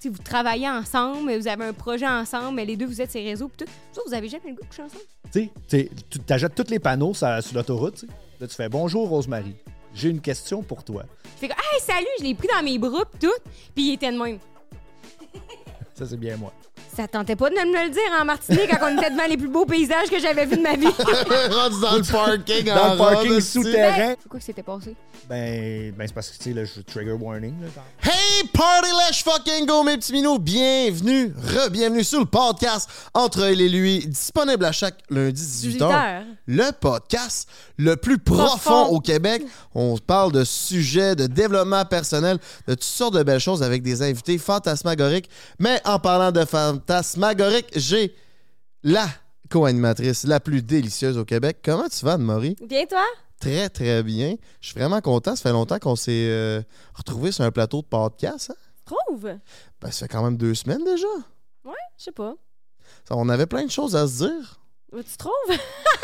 sais, vous travaillez ensemble, vous avez un projet ensemble, mais les deux, vous êtes sur les réseaux, puis tout. Ça, vous avez jamais le goût de coucher ensemble? Tu sais, tu t'achètes tous les panneaux sur l'autoroute, tu sais. Là, tu fais « Bonjour, Rosemary. J'ai une question pour toi. » Je fais comme « Hey, salut! » Je l'ai pris dans mes bras, puis tout. Puis il était de même. Ça, c'est bien moi. Ça tentait pas de me le dire en Martinique quand on était devant les plus beaux paysages que j'avais vus de ma vie. Rendu dans le parking, Dans le parking souterrain. C'est quoi que c'était passé? Ben c'est parce que, tu sais, là, je trigger warning. Là, quand... Hey, party, let's fucking go, mes petits minous. Bienvenue, re-bienvenue sur le podcast Entre elle et lui, disponible à chaque lundi 18h. Le podcast le plus profond au Québec. On parle de sujets, de développement personnel, de toutes sortes de belles choses avec des invités fantasmagoriques. Mais en parlant de fantasmagorique, j'ai la co-animatrice la plus délicieuse au Québec. Comment tu vas, Anne-Marie? Bien, toi? Très, très bien. Je suis vraiment content. Ça fait longtemps qu'on s'est retrouvés sur un plateau de podcast. Hein? Trouve? Ben, ça fait quand même 2 semaines déjà. Ouais, je sais pas. On avait plein de choses à se dire. Tu trouves?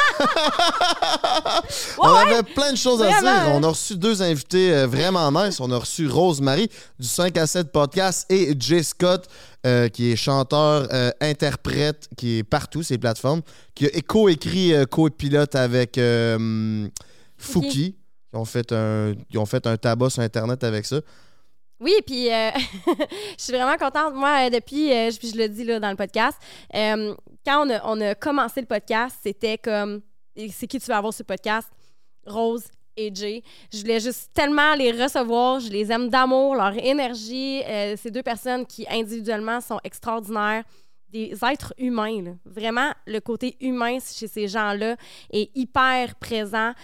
On avait plein de choses à se Vraiment, dire. On a reçu 2 invités vraiment nice. On a reçu Rosemary du 5 à 7 podcast et Jay Scott, qui est chanteur, interprète, qui est partout ces plateformes, qui a co-écrit, co-pilote avec Fouki. Ils ont fait un tabac sur Internet avec ça. Oui, puis je suis vraiment contente. Moi, depuis, puis je le dis là, dans le podcast, quand on a commencé le podcast, c'était comme, c'est qui tu vas avoir sur le podcast? Rose et Jay. Je voulais juste tellement les recevoir. Je les aime d'amour, leur énergie. Ces 2 personnes qui, individuellement, sont extraordinaires. Des êtres humains, là. Vraiment, le côté humain chez ces gens-là est hyper présent,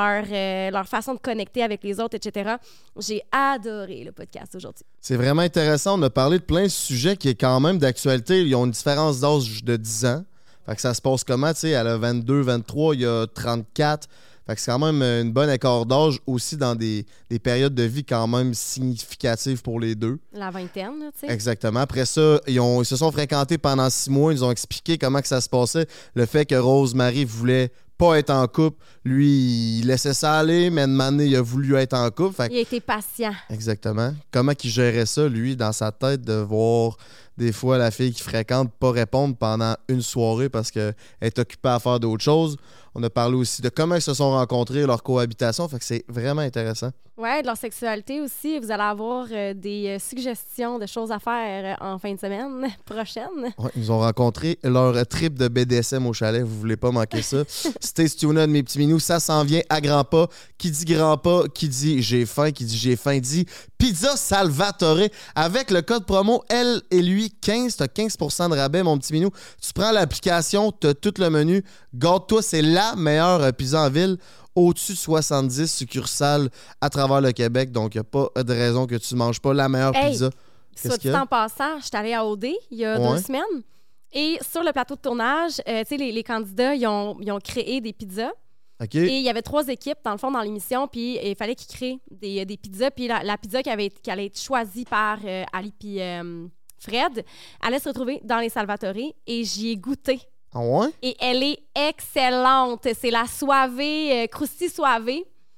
leur façon de connecter avec les autres, etc. J'ai adoré le podcast aujourd'hui. C'est vraiment intéressant. On a parlé de plein de sujets qui est quand même d'actualité. Ils ont une différence d'âge de 10 ans. Fait que ça se passe comment? Tu sais, elle a 22, 23, il y a 34. Fait que c'est quand même une bonne écart d'âge aussi dans des périodes de vie quand même significatives pour les deux. La vingtaine, là, tu sais. Exactement. Après ça, ils se sont fréquentés pendant 6 mois. Ils nous ont expliqué comment que ça se passait. Le fait que Rosemary voulait pas être en couple. Lui, il laissait ça aller, mais une année, il a voulu être en couple. Fait que... Il a été patient. Exactement. Comment qu'il gérait ça, lui, dans sa tête, de voir des fois la fille qu'il fréquente pas répondre pendant une soirée parce qu'elle est occupée à faire d'autres choses. On a parlé aussi de comment ils se sont rencontrés, leur cohabitation. Fait que c'est vraiment intéressant. Ouais, de leur sexualité aussi. Vous allez avoir des suggestions de choses à faire en fin de semaine prochaine. Ouais, ils ont rencontré leur trip de BDSM au chalet. Vous voulez pas manquer ça. Stay tuned, mes petits minous. Ça s'en vient à grands pas. Qui dit grand pas, qui dit j'ai faim, qui dit j'ai faim, dit Pizza Salvatore. Avec le code promo Elle et lui 15, t'as 15% de rabais, mon petit minou. Tu prends l'application, t'as tout le menu. Garde-toi, c'est la meilleure pizza en ville. Au-dessus de 70 succursales à travers le Québec. Donc, il n'y a pas de raison que tu ne manges pas la meilleure pizza. Soit dit en passant, je suis allée à OD il y a 2 semaines. Et sur le plateau de tournage, tu sais, les candidats, ils ont créé des pizzas. Okay. Et il y avait 3 équipes, dans le fond, dans l'émission. Puis il fallait qu'ils créent des pizzas. Puis la pizza qui allait être choisie par Ali puis Fred allait se retrouver dans les Salvatore. Et j'y ai goûté. Ah ouais? Et elle est excellente. C'est la Soave, Crousti Soave,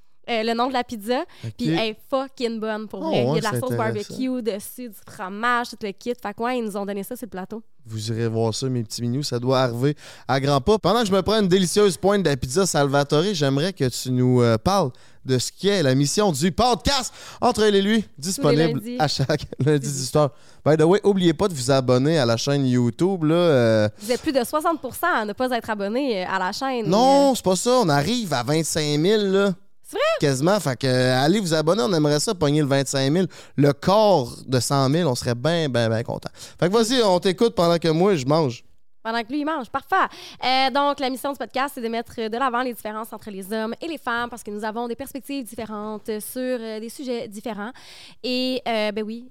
le nom de la pizza. Okay. Puis elle est fucking bonne pour vrai. Ouais, il y a de la sauce intéressant. barbecue dessus, du fromage, tout le kit. Fait que ouais, ils nous ont donné ça sur le plateau. Vous irez voir ça, mes petits minous. Ça doit arriver à grands pas. Pendant que je me prends une délicieuse pointe de la pizza Salvatore, j'aimerais que tu nous parles de ce qui est la mission du podcast Entre elle et lui, disponible à chaque lundi d'histoire. By the way, n'oubliez pas de vous abonner à la chaîne YouTube. Là, Vous êtes plus de 60% à ne pas être abonné à la chaîne. Non, c'est pas ça. On arrive à 25 000, là. C'est vrai? Quasiment. Fait que allez vous abonner, on aimerait ça, pogner le 25 000. Le corps de 100 000, on serait bien, bien, bien content. Fait que vas-y, on t'écoute pendant que moi, je mange. Pendant que lui, il mange. Parfait. Donc, la mission du podcast, c'est de mettre de l'avant les différences entre les hommes et les femmes parce que nous avons des perspectives différentes sur des sujets différents. Et, ben oui,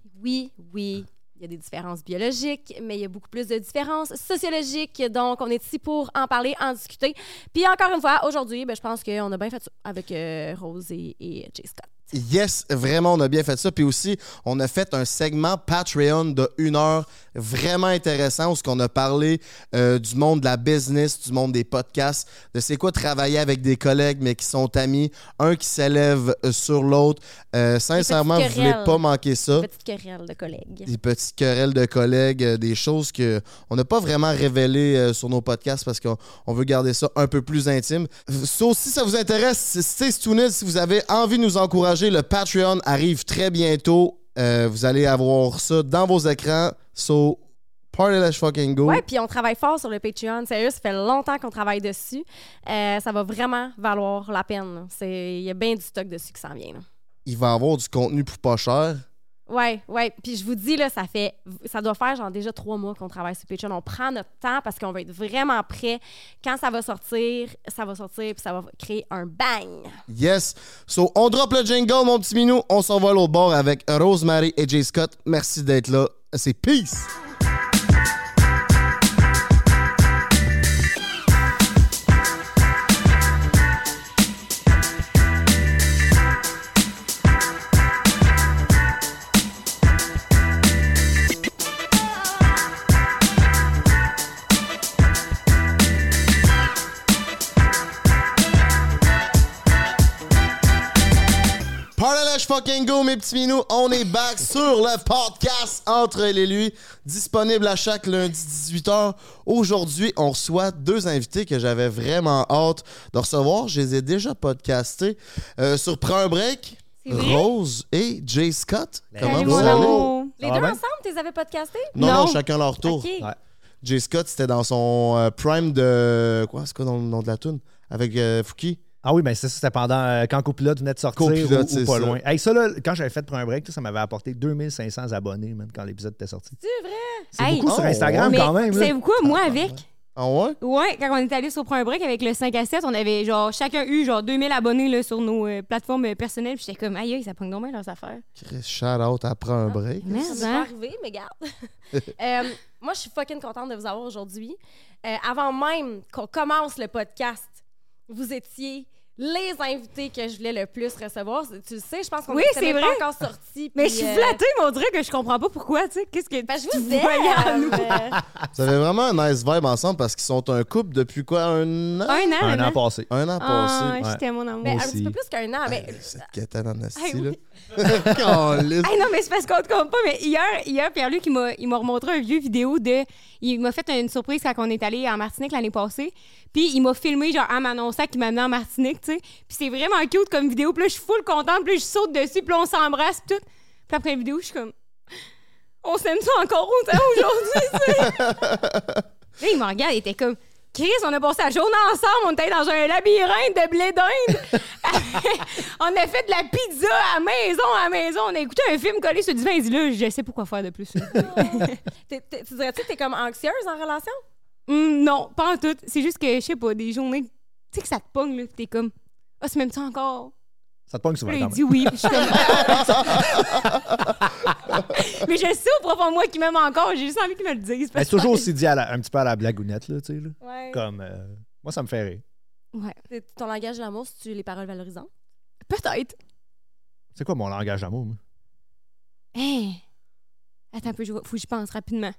il y a des différences biologiques, mais il y a beaucoup plus de différences sociologiques. Donc, on est ici pour en parler, en discuter. Puis, encore une fois, aujourd'hui, ben, je pense qu'on a bien fait ça avec Rose et Jay Scott. Yes, vraiment, on a bien fait ça. Puis aussi, on a fait un segment Patreon de 1 heure vraiment intéressant où on a parlé du monde de la business, du monde des podcasts, de c'est quoi travailler avec des collègues mais qui sont amis, un qui s'élève sur l'autre. Sincèrement, vous ne voulez pas manquer ça. Des petites querelles de collègues. Des petites querelles de collègues, des choses qu'on n'a pas vraiment révélées sur nos podcasts parce qu'on veut garder ça un peu plus intime. So, si ça vous intéresse, stay tuned. Si vous avez envie de nous encourager, le Patreon arrive très bientôt. Vous allez avoir ça dans vos écrans. So, party let's fucking go. Ouais, puis on travaille fort sur le Patreon. Sérieux, ça fait longtemps qu'on travaille dessus. Ça va vraiment valoir la peine. Il y a bien du stock dessus qui s'en vient. Là. Il va y avoir du contenu pour pas cher. Ouais. Puis je vous dis, là, ça doit faire genre déjà 3 mois qu'on travaille sur Patreon. On prend notre temps parce qu'on va être vraiment prêt. Quand ça va sortir, puis ça va créer un bang. Yes. So, on drop le jingle, mon petit minou. On s'en va à l'autre bord avec Rosemary et Jay Scott. Merci d'être là. C'est peace. Fucking go, mes petits minous. On est back sur le podcast Entre elle et lui, disponible à chaque lundi 18h. Aujourd'hui, on reçoit 2 invités que j'avais vraiment hâte de recevoir. Je les ai déjà podcastés sur Prends un break. Rose et Jay Scott. Comment vous allez? Les deux ensemble, tu les avais podcastés? Non, chacun leur tour. Okay. Ouais. Jay Scott, c'était dans son prime de... Quoi? C'est quoi dans le nom de la toune? Avec Fouki. Ah oui, mais ça, c'était pendant quand Copilote venait de sortir Copilote, ou pas ça. loin. Hey, ça, là, quand j'avais fait pour un break, ça m'avait apporté 2500 abonnés même, quand l'épisode était sorti. C'est vrai? C'est beaucoup sur Instagram mais quand même. Là. Savez-vous quoi, moi avec? Ah ouais? Ouais, quand on est allé sur Prends un break avec le 5 à 7, on avait genre chacun eu genre 2000 abonnés là, sur nos plateformes personnelles. Puis j'étais comme, aïe, ça pogne donc bien leurs affaires. Chris, shout out à Prends un break. Mais Ça m'est pas arrivé, mais garde. Moi, je suis fucking contente de vous avoir aujourd'hui. Avant même qu'on commence le podcast, vous étiez les invités que je voulais le plus recevoir. Tu le sais, je pense qu'on c'est pas vrai. encore sorti. Mais je suis flattée, mais on dirait que je comprends pas pourquoi, tu sais. Qu'est-ce que Ben, je tu vous voyais en nous? Vous avez vraiment un nice vibe ensemble parce qu'ils sont un couple depuis quoi? Un an? Un an passé. Un an Ah, passé. j'étais mon amour. Mais un aussi. petit peu plus qu'un an. Mais... Cette quétaine en asti, oui. là. Calisse. Hey, non, mais c'est parce qu'on te compte pas, mais hier Pierre-Luc, il m'a remontré un vieux vidéo de... Il m'a fait une surprise quand on est allé en Martinique l'année passée. Puis il m'a filmé, genre, en m'annonçant qu'il m'amenait en Martinique, tu sais. Puis c'est vraiment cute comme vidéo. Puis là, je suis full contente. Puis là, je saute dessus. Puis là, on s'embrasse, puis tout. Puis après la vidéo, je suis comme... On s'aime ça encore autant aujourd'hui, tu sais. Là, il me regarde, il était comme... Chris, on a passé la journée ensemble, on était dans un labyrinthe de blé d'Inde. On a fait de la pizza à la maison. On a écouté un film collé sur du vin. Il dit là, je sais pas quoi faire de plus. tu dirais-tu que t'es comme anxieuse en relation? Non, pas en tout. C'est juste que, je sais pas, des journées, tu sais que ça te pogne, là, pis t'es comme, ah, c'est même ça encore. Ça te pogne souvent Puis quand là, il même. dit oui, puis je suis comme... Mais je sais au profond de moi qu'il m'aime encore. J'ai juste envie qu'il me le dise. Mais c'est toujours aussi dit un petit peu à la blagounette, là, tu sais. Là. Ouais. Comme, moi, ça me fait rire. Ouais. Ton langage de l'amour, c'est-tu les paroles valorisantes? Peut-être. C'est quoi mon langage d'amour, moi? Hein? Attends un peu, faut que je pense rapidement.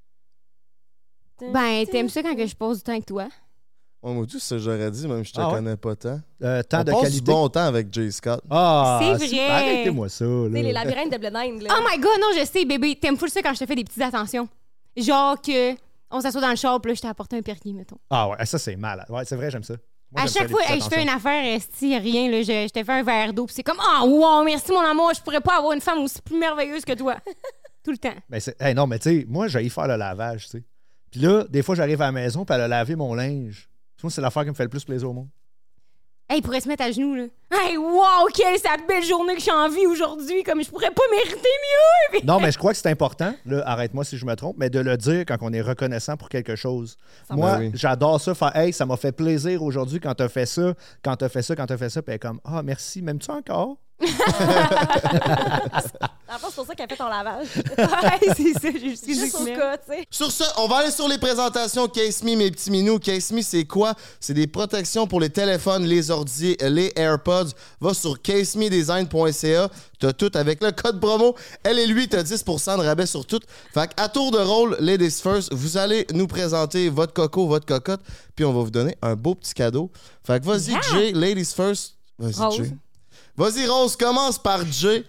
Ben, t'aimes ça quand que je passe du temps avec toi? Oh, moi, tout ce que j'aurais dit, même je te Ah ouais? connais pas tant. Temps On de passe qualité. du bon temps avec Jay Scott. Ah, C'est vrai. super. Arrêtez-moi ça, là. Tu sais, les labyrinthes de blé d'Inde, là. Oh my god, non, je sais, bébé. T'aimes full ça quand je te fais des petites attentions. Genre que on s'assoit dans le char, puis là, je t'ai apporté un perrier, mettons. Ah ouais, ça, c'est malade. Ouais, c'est vrai, j'aime ça. Moi, À j'aime chaque ça, fois, les petites je fais une attentions. affaire, esti, rien, là, je te fais un verre d'eau, puis c'est comme, ah, wow, merci mon amour, je pourrais pas avoir une femme aussi plus merveilleuse que toi. Tout le temps. Ben, hey, non, mais tu sais, moi, j'ai faire le lavage, tu sais. Puis là, des fois, j'arrive à la maison, puis elle a lavé mon linge. Moi, c'est l'affaire qui me fait le plus plaisir au monde. Hey, il pourrait se mettre à genoux, là. Hey, wow, quelle cette belle journée que j'ai en vie aujourd'hui, comme je pourrais pas mériter mieux. Non, mais je crois que c'est important, là, arrête-moi si je me trompe, mais de le dire quand on est reconnaissant pour quelque chose. Moi, oui. j'adore ça, faire hey, ça m'a fait plaisir aujourd'hui quand t'as fait ça, quand t'as fait ça, puis elle est comme ah, merci, m'aimes-tu encore? En fait, c'est pour ça qu'elle fait ton lavage. Ouais, c'est ça, j'ai juste Juste au cas, tu sais. Sur ce, on va aller sur les présentations Case Me, mes petits minous. Case Me, c'est quoi? C'est des protections pour les téléphones, les ordi, les AirPods. Va sur casemedesign.ca. T'as tout avec le code promo. Elle et lui, t'as 10% de rabais sur tout. Fait qu'à tour de rôle, Ladies First, vous allez nous présenter votre coco, votre cocotte, puis on va vous donner un beau petit cadeau. Fait que vas-y, Jay, Ladies First. Vas-y, Rose. Jay. Vas-y, Rose, commence par Jay.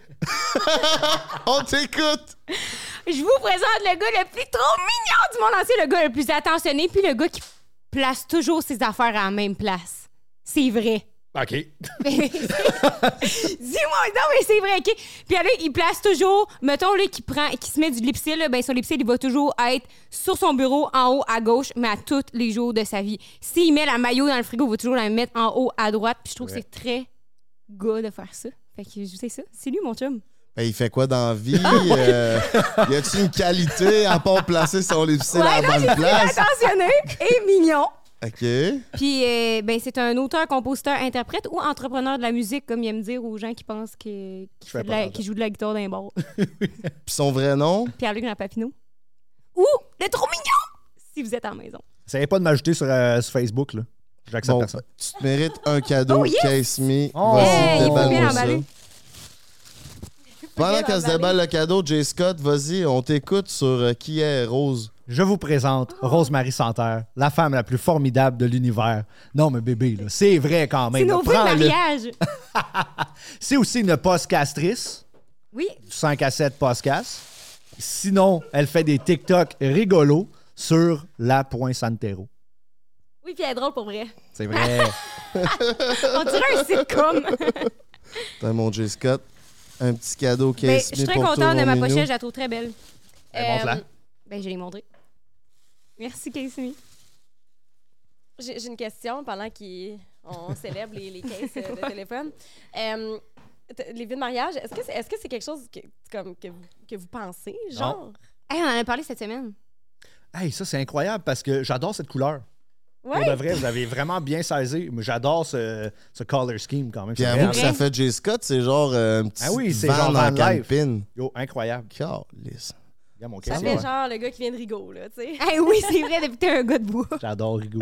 On t'écoute. Je vous présente le gars le plus trop mignon du monde entier, le gars le plus attentionné, puis le gars qui place toujours ses affaires à la même place. C'est vrai. OK. Dis-moi, non, mais c'est vrai, OK? Puis là, il place toujours, mettons, là, qui se met du lipsil, là, ben son lipsil, il va toujours être sur son bureau, en haut, à gauche, mais à tous les jours de sa vie. S'il met la maillot dans le frigo, il va toujours la mettre en haut, à droite, puis je trouve que c'est très gars de faire ça. Fait que je sais ça. C'est lui, mon chum. Ben, il fait quoi dans la vie? Y a-t-il une qualité à part placer son lipstick à la bonne place? Attentionné et mignon. OK. Puis, ben, c'est un auteur, compositeur, interprète ou entrepreneur de la musique, comme il aime dire aux gens qui pensent qu'il joue de la guitare d'un bar. Puis son vrai nom? Pierre-Luc Papineau. Ou le trop mignon, si vous êtes en maison. Essayez pas de m'ajouter sur Facebook, là. J'accepte Bon, personne. tu te mérites un cadeau. Oh, yes! Case Me. Oh! Vas-y, Hey, il faut bien déballe-moi ça. l'emballer. Pendant bien qu'elle se l'emballer. déballe le cadeau, Jay Scott, vas-y, on t'écoute sur qui est Rose. Je vous présente Rosemary Santerre, la femme la plus formidable de l'univers. Non, mais bébé, là, c'est vrai quand même. C'est nos là. vœux de Prends-le. mariage. C'est aussi une postcastrice, Oui. du 5 à 7 podcast. Sinon, elle fait des TikTok rigolos sur la.santero. Oui, puis elle est drôle pour vrai. C'est vrai. On dirait un sitcom. T'as mon Jay Scott. Un petit cadeau Ben, Case je suis Me très pour toi, contente de mon ma minou. pochette, je la trouve très belle. Montre-la. Ben, je l'ai montrée. Merci, Casey. J'ai une question pendant qu'on célèbre les cases de téléphone. Les vies de mariage, est-ce que c'est quelque chose que vous pensez, genre? Hey, on en a parlé cette semaine. Hey, ça, c'est incroyable parce que j'adore cette couleur. Ouais. Pour de vrai, vous avez vraiment bien saisi. Mais j'adore ce color scheme quand même. Puis C'est avoue vrai. que ça fait Jay Scott, c'est genre un petit Ah oui, c'est van genre en van life. camping. Yo, incroyable. Calisse. Regarde mon Ça casier, fait ouais. genre le gars qui vient de Rigaud, là, tu sais. Hey, oui, c'est vrai, depuis que t'es un gars de bois. J'adore Rigaud.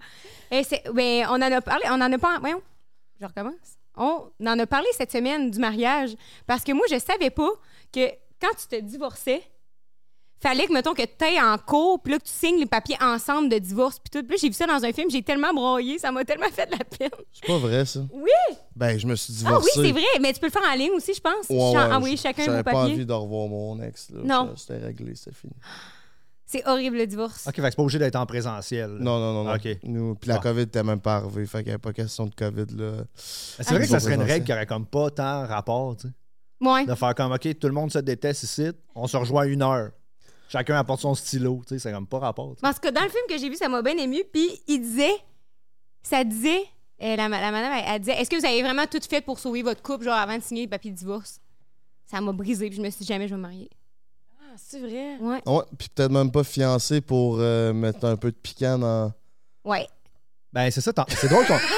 Ben, on en a parlé, on en a pas... Voyons, je recommence. On en a parlé cette semaine du mariage parce que moi, je savais pas que quand tu te divorçais, fallait que, mettons, que tu ailles en cours, puis là, que tu signes les papiers ensemble de divorce, puis tout. Puis là, j'ai vu ça dans un film, j'ai tellement broyé, ça m'a tellement fait de la peine. C'est pas vrai, ça. Oui! Ben, je me suis Ah divorcé. oui, c'est vrai, mais tu peux le faire en ligne aussi, je pense. Ouais, Envoyer chacun vos j'avais pas papiers. envie de revoir mon ex. Là. Non. C'était réglé, c'était fini. C'est horrible, le divorce. OK, fait que c'est pas obligé d'être en présentiel. là. Non. OK. Nous, puis la Ah. COVID était même pas arrivée, fait qu'il n'y avait pas question de COVID, là. C'est vrai que ça serait une présentiel. règle qui aurait comme pas tant rapport, tu sais. Ouais. De faire comme, OK, tout le monde se déteste ici, on se rejoint à 1 heure. Chacun apporte son stylo, tu sais, c'est comme pas rapport. tu sais. Parce que dans le film que j'ai vu, ça m'a bien ému. Puis il disait, ça disait, la madame, elle disait, est-ce que vous avez vraiment tout fait pour sauver votre couple, genre avant de signer le papier de divorce? Ça m'a brisé, puis je me suis dit, jamais je vais me marier. Ah, c'est vrai? Ouais. Ouais, puis peut-être même pas fiancé pour mettre un peu de piquant dans... Ouais. Ben, c'est ça, c'est drôle qu'on.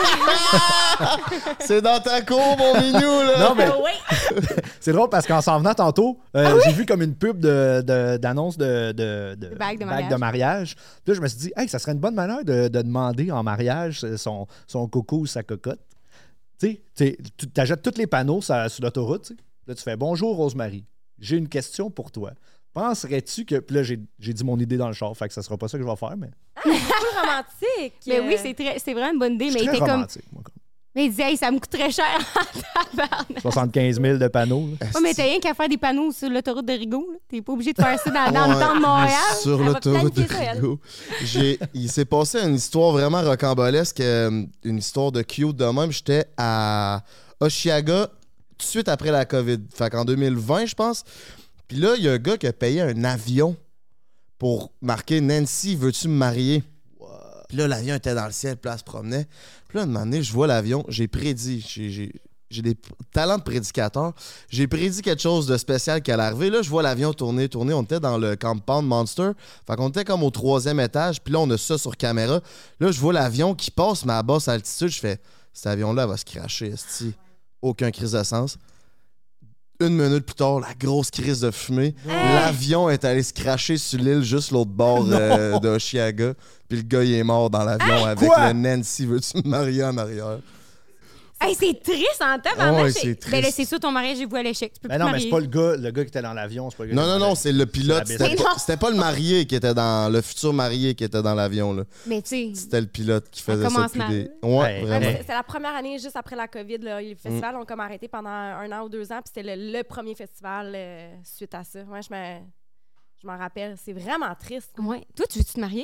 C'est dans ta cour, mon minou, là! Non, mais Oui! c'est drôle parce qu'en s'en venant tantôt, j'ai vu comme une pub d'annonce de bague de bague de mariage. Puis là, je me suis dit, hey, ça serait une bonne manière de demander en mariage son coco ou sa cocotte. Tu sais, tu achètes tous les panneaux sur l'autoroute. Tu sais. Là, tu fais bonjour, Rosemary. J'ai une question pour toi. Penserais-tu que. Puis là, j'ai dit mon idée dans le char, fait que ça sera pas ça que je vais faire, mais. C'est plus romantique. Mais oui, c'est vraiment une bonne idée. Je Mais suis il très était comme. romantique, moi. Mais il disait, hey, ça me coûte très cher en tabarnak. 75 000 de panneaux. là. Ouais, mais t'as rien qu'à faire des panneaux sur l'autoroute de Rigaud. Là. T'es pas obligé de faire ça dans le temps de Montréal. Sur Elle va l'autoroute de planifier ça, elle. Rigaud. Il s'est passé une histoire vraiment rocambolesque, une histoire de cute de même. J'étais à Oshiaga tout de suite après la COVID. Fait qu'en 2020, je pense. Puis là, il y a un gars qui a payé un avion pour marquer « Nancy, veux-tu me marier? » Puis là, l'avion était dans le ciel, puis là, elle se promenait. Puis là, un moment donné, je vois l'avion, j'ai prédit, j'ai des talents de prédicateur. J'ai prédit quelque chose de spécial qui allait arriver. Là, je vois l'avion tourner. On était dans le compound Monster. Fait qu'on était comme au 3e étage. Puis là, on a ça sur caméra. Là, je vois l'avion qui passe, mais à basse altitude. Je fais, cet avion-là va se cracher, esti. aucun crise de sens. 1 minute plus tard, la grosse crise de fumée. L'avion est allé se cracher sur l'île juste l'autre bord d'Oshiaga. Puis le gars, il est mort dans l'avion avec le Nancy, veux-tu me marier en arrière? Hey, c'est triste en temps. Ouais, c'est triste. Ben là, c'est ça, ton mariage est voué à l'échec. Tu peux Ben plus non, te mais c'est marier. pas le gars qui était dans l'avion. C'est pas le gars qui était Non, dans c'est le pilote. C'est la C'était pas le marié qui était dans... Le futur marié qui était dans l'avion, là. Mais tu sais, C'était le pilote qui faisait ça commence depuis mal. des... Ouais, Ouais, vraiment. ouais. C'est la première année juste après la COVID. Là, les festivals ont comme arrêté pendant 1 an ou 2 ans. Puis c'était le premier festival suite à ça. Ouais, je m'en rappelle. C'est vraiment triste. ouais. Toi, tu veux-tu te marier?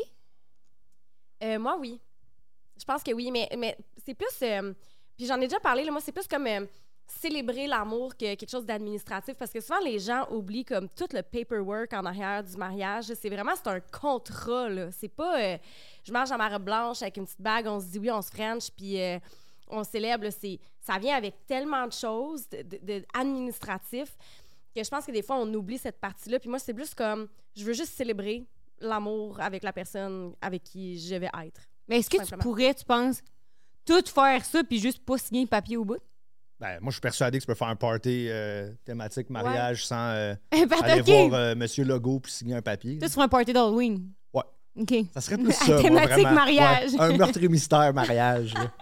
Moi, oui. Je pense que oui, mais c'est plus... puis j'en ai déjà parlé, là, moi, c'est plus comme célébrer l'amour que quelque chose d'administratif, parce que souvent, les gens oublient comme tout le paperwork en arrière du mariage. C'est un contrat, là. C'est pas... je marche dans ma robe blanche avec une petite bague, on se dit oui, on se french, puis on célèbre. Là, ça vient avec tellement de choses administratifs que je pense que des fois, on oublie cette partie-là. Puis moi, c'est plus comme... Je veux juste célébrer l'amour avec la personne avec qui je vais être. Mais est-ce que tu Simplement. pourrais, tu penses, tout faire ça puis juste pas signer le papier au bout? Ben, moi, je suis persuadé que tu peux faire un party thématique mariage sans aller OK. voir Monsieur Legault puis signer un papier. Toi, tu feras un party d'Halloween. Ouais. OK. Ça serait plus ça, moi, Thématique vraiment. mariage. Ouais, un meurtre et mystère mariage. là.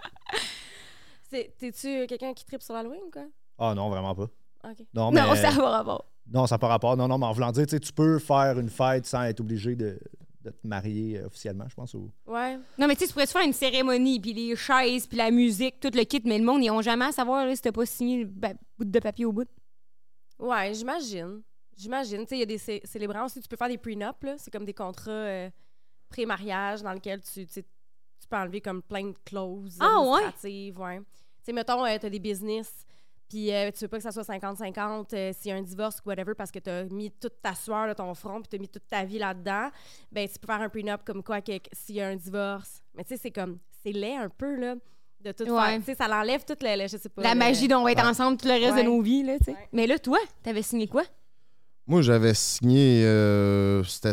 T'es-tu quelqu'un qui tripe sur l'Halloween, quoi? Ah non, vraiment pas. OK. Non, mais, Non, ça va rapport. Non, ça n'a pas rapport. Non, mais en voulant dire, tu sais, tu peux faire une fête sans être obligé de te marier officiellement, je pense. Ouais. Non, mais tu sais, tu pourrais te faire une cérémonie, puis les chaises, puis la musique, tout le kit, mais le monde, ils n'ont jamais à savoir là, si t'as pas signé le bout de papier au bout. Ouais, j'imagine. Tu sais, il y a des célébrants aussi. Tu peux faire des prenups, là. C'est comme des contrats pré-mariage dans lesquels tu peux enlever comme plein de clauses administratives. Ouais. Tu sais, mettons, t'as des business, puis tu veux pas que ça soit 50-50 s'il y a un divorce ou whatever parce que t'as mis toute ta sueur de ton front puis t'as mis toute ta vie là-dedans, ben tu peux faire un prenup comme quoi s'il y a un divorce. Mais tu sais, c'est laid un peu, là, de tout faire. Tu sais, ça l'enlève toute je sais pas. La magie dont on va être ensemble tout le reste de nos vies, là, tu sais. Ouais. Mais là, toi, t'avais signé quoi? Moi, j'avais signé, c'était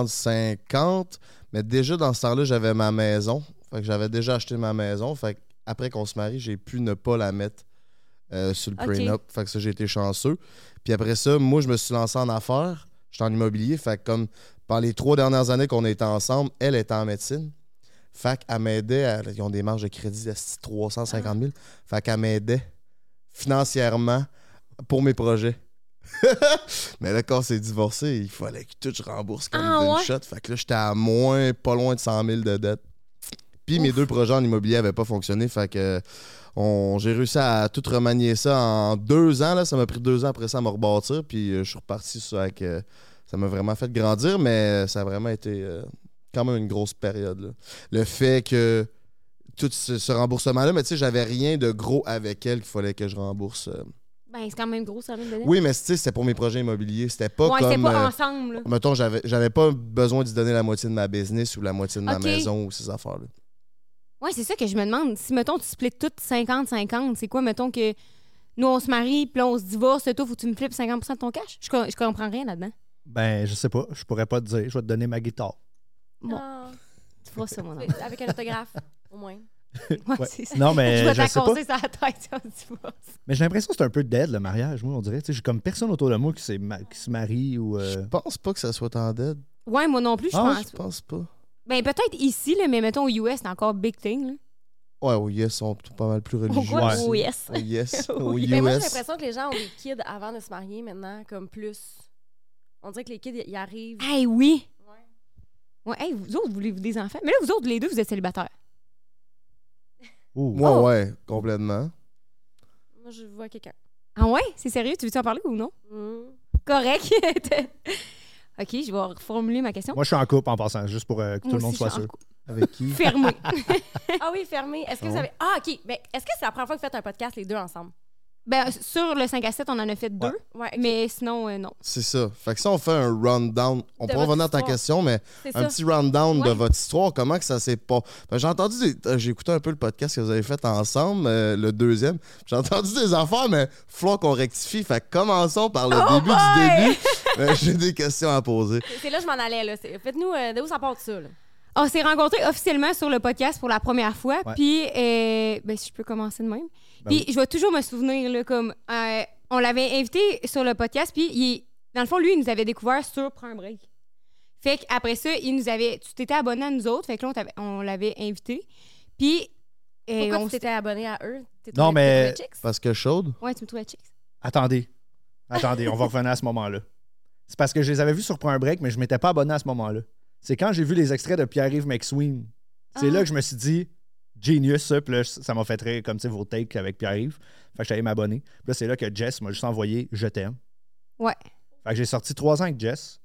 50-50, mais déjà dans ce temps-là, j'avais ma maison. Fait que j'avais déjà acheté ma maison. Fait que après qu'on se marie, j'ai pu ne pas la mettre sur le prenup. Fait que ça, j'ai été chanceux. Puis après ça, moi, je me suis lancé en affaires. J'étais en immobilier. Fait que comme pendant les 3 dernières années qu'on était ensemble, elle était en médecine. Fait qu'elle m'aidait. Ils ont des marges de crédit de 350 000. Fait qu'elle m'aidait financièrement pour mes projets. Mais là, quand on s'est divorcé, il fallait que tout je rembourse comme d'une shot. Fait que là, j'étais à pas loin de 100 000 de dette. Puis mes 2 projets en immobilier n'avaient pas fonctionné. Fait que j'ai réussi à tout remanier ça en 2 ans. Là. Ça m'a pris 2 ans après ça à me rebâtir. Puis je suis reparti sur ça avec... ça m'a vraiment fait grandir, mais ça a vraiment été quand même une grosse période. Là. Le fait que tout ce remboursement-là, mais tu sais, j'avais rien de gros avec elle qu'il fallait que je rembourse. Ben, c'est quand même gros, ça, même de dette. Oui, mais tu sais, c'était pour mes projets immobiliers. C'était pas Ouais, comme... c'était pas ensemble, là. Mettons, j'avais pas besoin d'y donner la moitié de ma business ou la moitié de ma Ok. maison ou ces affaires-là. Ouais, c'est ça que je me demande. Si, mettons, tu splits tout 50-50, c'est quoi, mettons, que nous, on se marie, puis là, on se divorce, toi, faut que tu me flippes 50% de ton cash? Je comprends rien là-dedans. Ben, je sais pas. Je pourrais pas te dire. Je vais te donner ma guitare. Bon, Ah. tu feras ça, mon amour. Avec un autographe, au moins. Ouais, Ouais. c'est ça. Non, mais Je vais je sais pas. t'accorder sur la tête si on se divorce. Mais j'ai l'impression que c'est un peu dead, le mariage, moi, on dirait. Tu sais, j'ai comme personne autour de moi qui se marie ou... Je pense pas que ça soit en dead. Ouais, moi non plus, je Ah, pense. Je pense pas. Ben, peut-être ici, là, mais mettons, aux US, c'est encore big thing, là. Ouais, aux US, sont pas mal plus religieux. Pourquoi? Ouais. Aux US. Aux US. Aux Oui. Mais moi, j'ai US. l'impression que les gens ont des kids avant de se marier maintenant, comme plus. On dirait que les kids, ils arrivent. Hey, oui. Ouais. Ouais, hey, vous autres, voulez-vous des enfants? Mais là, vous autres, les deux, vous êtes célibataires. Ouh. Moi, Oh. ouais, complètement. Moi, je vois quelqu'un. Ah ouais? C'est sérieux? Tu veux-tu en parler ou non? Correct. OK, je vais reformuler ma question. Moi, je suis en couple en passant, juste pour que tout Moi le monde aussi, soit je suis en sûr. couple. Avec qui? Fermé. Ah oui, fermé. Est-ce que vous avez. Ah, OK. Ben, est-ce que c'est la première fois que vous faites un podcast, les deux ensemble? Ben, sur le 5 à 7, on en a fait 2. Ouais, ok. Mais sinon, non. C'est ça. Fait que si on fait un rundown, on De pourra votre revenir à ta histoire. question, mais C'est un ça. petit rundown de Ouais. votre histoire, comment que ça s'est pas... Ben, j'ai entendu j'ai écouté un peu le podcast que vous avez fait ensemble, le deuxième. J'ai entendu des affaires, mais il faut qu'on rectifie. Fait que commençons par le début du début. J'ai des questions à poser. C'est là que je m'en allais, là. Faites-nous. De où ça part de ça, là? On s'est rencontrés officiellement sur le podcast pour la première fois. Ouais. Puis, si je peux commencer de même. Ben Puis, je vais toujours me souvenir, là, comme on l'avait invité sur le podcast, puis dans le fond, lui, il nous avait découvert sur Prends un break. Fait qu'après ça, tu t'étais abonné à nous autres, fait que là, on l'avait invité. Puis, Pourquoi tu t'étais abonné à eux? Non, mais- Parce que chaude. Ouais, tu me trouvais chicks. Attendez, on va revenir à ce moment-là. C'est parce que je les avais vus sur Prends un break, mais je ne m'étais pas abonné à ce moment-là. C'est quand j'ai vu les extraits de Pierre-Yves McSween. C'est là que je me suis dit, genius, ça. Puis là, ça m'a fait rire, comme tu sais, vos takes avec Pierre-Yves. Fait que j'allais m'abonner. Puis là, c'est là que Jess m'a juste envoyé « Je t'aime ». Ouais. Fait que j'ai sorti 3 ans avec Jess.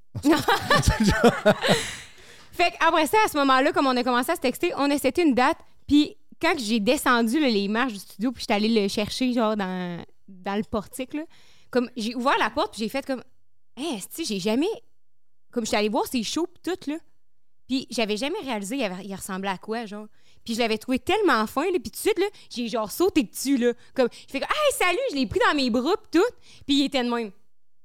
Fait qu'après ça, à ce moment-là, comme on a commencé à se texter, on a seté une date. Puis quand j'ai descendu là, les marches du studio, puis j'étais allée le chercher, genre, dans le portique, là, comme j'ai ouvert la porte, puis j'ai fait comme « Hey, esti, j'ai jamais... » Comme j'étais allée voir ses shows, puis tout, là. Puis j'avais jamais réalisé il ressemblait à quoi, genre. Puis je l'avais trouvé tellement fin, là. Puis tout de suite, là, j'ai genre sauté dessus, là. Comme, je fais comme « Hey, salut! » Je l'ai pris dans mes bras, puis tout. Puis il était de même.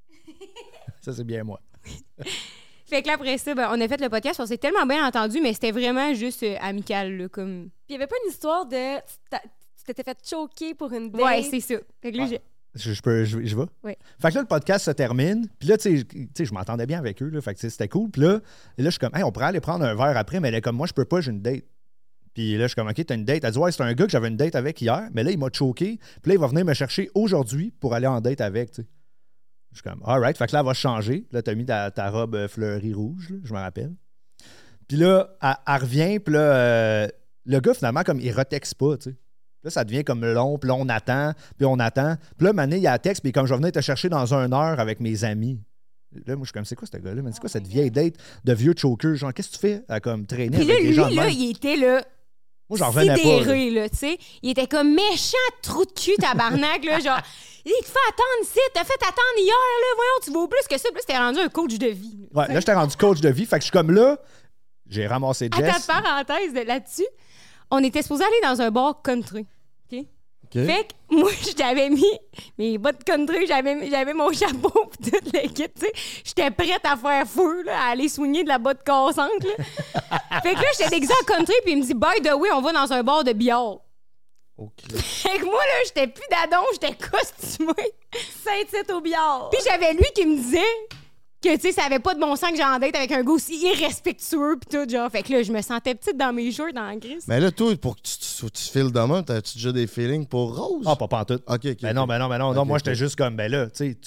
Ça, c'est bien moi. Fait que là, après ça, on a fait le podcast, on s'est tellement bien entendu, mais c'était vraiment juste amical, là, comme... Puis il y avait pas une histoire de... Tu t'étais fait choquer pour une date. Ouais, c'est ça. Fait que là, Ouais. Je vais? Oui. Fait que là, le podcast se termine. Puis là, tu sais, je m'entendais bien avec eux. Là, fait que tu sais, c'était cool. Puis là, je suis comme, hey, on pourrait aller prendre un verre après. Mais elle est comme, moi, je peux pas, j'ai une date. Puis là, je suis comme, OK, t'as une date. Elle dit, ouais, c'est un gars que j'avais une date avec hier. Mais là, il m'a choqué. Puis là, il va venir me chercher aujourd'hui pour aller en date avec, tu sais. Je suis comme, all right. Fait que là, elle va changer. Là, t'as mis ta robe fleurie rouge, là, je me rappelle. Puis là, elle revient. Puis là, le gars, finalement, comme, il retexte pas, tu sais. Là, ça devient comme long, puis là, on attend, puis on attend. Puis là, Mané, il y a un texte, puis comme je vais venir te chercher dans 1 heure avec mes amis. Là, moi, je suis comme, c'est quoi ce gars-là? C'est quoi cette vieille date de vieux choker? Genre, qu'est-ce que tu fais à comme traîner Puis avec là, des gens de lui, là, même? il était là, Moi, j'en revenais pas. sidéré, là, tu sais. Il était comme méchant trou de cul, tabarnak, là, genre... Il te fait attendre ici, t'as fait attendre hier, là, voyons, tu vaux plus que ça. Puis là, c'était rendu un coach de vie. Ouais, là, j'étais rendu coach de vie. Fait que je suis comme là, j'ai ramassé Attends, Jess. parenthèse là-dessus, on était supposé aller dans un bar country. OK? OK. Fait que moi, je t'avais mis mes bottes country, j'avais mon chapeau pis tout le kit, tu sais. J'étais prête à faire feu, là, à aller soigner de la botte cassante, là. Fait que là, j'étais déguisée en country puis il me dit « By the way, on va dans un bar de billard. » OK. Fait que moi, là, j'étais plus d'adon, j'étais costumée. Saint-Tite au billard. Puis j'avais lui qui me disait que, tu sais, ça avait pas de bon sens que j'ai en date avec un gars aussi irrespectueux pis tout, genre. Fait que là, je me sentais petite dans mes shorts dans la grise. Mais là, toi, pour que tu files demain, t'as-tu déjà des feelings pour Rose? Ah, pas pantoute. OK, OK. Ben non, ben non, ben non. Ok, Non, moi, ok. j'étais juste comme, ben là, tu sais,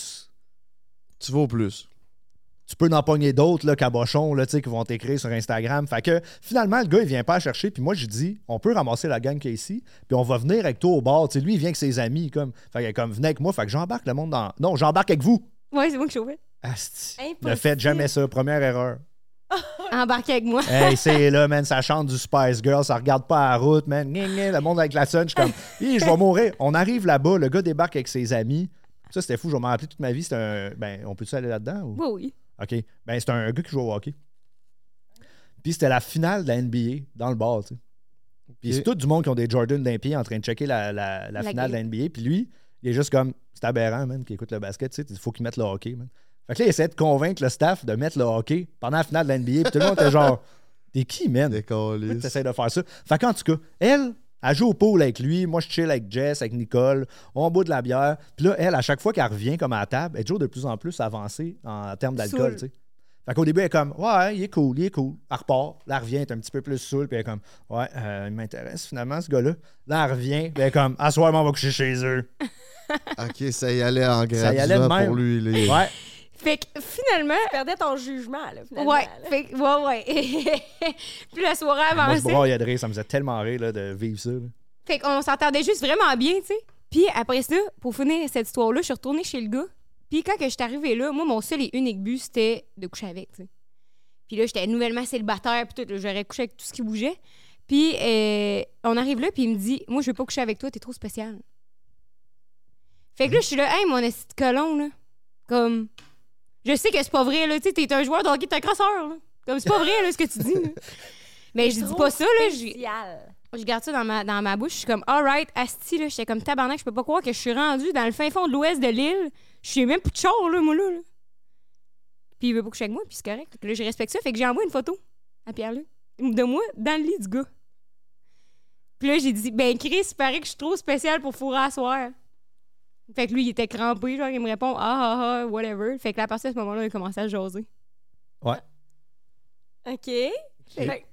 Tu vaux plus. tu peux en pogner d'autres, là, cabochons, là, tu sais, qui vont t'écrire sur Instagram. Fait que finalement, le gars, il vient pas chercher. Puis moi, je dis, on peut ramasser la gang qui est ici, puis on va venir avec toi au bar. Tu sais, lui, il vient avec ses amis, comme. Fait que, comme, venez avec moi. Fait que j'embarque le monde dans. Non, j'embarque avec vous. Ouais, c'est moi qui chauffais. Asti. Impossible. Ne faites jamais ça. Première erreur. Embarqué avec moi. Hey, c'est là, man, ça chante du Spice Girl, ça regarde pas la route, man. Le monde avec la sun, je suis comme, hi, je vais mourir. On arrive là-bas, le gars débarque avec ses amis. Ça, c'était fou, je vais m'en rappeler toute ma vie. C'était un. Ben, on peut-tu aller là-dedans? Ou... Oui, oui. OK. Ben, c'est un gars qui joue au hockey. Puis c'était la finale de la NBA dans le bar, tu sais. Puis c'est tout du monde qui ont des Jordan d'un pied en train de checker la finale de la NBA. Puis lui, il est juste comme, c'est aberrant, man, qui écoute le basket, tu sais. Il faut qu'il mette le hockey, man. Fait que là, il essaie de convaincre le staff de mettre le hockey pendant la finale de la NBA. Puis tout le monde était genre, t'es qui, man? Pourquoi Décaliste. t'essaies de faire ça? Fait qu'en tout cas, elle joue au pool avec lui. Moi, je chill avec Jess, avec Nicole. On boit de la bière. Puis là, elle, à chaque fois qu'elle revient comme à la table, elle est toujours de plus en plus avancée en termes d'alcool, Saoul. tu sais. Fait qu'au début, elle est comme, ouais, il est cool. Elle repart. Là, elle revient, elle est un petit peu plus saoule. Puis elle est comme, ouais, il m'intéresse finalement, ce gars-là. Là, elle revient. Puis elle est comme, à soir, on va coucher chez eux. OK, ça y allait en Ça y allait de graduant même. pour lui. Les... Ouais. Fait que finalement. Tu perdais ton jugement, là, finalement. Ouais, là. fait que, ouais. Puis la soirée Moi, je avançait. broyais de rire. Ça me faisait tellement rire là, de vivre ça. Là. Fait qu'on s'entendait juste vraiment bien, tu sais. Puis après ça, pour finir cette histoire-là, je suis retournée chez le gars. Puis quand que je suis arrivée là, moi, mon seul et unique but, c'était de coucher avec, tu sais. Puis là, j'étais nouvellement célibataire, puis tout, là, j'aurais couché avec tout ce qui bougeait. Puis on arrive là, puis il me dit, moi, je veux pas coucher avec toi, t'es trop spécial. Fait que là, je suis là, hey, mon esti de colon, là. Comme, je sais que c'est pas vrai, là, tu sais, t'es un joueur de hockey, t'es un crosseur, là. Comme, c'est pas vrai, là, ce que tu dis, là. Mais je dis Trop pas ça, là. spécial. Je garde ça dans ma bouche. Je suis comme, alright, asti, là. J'étais comme tabarnak. Je peux pas croire que je suis rendue dans le fin fond de l'ouest de l'île. Je suis même plus de char, là, moi, là. Puis il veut pas coucher avec moi, puis c'est correct. Fait que là, je respecte ça. Fait que j'ai envoyé une photo à Pierre-Luc. de moi dans le lit du gars. Puis là, j'ai dit, ben Chris, il paraît que je suis trop spéciale pour fourrer à soir. Fait que lui, il était crampé, genre, il me répond, whatever. Fait que là, à partir de ce moment-là, il a commencé à jaser. Ouais. OK. OK.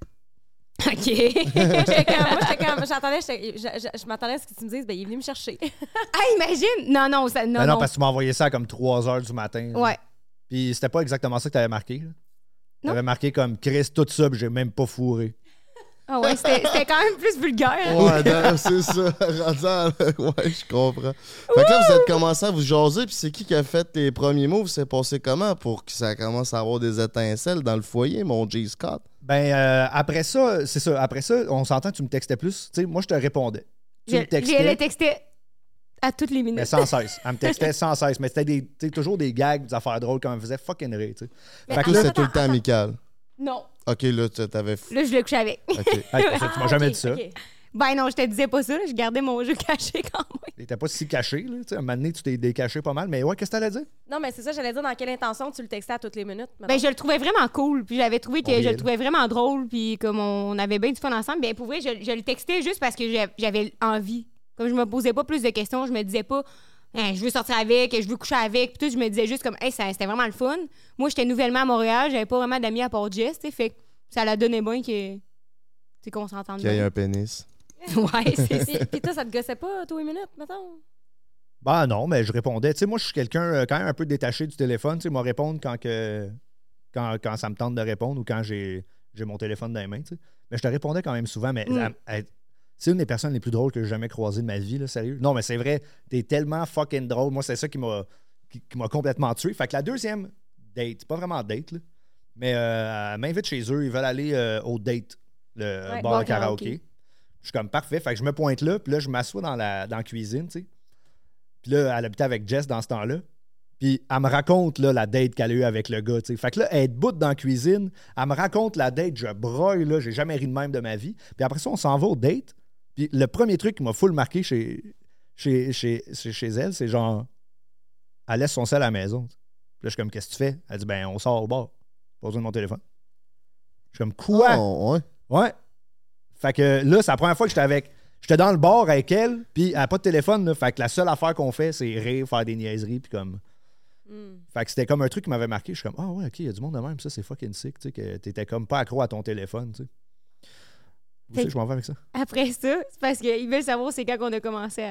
J'étais comme, je m'attendais à ce que tu me dises, ben, il est venu me chercher. Ah, imagine! Non, non, ça, non, Ben non, non. parce que tu m'as envoyé ça à comme 3 heures du matin. Ouais. Puis c'était pas exactement ça que t'avais marqué. Là. Non. T'avais marqué comme Chris, tout ça, puis j'ai même pas fourré. Ah ouais, c'était quand même plus vulgaire. Ouais, c'est ça. Ouais, je comprends. Fait que là, vous êtes commencé à vous jaser, puis c'est qui a fait les premiers mots? C'est passé comment pour que ça commence à avoir des étincelles dans le foyer, mon J. Scott? Ben, après ça, c'est ça. Après ça, on s'entend que tu me textais plus. Tu sais, moi, je te répondais. Tu me Je textais, les textais à toutes les minutes. mais sans cesse. Elle me textait sans cesse. Mais c'était toujours des gags, des affaires drôles, comme elle me faisait fucking rire, tu sais. Mais Fait que Là, là, c'est tout le temps amical. Non. OK, là, t'avais... Là, je voulais coucher avec. OK. hey, tu m'as jamais dit ça. OK. Ben non, je te disais pas ça. Là. Je gardais mon jeu caché quand même. T'étais pas si caché, là. Tu sais, à un moment donné, tu t'es décaché pas mal. Mais ouais, qu'est-ce que t'allais dire? Non, mais c'est ça, j'allais dire dans quelle intention tu le textais à toutes les minutes. Ben, je le trouvais vraiment cool. Puis j'avais trouvé que On je riait, le trouvais vraiment drôle. Puis comme on avait bien du fun ensemble, bien pour vrai, je le textais juste parce que j'avais envie. Comme je me posais pas plus de questions, je me disais pas hein, je veux sortir avec, je veux coucher avec. Puis tout, je me disais juste comme hey, c'était vraiment le fun. Moi, j'étais nouvellement à Montréal, j'avais pas vraiment d'amis à part Jess, tu sais. Fait que ça la donnait bien qu'on s'entende Qu'il y ait bien. un pénis. Ouais, c'est ça. Puis toi, ça te gossait pas, toi, 8 minutes, mettons? Ben non, mais je répondais. Tu sais, moi, je suis quelqu'un quand même un peu détaché du téléphone. Tu sais, moi, répondre quand ça me tente de répondre ou quand j'ai mon téléphone dans les mains, tu sais. Mais je te répondais quand même souvent, mais c'est une des personnes les plus drôles que j'ai jamais croisées de ma vie, là, sérieux. Non, mais c'est vrai, t'es tellement fucking drôle. Moi, c'est ça qui m'a complètement tué. Fait que la deuxième date, pas vraiment date, là, mais elle m'invite chez eux, ils veulent aller au date, le bar de karaoké. Je suis comme parfait, fait que je me pointe là, puis là, je m'assois dans la cuisine, tu sais. Puis là, elle habitait avec Jess dans ce temps-là. Puis elle me raconte là, la date qu'elle a eue avec le gars, tu sais. Fait que là, elle est debout dans la cuisine, elle me raconte la date, je broille, là, j'ai jamais ri de même de ma vie. Puis après ça, on s'en va au date. Puis le premier truc qui m'a full marqué chez elle, c'est genre, elle laisse son sel à la maison. Puis là, je suis comme, qu'est-ce que tu fais? Elle dit, ben, on sort au bar. Pas besoin de mon téléphone. Je suis comme, quoi? Oh, ouais. Ouais. Fait que là, c'est la première fois que j'étais dans le bar avec elle, puis elle n'a pas de téléphone, là. Fait que la seule affaire qu'on fait, c'est rire, faire des niaiseries, puis comme... Fait que c'était comme un truc qui m'avait marqué. Je suis comme, ah ouais, OK, il y a du monde de même, ça, c'est fucking sick, tu sais, que t'étais comme pas accro à ton téléphone, tu sais. Vous savez, je m'en vais avec ça. Après ça, c'est parce qu'ils veulent savoir c'est quand qu'on a commencé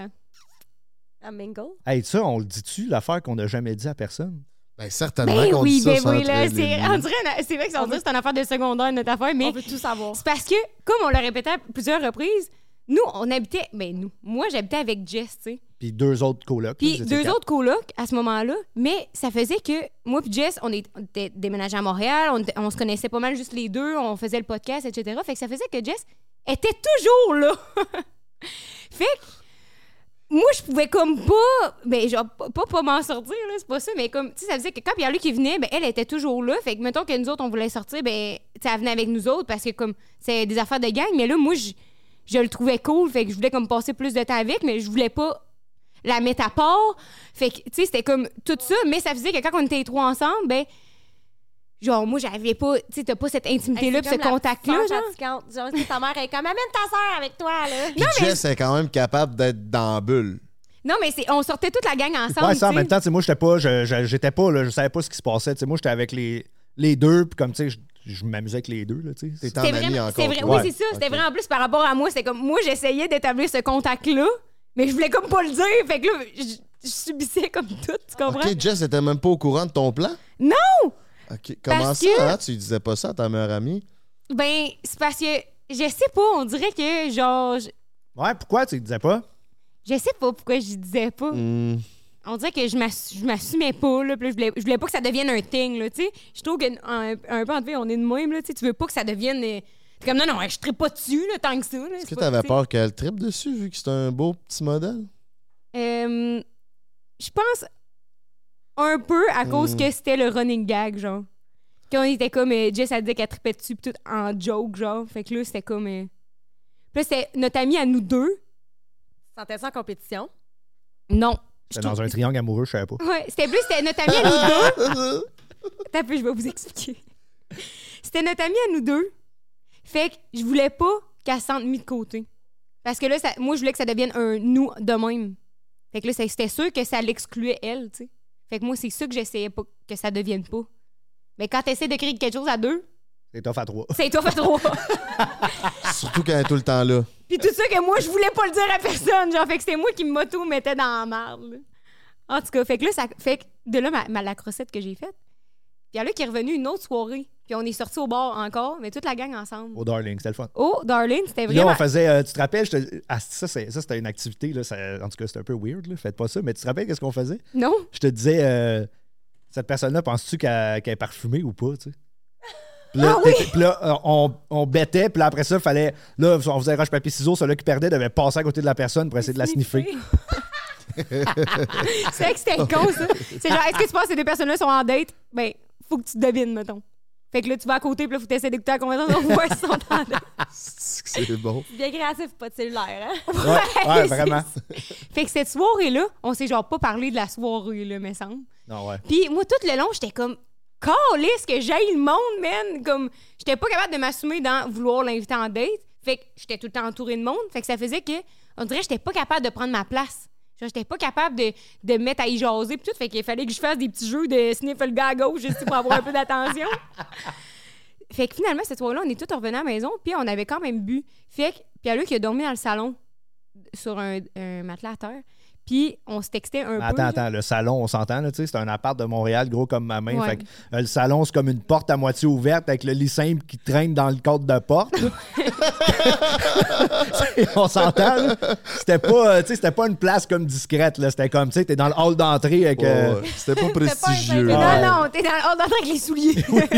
À mingle? Hey, ça, on le dit-tu, l'affaire qu'on n'a jamais dit à personne? Ben, certainement Ben qu'on oui, dit ça ben sans oui, là, entrer les on lignes. dirait, c'est vrai que ça, on dirait que c'est une affaire de secondaire, notre affaire, mais On veut tout savoir. c'est parce que, comme on l'a répété à plusieurs reprises, nous, on habitait, moi, j'habitais avec Jess, tu sais. Puis 2 autres colocs. Puis vous étiez 2 4. autres colocs à ce moment-là, mais ça faisait que moi puis Jess, on était déménagés à Montréal, on se connaissait pas mal juste les deux, on faisait le podcast, etc. Fait que ça faisait que Jess était toujours là. Fait que moi, je pouvais comme pas, ben genre, pas m'en sortir, là, c'est pas ça, mais comme, tu sais, ça faisait que quand Pierre-Luc qui venait, ben elle était toujours là. Fait que, mettons que nous autres, on voulait sortir, ben, tu sais, elle venait avec nous autres parce que, comme, c'est des affaires de gang, mais là, moi, je le trouvais cool, fait que je voulais comme passer plus de temps avec, mais je voulais pas la mettre à part. Fait que, tu sais, c'était comme tout ça, mais ça faisait que quand on était les trois ensemble, ben, genre, moi, j'avais pas, tu sais, t'as pas cette intimité-là, pis ce contact-là, genre. Genre, ta mère est comme, amène ta soeur avec toi, là. Puis Jess est quand même capable d'être dans la bulle. Non, mais on sortait toute la gang ensemble. Ouais, ça, en t'sais. même temps, tu sais, moi, j'étais pas, là, je savais pas ce qui se passait. Tu sais, moi, j'étais avec les deux, puis comme, tu sais, je m'amusais avec les deux, là, tu sais. T'es en C'était ami vraiment, encore. c'est vrai, toi. oui, c'est ça. C'était Ok. vraiment plus par rapport à moi. C'était comme, moi, j'essayais d'établir ce contact-là, mais je voulais comme pas le dire. Fait que là, je subissais comme tout, tu comprends? OK, Jess était même pas au courant de ton plan? Non! OK. Comment Parce ça, que- hein? Tu lui disais pas ça à ta meilleure amie? Ben, c'est parce que, je sais pas, on dirait que, genre, Ouais, pourquoi tu disais pas? je sais pas pourquoi je disais pas. On dirait que je m'assumais pas, là. Puis là, je voulais pas que ça devienne un thing, là, tu sais. Je trouve qu'un un peu en fait, on est de même, là, tu sais. Tu veux pas que ça devienne. T'es comme, non, je trippe pas dessus, là, tant que ça. Là, Est-ce que t'avais peur qu'elle trippe dessus, vu que c'est un beau petit modèle? Je pense un peu à cause que c'était le running gag, genre. Quand on était comme, Jess a dit qu'elle trippait dessus, pis tout en joke, genre. Fait que là, c'était comme. Puis là, c'était notre amie à nous deux. Sentais-tu en compétition? Non. C'était dans un triangle amoureux, je savais pas. Ouais, c'était notre amie à nous deux. Attends un peu, je vais vous expliquer. C'était notre amie à nous deux. Fait que je voulais pas qu'elle se sente mise de côté. Parce que là, moi, je voulais que ça devienne un nous de même. Fait que là, c'était sûr que ça l'excluait, elle, tu sais. Fait que moi, c'est ça que j'essayais pas, que ça devienne pas. Mais quand t'essaies de créer quelque chose à 2, C'est tough à 3. c'est toi fait 3. Surtout quand elle est tout le temps là. Puis tout ça que moi, je voulais pas le dire à personne. Genre, fait que c'était moi qui m'auto-mettais dans la merde. Là. En tout cas, fait que là, ça fait que de là, la crossette que j'ai faite. Puis là, qui est revenu une autre soirée. Puis on est sortis au bar encore, mais toute la gang ensemble. Au Darling, c'était le fun. Oh, darling, c'était Puis là, vraiment... on faisait, tu te rappelles, ça, c'était une activité, là, en tout cas, c'était un peu weird, là, faites pas ça, mais tu te rappelles qu'est-ce qu'on faisait? Non? Je te disais, cette personne-là, penses-tu qu'elle est parfumée ou pas, tu sais? Puis là, puis là, on bêtait, puis là, après ça, fallait, là, on faisait roche, papier, ciseaux, celui qui perdait devait passer à côté de la personne pour essayer de la sniffer. C'est vrai que c'était con, ça. C'est genre, est-ce que tu penses que ces deux personnes-là sont en date? Ben, faut que tu devines, mettons. Fait que là, tu vas à côté, puis là, faut que tu essaies d'écouter la conversation pour voir si sont en date. C'est bon. Bien créatif, pas de cellulaire, hein? Ouais, vraiment. Fait que cette soirée-là, on s'est genre pas parlé de la soirée, là, me semble. Non, ouais. Puis moi, tout le long, j'étais comme, calisse que j'aille le monde, man! Comme, j'étais pas capable de m'assumer dans vouloir l'inviter en date. Fait que j'étais tout le temps entourée de monde. Fait que ça faisait que, on dirait que j'étais pas capable de prendre ma place. Genre, j'étais pas capable de me mettre à y jaser pis tout. Fait qu'il fallait que je fasse des petits jeux de sniffer le gars à gauche juste pour avoir un peu d'attention. Fait que finalement, cette soirée-là, on est tous revenus à la maison puis on avait quand même bu. Fait que Pierre-Luc, il a dormi dans le salon sur un matelas à terre. Puis on se textait un peu. Attends, le salon, on s'entend, là, tu sais, c'est un appart de Montréal gros comme ma main. Ouais. Fait que le salon, c'est comme une porte à moitié ouverte avec le lit simple qui traîne dans le cadre de porte. Là. On s'entend, là. C'était pas une place comme discrète, là. C'était comme, tu sais, t'es dans le hall d'entrée avec... Ouais. C'était pas prestigieux. Non, Ouais. non, t'es dans le hall d'entrée avec les souliers.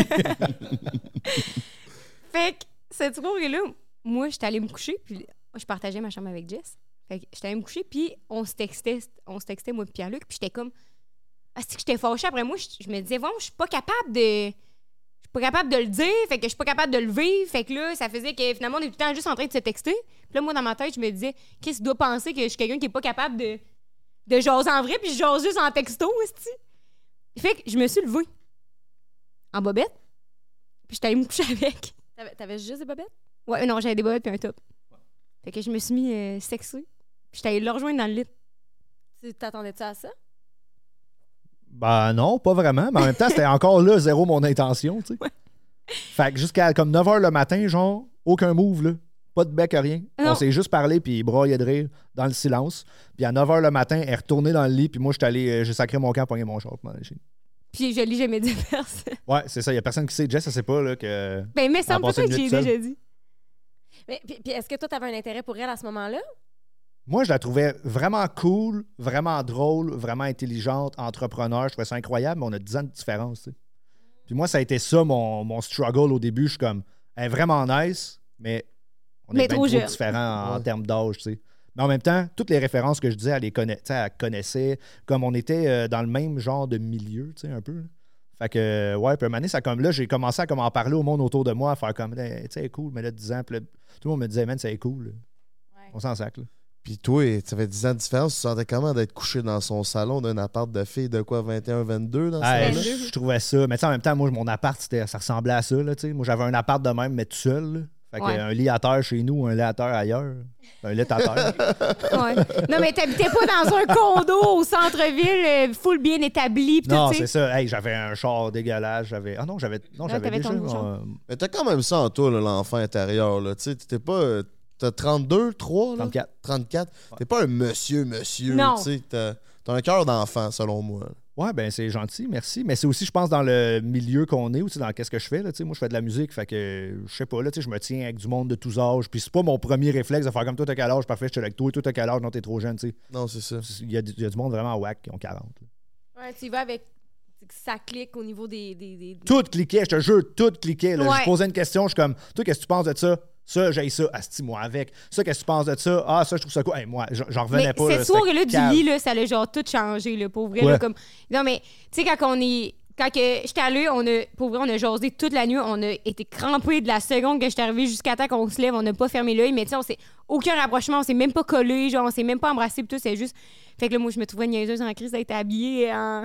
Fait que cette soirée-là, moi, j'étais allée me coucher, puis je partageais ma chambre avec Jess. Fait que j'étais allée me coucher, puis on se textait moi et Pierre-Luc, puis j'étais comme... c'est que j'étais fâchée. Après moi, je me disais, bon, je suis pas capable de le dire, fait que je suis pas capable de le vivre. Fait que là, ça faisait que finalement, on est tout le temps juste en train de se texter. Puis là, moi, dans ma tête, je me disais, qu'est-ce que tu dois penser que je suis quelqu'un qui est pas capable de jaser en vrai, puis je jase juste en texto, esti. Fait que je me suis levée en bobette, puis j'étais allée me coucher avec. T'avais juste des bobettes? Ouais, non, j'avais des bobettes puis un top. Fait que je me suis mis sexy. Puis j'étais allée le rejoindre dans le lit. Tu t'attendais-tu à ça? Ben non, pas vraiment. Mais en même temps, c'était encore là, zéro mon intention, tu sais. Ouais. Fait que jusqu'à comme 9h le matin, genre, aucun move, là. Pas de bec, rien. Non. On s'est juste parlé, puis il braillait de rire dans le silence. Puis à 9h le matin, elle est retournée dans le lit, puis moi, j'ai sacré mon camp, pogné mon short. Puis je l'ai jamais dit à personne. Ouais, c'est ça. Il y a personne qui sait. Jess, ça sait pas, là, que... Ben, mais ça me passé peut-être une que j'ai nuit seule. déjà dit. Mais, puis est-ce que toi, t'avais un intérêt pour elle à ce moment-là? Moi, je la trouvais vraiment cool, vraiment drôle, vraiment intelligente, entrepreneur. Je trouvais ça incroyable, mais on a 10 ans de différence, tu sais. Puis moi, ça a été ça, mon struggle au début. Je suis comme, elle est vraiment nice, mais on Mais est bien trop trop jeune. différents en termes d'âge, tu sais. Mais en même temps, toutes les références que je disais, elle connaissait, comme on était dans le même genre de milieu, tu sais, un peu. Là. Fait que, ouais, puis un moment donné, ça comme là, j'ai commencé à comme en parler au monde autour de moi, à faire comme, tu sais, elle est cool, mais là, 10 ans, puis là, tout le monde me disait, man, c'est cool. Là. Ouais. On s'en sac, là. Puis toi, ça fait 10 ans de différence. Tu sentais comment d'être couché dans son salon d'un appart de filles de quoi, 21, 22 dans ce Hey, temps-là? je trouvais ça. Mais tu sais, en même temps, moi, mon appart, ça ressemblait à ça. Là, tu sais. Moi, j'avais un appart de même, mais tout seul. Là. Fait que, Ouais. un lit à terre chez nous, un lit à terre ailleurs. Un lit à terre. Ouais. Non, mais t'habitais pas dans un condo au centre-ville, full bien établi. Pis Non, tout, tu c'est sais. ça. Hey, j'avais un char dégueulasse. J'avais t'avais déjà. ton char. Mais t'as quand même ça en toi, là, l'enfant intérieur. Là. Tu sais, t'es pas. T'as 32, 3, là? 34. 34. T'es pas un monsieur. Non. Tu sais, t'as un cœur d'enfant, selon moi. Ouais, ben c'est gentil, merci. Mais c'est aussi, je pense, dans le milieu qu'on est, ou tu sais, dans qu'est-ce que je fais. Là, tu sais, moi, je fais de la musique, fait que je sais pas, là, tu sais, je me tiens avec du monde de tous âges. Puis c'est pas mon premier réflexe de faire comme toi, t'as quel âge, parfait, je suis avec toi, toi, t'as quel âge, non, t'es trop jeune, tu sais. Non, c'est ça. Il y a du monde vraiment whack qui ont 40. là. Ouais, tu y vas avec... Ça clique au niveau des... Tout cliquait, je te jure, tout cliquait. Là. Ouais. Je posais une question, je suis comme, toi, qu'est-ce que tu penses de ça? Ça, j'ai ça. Asti, moi, avec. Ça, qu'est-ce que tu penses de ça? Ah, ça, je trouve ça cool. Hey, moi, j'en revenais Mais pas. cette là, soirée-là c'était du cave. lit, là, ça l'a genre tout changé, là, pour vrai. Ouais. Là, comme... Non, mais tu sais, quand que j'étais allée, pour vrai, on a jasé toute la nuit. On a été crampés de la seconde que j'étais arrivée jusqu'à temps qu'on se lève. On n'a pas fermé l'œil, mais tu sais, on s'est aucun rapprochement. On s'est même pas collé, genre, on s'est même pas embrassé. Pis tout, c'est juste. Fait que là, moi, je me trouvais niaiseuse en crise d'être habillée en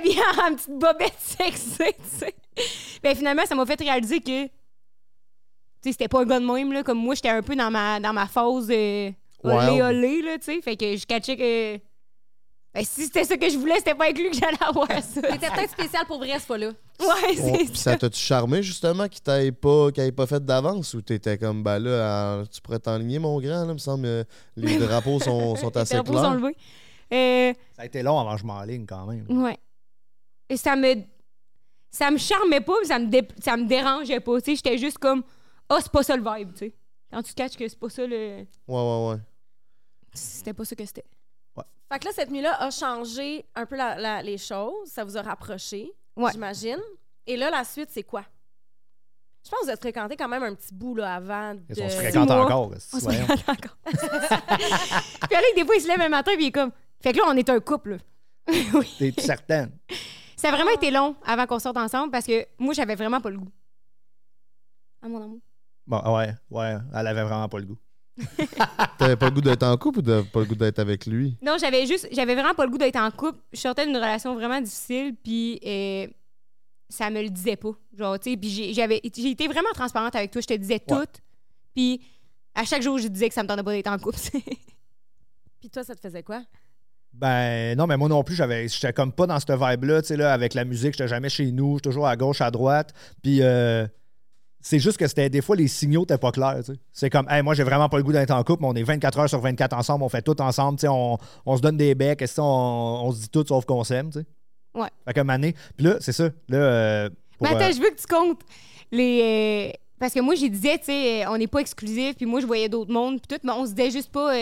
petite bobette sexy, tu sais. Ben finalement, ça m'a fait réaliser que sais, c'était pas un gars de même, là. Comme moi, j'étais un peu dans ma phase olé, là, tu sais. Fait que je catchais que... Ben, si c'était ça que je voulais, c'était pas avec lui que j'allais avoir ça. T'étais peut-être spécial pour vrai, ce fois-là. Ouais, c'est Puis ça t'a-tu charmé, justement, qu'il t'aille pas fait d'avance ou t'étais comme, ben là, tu pourrais t'enligner, mon grand, là, me semble, les drapeaux sont assez Les drapeaux sont clairs. levés. Ça a été long avant que je m'enligne quand même. Ouais. Et ça me charmait pas, mais ça me dérangeait pas. Tu sais, j'étais juste comme, c'est pas ça le vibe, tu sais. Quand tu catches que c'est pas ça le... Ouais. C'était pas ça que c'était. Fait que là, cette nuit-là a changé un peu les choses. Ça vous a rapproché, j'imagine. Et là, la suite, c'est quoi? Je pense que vous êtes fréquentés quand même un petit bout là, avant de... On se fréquente encore. On se fréquente encore. Puis là, des fois, il se lève un matin et il est comme... Fait que là, on est un couple. Oui. T'es certaine? Ça a vraiment été long avant qu'on sorte ensemble parce que moi, j'avais vraiment pas le goût. À mon amour. Bon, ouais, elle avait vraiment pas le goût. T'avais pas le goût d'être en couple ou t'avais pas le goût d'être avec lui? Non, j'avais vraiment pas le goût d'être en couple. Je sortais d'une relation vraiment difficile, puis ça me le disait pas. Genre, tu sais, puis j'ai été vraiment transparente avec toi. Je te disais tout. Puis à chaque jour, je disais que ça me tentait pas d'être en couple. Puis toi, ça te faisait quoi? Ben non, mais moi non plus, j'étais comme pas dans cette vibe-là, tu sais, là, avec la musique, j'étais jamais chez nous, j'étais toujours à gauche, à droite. Puis c'est juste que c'était des fois, les signaux n'étaient pas clairs, tu sais. C'est comme, hey, moi, j'ai vraiment pas le goût d'être en couple, mais on est 24 heures sur 24 ensemble, on fait tout ensemble, tu sais, on se donne des becs, on se dit tout sauf qu'on s'aime, tu sais. Ouais. Fait que mané. Puis là, c'est ça. Là, mais attends, je veux que tu comptes les... parce que moi, je disais, tu sais, on n'est pas exclusif, puis moi, je voyais d'autres mondes, puis tout, mais on se disait juste pas...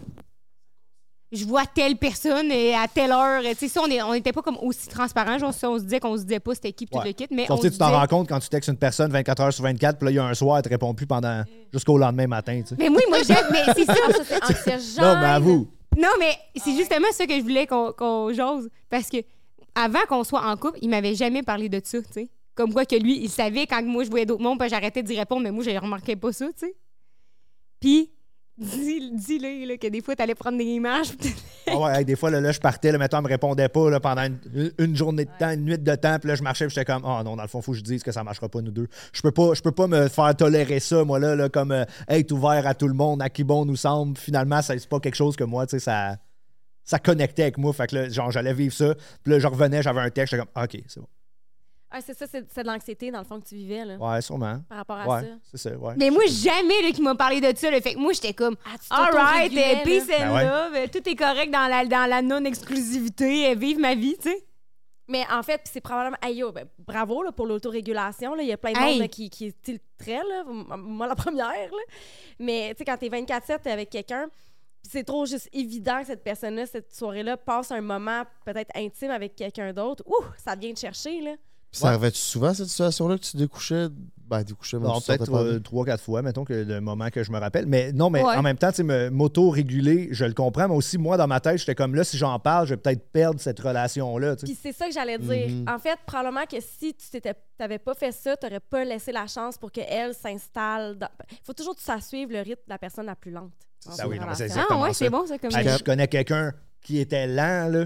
je vois telle personne à telle heure. Tu sais, ça, on n'était pas comme aussi transparent. Genre, ça, on se disait qu'on se disait pas c'était qui, puis tout le kit. Mais sauf on que se tu t'en disait... rends compte quand tu textes une personne 24 heures sur 24, puis là, il y a un soir, elle te répond plus jusqu'au lendemain matin, tu sais. Mais moi, j'aime... Mais c'est ça. Ça, c'est anxiogène. Non, mais avoue. Non, mais c'est justement ça que je voulais qu'on jase. Parce que avant qu'on soit en couple, il m'avait jamais parlé de ça, tu sais. Comme quoi que lui, il savait quand moi, je voyais d'autres mondes, puis j'arrêtais d'y répondre, mais moi, je remarquais pas ça, tu sais. Puis... Dis-le là, que des fois, t'allais prendre des images. Ah ouais, hey, des fois, là, je partais, mettons, elle me répondait pas là, pendant une journée de temps, une nuit de temps, puis là, je marchais, puis j'étais comme, oh non, dans le fond, faut que je dise que ça marchera pas, nous deux. Je peux pas me faire tolérer ça, moi, là comme, être ouvert à tout le monde, à qui bon nous semble. Finalement, c'est pas quelque chose que moi, tu sais, ça connectait avec moi. Fait que là, genre, j'allais vivre ça, puis là, je revenais, j'avais un texte, j'étais comme, OK, c'est bon. Ah, c'est ça, c'est de l'anxiété, dans le fond, que tu vivais, là. Ouais, sûrement. Par rapport à Ouais, ça. c'est ça, ouais. Mais moi, jamais là, qu'il m'a parlé de ça. Là. Fait que moi, j'étais comme, all right, peace and love, tout est correct dans la non-exclusivité, vive ma vie, tu sais. Mais en fait, c'est probablement... Aïe, bravo là, pour l'autorégulation. Il y a plein de monde là, qui tilterait, là. Moi, la première, là. Mais tu sais, quand t'es 24/7 avec quelqu'un, c'est trop juste évident que cette personne-là, cette soirée-là, passe un moment peut-être intime avec quelqu'un d'autre. Ouh, ça vient te chercher, là. Puis ça arrivait-tu souvent, cette situation-là, que tu découchais? Ben, découchais, mais non, tu sortais peut-être pas. 3-4 fois, mettons, que le moment que je me rappelle. Mais non, mais en même temps, tu sais, m'auto-réguler, je le comprends, mais aussi, moi, dans ma tête, j'étais comme là, si j'en parle, je vais peut-être perdre cette relation-là. Puis c'est ça que j'allais dire. En fait, probablement que si tu t'avais pas fait ça, tu n'aurais pas laissé la chance pour qu'elle s'installe. Il faut toujours que tu saches suivre le rythme de la personne la plus lente. Ah oui, non, mais c'est Ah exactement ouais, ça. c'est bon, ça, comme Je connais quelqu'un qui était lent, là.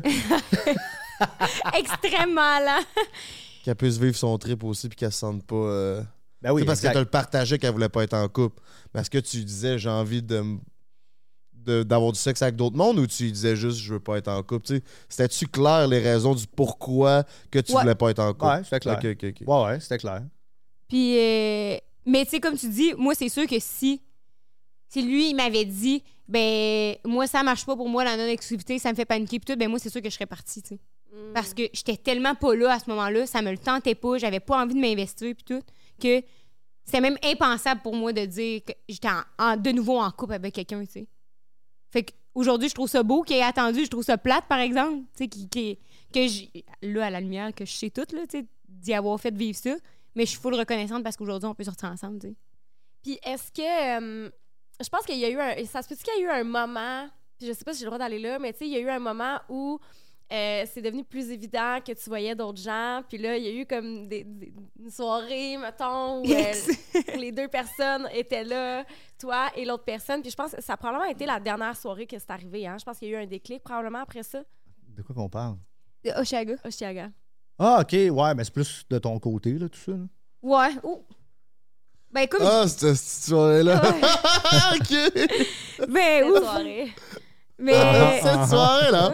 extrêmement lent. Qu'elle puisse vivre son trip aussi puis qu'elle se sente pas... Ben oui, c'est parce exact. qu'elle te le partageait qu'elle voulait pas être en couple. Mais est-ce que tu disais j'ai envie d'avoir du sexe avec d'autres mondes ou tu disais juste je veux pas être en couple? Tu sais, c'était-tu clair les raisons du pourquoi que tu voulais pas être en couple? Ouais, c'était clair. Ok. Ouais, c'était clair. Puis, mais tu sais, comme tu dis, moi, c'est sûr que si lui, il m'avait dit, ben, moi, ça marche pas pour moi, la non-exclusivité, ça me fait paniquer, puis tout, ben, moi, c'est sûr que je serais partie, tu sais. Parce que j'étais tellement pas là à ce moment-là, ça me le tentait pas, j'avais pas envie de m'investir, puis tout, que c'était même impensable pour moi de dire que j'étais de nouveau en couple avec quelqu'un, tu sais. Fait qu'aujourd'hui, je trouve ça beau qu'il ait attendu, je trouve ça plate, par exemple, tu sais, là, à la lumière, que je sais tout, là, tu sais, d'y avoir fait vivre ça, mais je suis full reconnaissante parce qu'aujourd'hui, on peut sortir ensemble, tu sais. Puis est-ce que... je pense qu'il y a eu ça se peut-dire qu'il y a eu un moment, puis je sais pas si j'ai le droit d'aller là, mais tu sais, il y a eu un moment où c'est devenu plus évident que tu voyais d'autres gens, puis là, il y a eu comme une soirée, mettons, où les deux personnes étaient là, toi et l'autre personne, puis je pense que ça a probablement été la dernière soirée que c'est arrivé, hein? Je pense qu'il y a eu un déclic probablement après ça. De quoi qu'on parle? De Oshaga. Oshiaga. Ah, OK, ouais, mais c'est plus de ton côté, là, tout ça. Là. Ouais. Oh. Ben, comme. Ah, cette soirée-là. OK. Ben, Cette ouf. soirée. Mais. Cette soirée-là.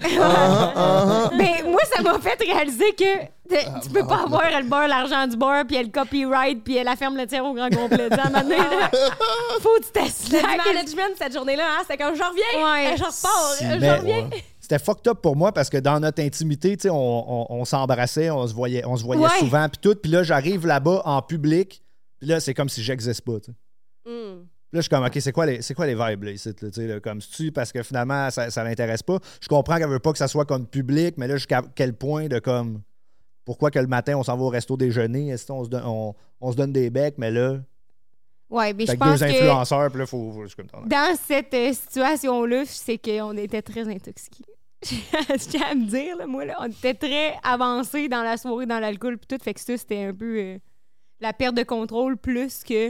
Ben, moi, ça m'a fait réaliser que tu peux pas avoir le beurre, l'argent du beurre, puis le copyright, puis la ferme laitière au grand complet. À un moment donné, là, faut que tu C'était t'assures. du management cette journée-là, hein? C'était comme, je reviens, Ouais. je repars, je Mais- reviens. C'était fucked up pour moi parce que dans notre intimité, tu sais, on s'embrassait, on se voyait Ouais. souvent, puis tout. Puis là, j'arrive là-bas en public, puis là, c'est comme si j'existe pas, tu sais. Hmm. Là, je suis comme, OK, c'est quoi les vibes, là, ici, là, tu sais, là, comme, c'est-tu parce que finalement, ça l'intéresse pas. Je comprends qu'elle veut pas que ça soit comme public, mais là, jusqu'à quel point de comme, pourquoi que le matin, on s'en va au resto déjeuner, est-ce qu'on on se donne des becs, mais là, Ouais, mais je avec pense deux que influenceurs, puis là, je suis comme, dans cette situation-là, c'est qu'on était très intoxiqués. Je tiens à me dire, là, moi, là, on était très avancés dans la soirée, dans l'alcool, puis tout. Fait que ça, c'était un peu la perte de contrôle plus que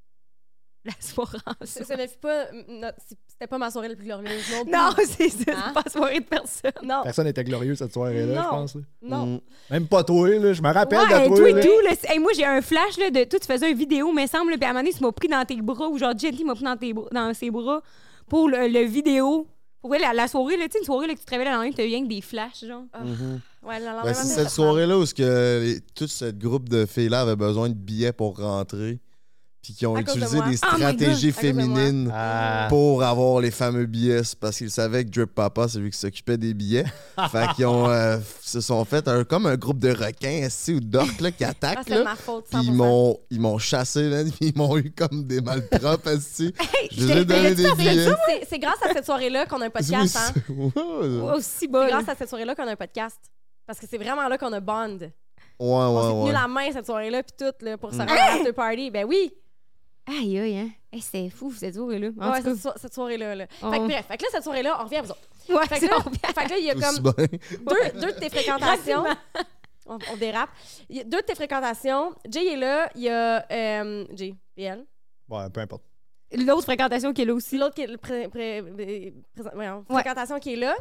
la soirée en soi. Ce ne fut pas, c'était pas ma soirée la plus glorieuse non plus. Non, c'est ça, Hein? c'est pas la soirée de personne. Non, personne n'était glorieux cette soirée-là, Non. je pense. Là. non. Mm. Même pas toi, là, je me rappelle Ouais, de toi. toi là. et tout. Là, hey, moi, j'ai un flash là, de toi, tu faisais une vidéo, me semble, puis à un moment donné, tu m'as pris dans tes bras, ou genre Jetty m'a pris dans ses bras pour le vidéo. Pour vrai, la soirée, là, tu sais, une soirée là, que tu te réveilles la nuit, t'as rien que des flashs, genre. Ouais, le lendemain Ben, matin, c'est ça cette se soirée-là où tout ce groupe de filles-là avait besoin de billets pour rentrer, puis qui ont À cause de utilisé moi. des Oh my God, stratégies à cause de moi. féminines Ah. pour avoir les fameux billets. C'est parce qu'ils savaient que Drip Papa, c'est lui qui s'occupait des billets. Fait qu'ils ont, se sont fait comme un groupe de requins ici ou d'orques là, qui Ah, attaquent. c'était de Là. ma faute, Puis 100%. ils m'ont chassé, man, puis ils m'ont eu comme des malpropres, ici. Je les ai j'étais- donné des billets. C'est grâce à cette soirée-là qu'on a un podcast, hein? Ouais, Aussi bas. C'est là. grâce à cette soirée-là qu'on a un podcast. Parce que c'est vraiment là qu'on a bond. ouais, On s'est tenu ouais. la main cette soirée-là, puis tout, là, pour se rendre à l'after party. Ben oui! Aïe, aïe, hein. Hey, c'était fou, cette soirée-là. En Ouais, tout cas. cette soirée-là. Là. Oh. Fait que bref, fait que là, cette soirée-là, on revient à vous autres. Ouais, Fait que ça, là, on vient. fait que là, il y a Aussi comme bien. deux de tes fréquentations. On dérape. Il y a deux de tes fréquentations. Jay est là, il y a Jay et elle. Ouais, peu importe. L'autre fréquentation qui est là aussi. C'est l'autre qui est le fréquentation qui est là.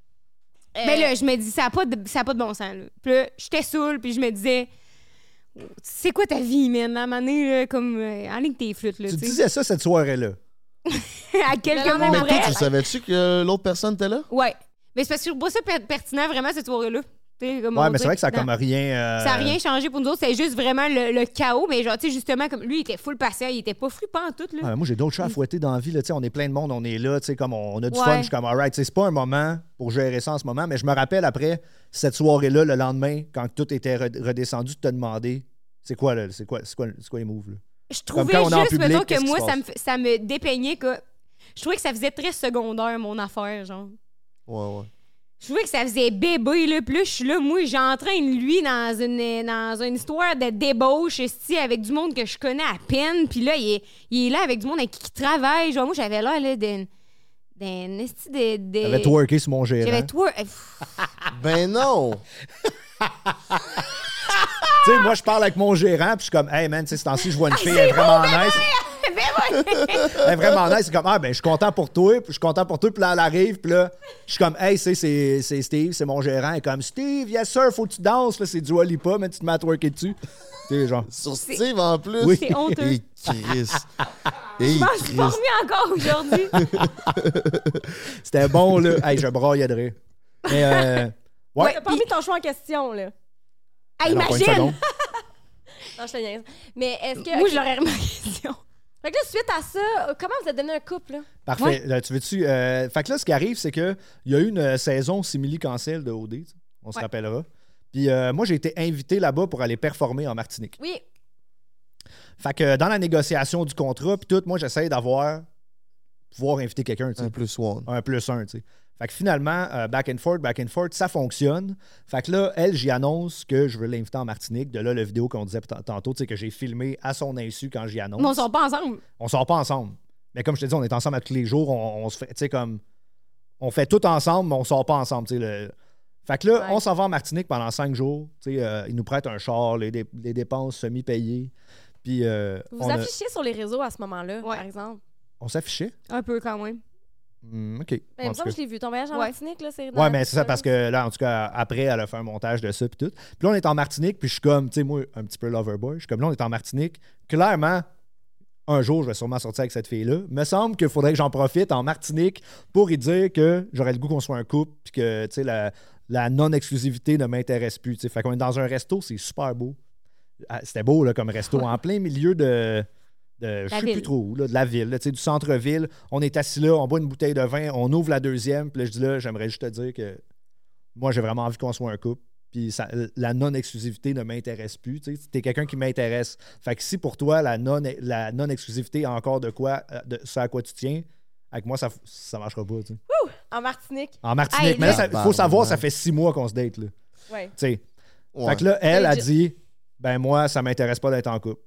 Mais là, je me dis, ça n'a pas de bon sens. Là. Puis là, j'étais saoule, puis je me disais, c'est quoi ta vie, man? À un moment donné, là, comme en ligne tes flûtes, là, Tu tu sais. disais ça cette soirée-là. À quelques Le lendemain mois Mais matin. toi, près. tu savais-tu que l'autre personne était là? Ouais. Mais c'est parce que je trouve pas ça pertinent, vraiment, cette soirée-là. Tu sais, comme Ouais, on mais dit. c'est vrai que ça a Non. comme rien. Ça n'a rien changé pour nous autres, c'est juste vraiment le chaos. Mais genre, tu sais, justement, comme lui, il était full patient, il était pas flippant en tout, là. Ouais, moi, j'ai d'autres chats à fouetter dans la vie. Là, tu sais, on est plein de monde, on est là, tu sais, comme on a du Ouais. fun. Je suis comme, alright, c'est pas un moment pour gérer ça en ce moment, mais je me rappelle après cette soirée-là, le lendemain, quand tout était redescendu, de te demander c'est quoi, là, c'est quoi les moves, là? Je trouvais quand on est en juste, public, mettons, qu'est-ce que qui moi, se ça me dépeignait, que je trouvais que ça faisait très secondaire, mon affaire, genre. Ouais, ouais. Je trouvais que ça faisait bébé, là. Puis là, je suis là, moi, j'entraîne lui dans une histoire de débauche, esti, avec du monde que je connais à peine. Puis là, il est là avec du monde avec qui il travaille. Genre, moi, j'avais l'air, là, d'un esti de... T'avais twerké sur mon gérant. J'avais toi. Ben non! Tu sais, moi, je parle avec mon gérant, puis je suis comme, hey man, tu sais, ce temps-ci, je vois une fille, elle est vraiment nice. Elle est vraiment nice. C'est comme, ah, ben, je suis content pour toi, puis je suis content pour toi, puis là, elle arrive, puis là, je suis comme, hey, c'est Steve, c'est mon gérant. Elle est comme, Steve, yes sir, faut que tu danses, là, c'est du Lipa, mais tu te mets à twerker dessus. Tu sais, genre. Sur Steve en plus? Oui. C'est honteux. Et Chris. Et Je m'en suis pas Chris. remis encore aujourd'hui. C'était bon, là. Hey, je braillais de rire. Mais, ouais. T'as pas mis ton choix en question, là. Ah, Alors, pas une imagine! seconde. Non, je te niaise. Mais est-ce que. Moi, je l'aurais remis en question. Fait que là, suite à ça, comment vous êtes donné un couple, là? Parfait. Ouais. Là, tu veux-tu. Fait que là, ce qui arrive, c'est qu'il y a eu une saison simili-cancel de OD, tu sais. On se Ouais. rappellera. Puis moi, j'ai été invité là-bas pour aller performer en Martinique. Oui. Fait que dans la négociation du contrat, puis tout, moi, j'essaye pouvoir inviter quelqu'un, tu sais. Un plus one. Un plus un, tu sais. Fait que finalement, back and forth, ça fonctionne. Fait que là, elle, j'y annonce que je veux l'inviter en Martinique. De là, la vidéo qu'on disait tantôt, tu sais, que j'ai filmé à son insu quand j'y annonce. Mais on sort pas ensemble. On sort pas ensemble. Mais comme je te dis, on est ensemble à tous les jours. On se fait, tu sais, comme. On fait tout ensemble, mais on sort pas ensemble, tu sais. Fait que là, Ouais. on s'en va en Martinique pendant 5 jours. Tu sais, ils nous prêtent un char, les dépenses semi-payées. Puis. Vous vous affichez sur les réseaux à ce moment-là, Ouais. par exemple. On s'affichait. Un peu quand même. OK. Ben, il En me tout semble que cas. je l'ai vu. Ton voyage en Ouais. Martinique, là, c'est... Ouais, mais c'est ça parce que là, en tout cas, après, elle a fait un montage de ça puis tout. Puis là, on est en Martinique, puis je suis comme, tu sais, moi, un petit peu lover boy. Je suis comme, là, on est en Martinique. Clairement, un jour, je vais sûrement sortir avec cette fille-là. Me semble qu'il faudrait que j'en profite en Martinique pour y dire que j'aurais le goût qu'on soit un couple, puis que, tu sais, la non-exclusivité ne m'intéresse plus. Tu sais. Fait qu'on est dans un resto, c'est super beau. Ah, c'était beau, là, comme resto, en plein milieu de je sais plus ville. trop où, là, de la ville, là, tu sais, du centre-ville. On est assis là, on boit une bouteille de vin, on ouvre la deuxième, puis là, je dis là, j'aimerais juste te dire que moi, j'ai vraiment envie qu'on soit un couple. Puis la non-exclusivité ne m'intéresse plus. Tu es quelqu'un qui m'intéresse. Fait que si pour toi, la non-exclusivité a encore de quoi, de ce à quoi tu tiens, avec moi, ça marchera pas. Tu sais. En Martinique. En Martinique. Hey, mais là, là- il faut savoir, ça fait 6 mois qu'on se date. Là. Ouais. Tu sais. Ouais. Fait que là, elle a Legit. dit ben moi, ça m'intéresse pas d'être en couple.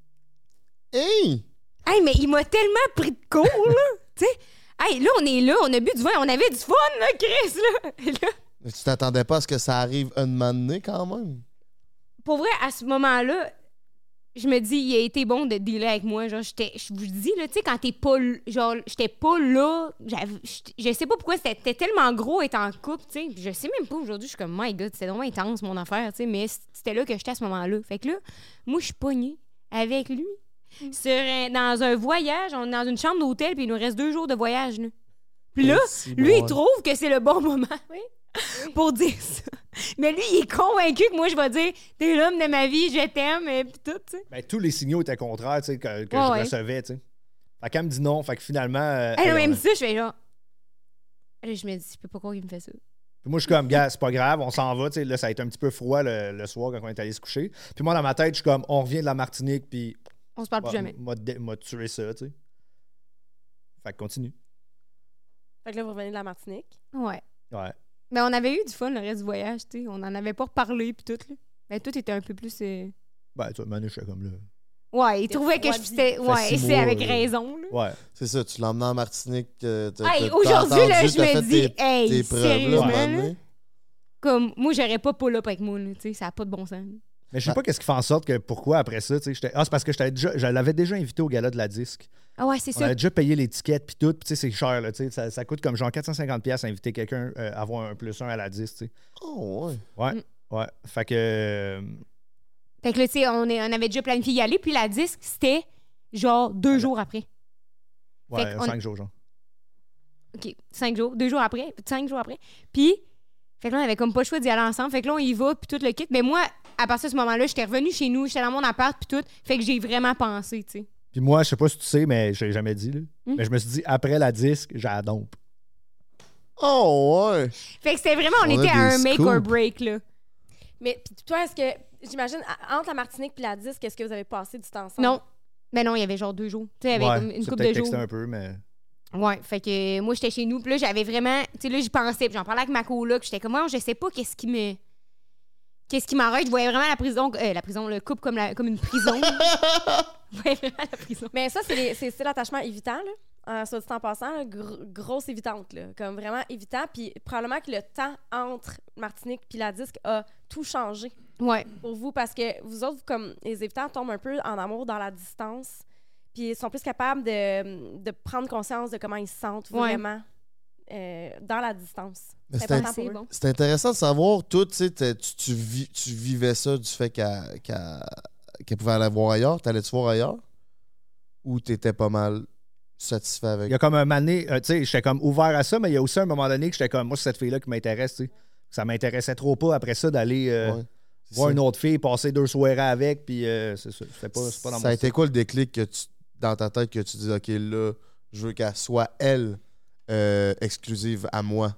Hey! Hey, mais il m'a tellement pris de court, là. Tu sais, hey, là, on est là, on a bu du vin, on avait du fun, là, Chris, là. Et là, Mais tu t'attendais pas à ce que ça arrive un moment donné, quand même? pour vrai, à ce moment-là, je me dis, il a été bon de dealer avec moi. Genre, je vous dis, là, tu sais, quand t'es pas, genre, j'étais pas là, je sais pas pourquoi c'était tellement gros être en couple, tu sais. Je sais même pas aujourd'hui, je suis comme, my God, c'était vraiment intense, mon affaire, tu sais, mais c'était là que j'étais à ce moment-là. Fait que là, moi, je suis pognée avec lui. Dans un voyage, on est dans une chambre d'hôtel, puis il nous reste 2 jours de voyage, là. Puis là, Si, lui, il bon. trouve que c'est le bon moment pour dire ça. Mais lui, il est convaincu que moi, je vais dire t'es l'homme de ma vie, je t'aime, et puis tout, tu sais. Ben, tous les signaux étaient contraires, tu sais, que Ouais, je ouais. recevais, tu sais. Fait qu'elle me dit non. Fait que finalement. Elle, elle, même on- ça, je fais genre. Là, je me dis, je peux pas croire qu'il me fait ça. Puis moi, je suis comme, gars, c'est pas grave, on s'en va. Tu sais, là, ça a été un petit peu froid le soir quand on est allé se coucher. Puis moi, dans ma tête, je suis comme, on revient de la Martinique, puis On se parle plus jamais. m'a tué ça, tu sais. Fait que continue. Fait que là, vous revenez de la Martinique. Ouais. Ouais. Mais on avait eu du fun le reste du voyage, tu sais. On en avait pas reparlé, puis tout, là. Mais tout était un peu plus. Ben, tu vois, Manu, j'étais comme là. Ouais, il T'es trouvait que je refroidi. faisais. Ouais, Fait et 6 c'est mois, avec là. raison, là. Ouais. C'est ça, tu l'as emmené en Martinique. Hey, aujourd'hui, là, je me dis, hey, tes preuves, là, sérieusement, à un moment là, donné. comme, moi, j'aurais pas pull-up avec moi, là, tu sais. Ça a pas de bon sens. Mais je sais pas qu'est-ce qui fait en sorte que pourquoi après ça, tu sais, j'étais. Ah, c'est parce que je l'avais déjà invité au gala de la disque. Ah ouais, c'est On ça. avait déjà payé l'étiquette puis tout, puis tu sais, c'est cher, là, tu sais, ça coûte comme genre 450$ inviter quelqu'un avoir un +1 à la disque, tu sais. Oh, ouais. Ouais, ouais. Fait que. Fait que là, tu sais, on avait déjà planifié y aller, puis la disque, c'était genre 2 jours après. Ouais, Fait qu'on- 5 jours, genre. OK, 5 jours, 2 jours après, 5 jours après. Puis, fait que là, on avait comme pas le choix d'y aller ensemble. Fait que là, on y va, puis tout le kit. Mais moi, à partir de ce moment-là, j'étais revenue chez nous, j'étais dans mon appart, puis tout. Fait que j'ai vraiment pensé, tu sais. Puis moi, je sais pas si tu sais, mais je l'ai jamais dit, là. Hmm. Mais je me suis dit, après la disque, j'ai la dompe. Oh, ouais. Fait que c'était vraiment, on On a était à des un make or scoops. break, là. Mais puis toi, est-ce que, j'imagine, entre la Martinique et la disque, est-ce que vous avez passé du temps ensemble? Non. Mais non, il y avait genre 2 jours. Tu sais, il y avait comme une c'est couple peut-être de texté jours. un peu, mais. Ouais, fait que moi, j'étais chez nous. Puis là, j'avais vraiment. Tu sais, là, j'y pensais. Puis j'en parlais avec ma coloc. J'étais comme, je sais pas qu'est-ce qui m'arrête. Je voyais vraiment la prison, le couple comme une prison. Je voyais vraiment la prison. Mais ça, c'est l'attachement évitant, là. Soit dit en passant, là, grosse évitante, là. Comme vraiment évitant. Puis probablement que le temps entre Martinique puis la disque a tout changé Ouais. pour vous parce que vous autres, comme les évitants, tombent un peu en amour dans la distance. Puis ils sont plus capables de prendre conscience de comment ils se sentent Ouais. vraiment dans la distance. Mais C'est c'est important C'est pour eux. bon. C'est intéressant de savoir, toi, tu sais, tu vivais ça du fait qu'elle pouvait aller voir ailleurs. T'allais-tu voir ailleurs? Ou t'étais pas mal satisfait avec? Il y a comme un moment donné, tu sais, j'étais comme ouvert à ça, mais il y a aussi un moment donné que j'étais comme, moi, c'est cette fille-là qui m'intéresse, tu sais. Ça m'intéressait trop pas après ça d'aller Ouais, c'est voir ça. une autre fille, passer 2 soirées avec, puis c'est ça. C'est pas dans Ça a mon été quoi le déclic dans ta tête que tu dis, OK, là, je veux qu'elle soit, elle, exclusive à moi?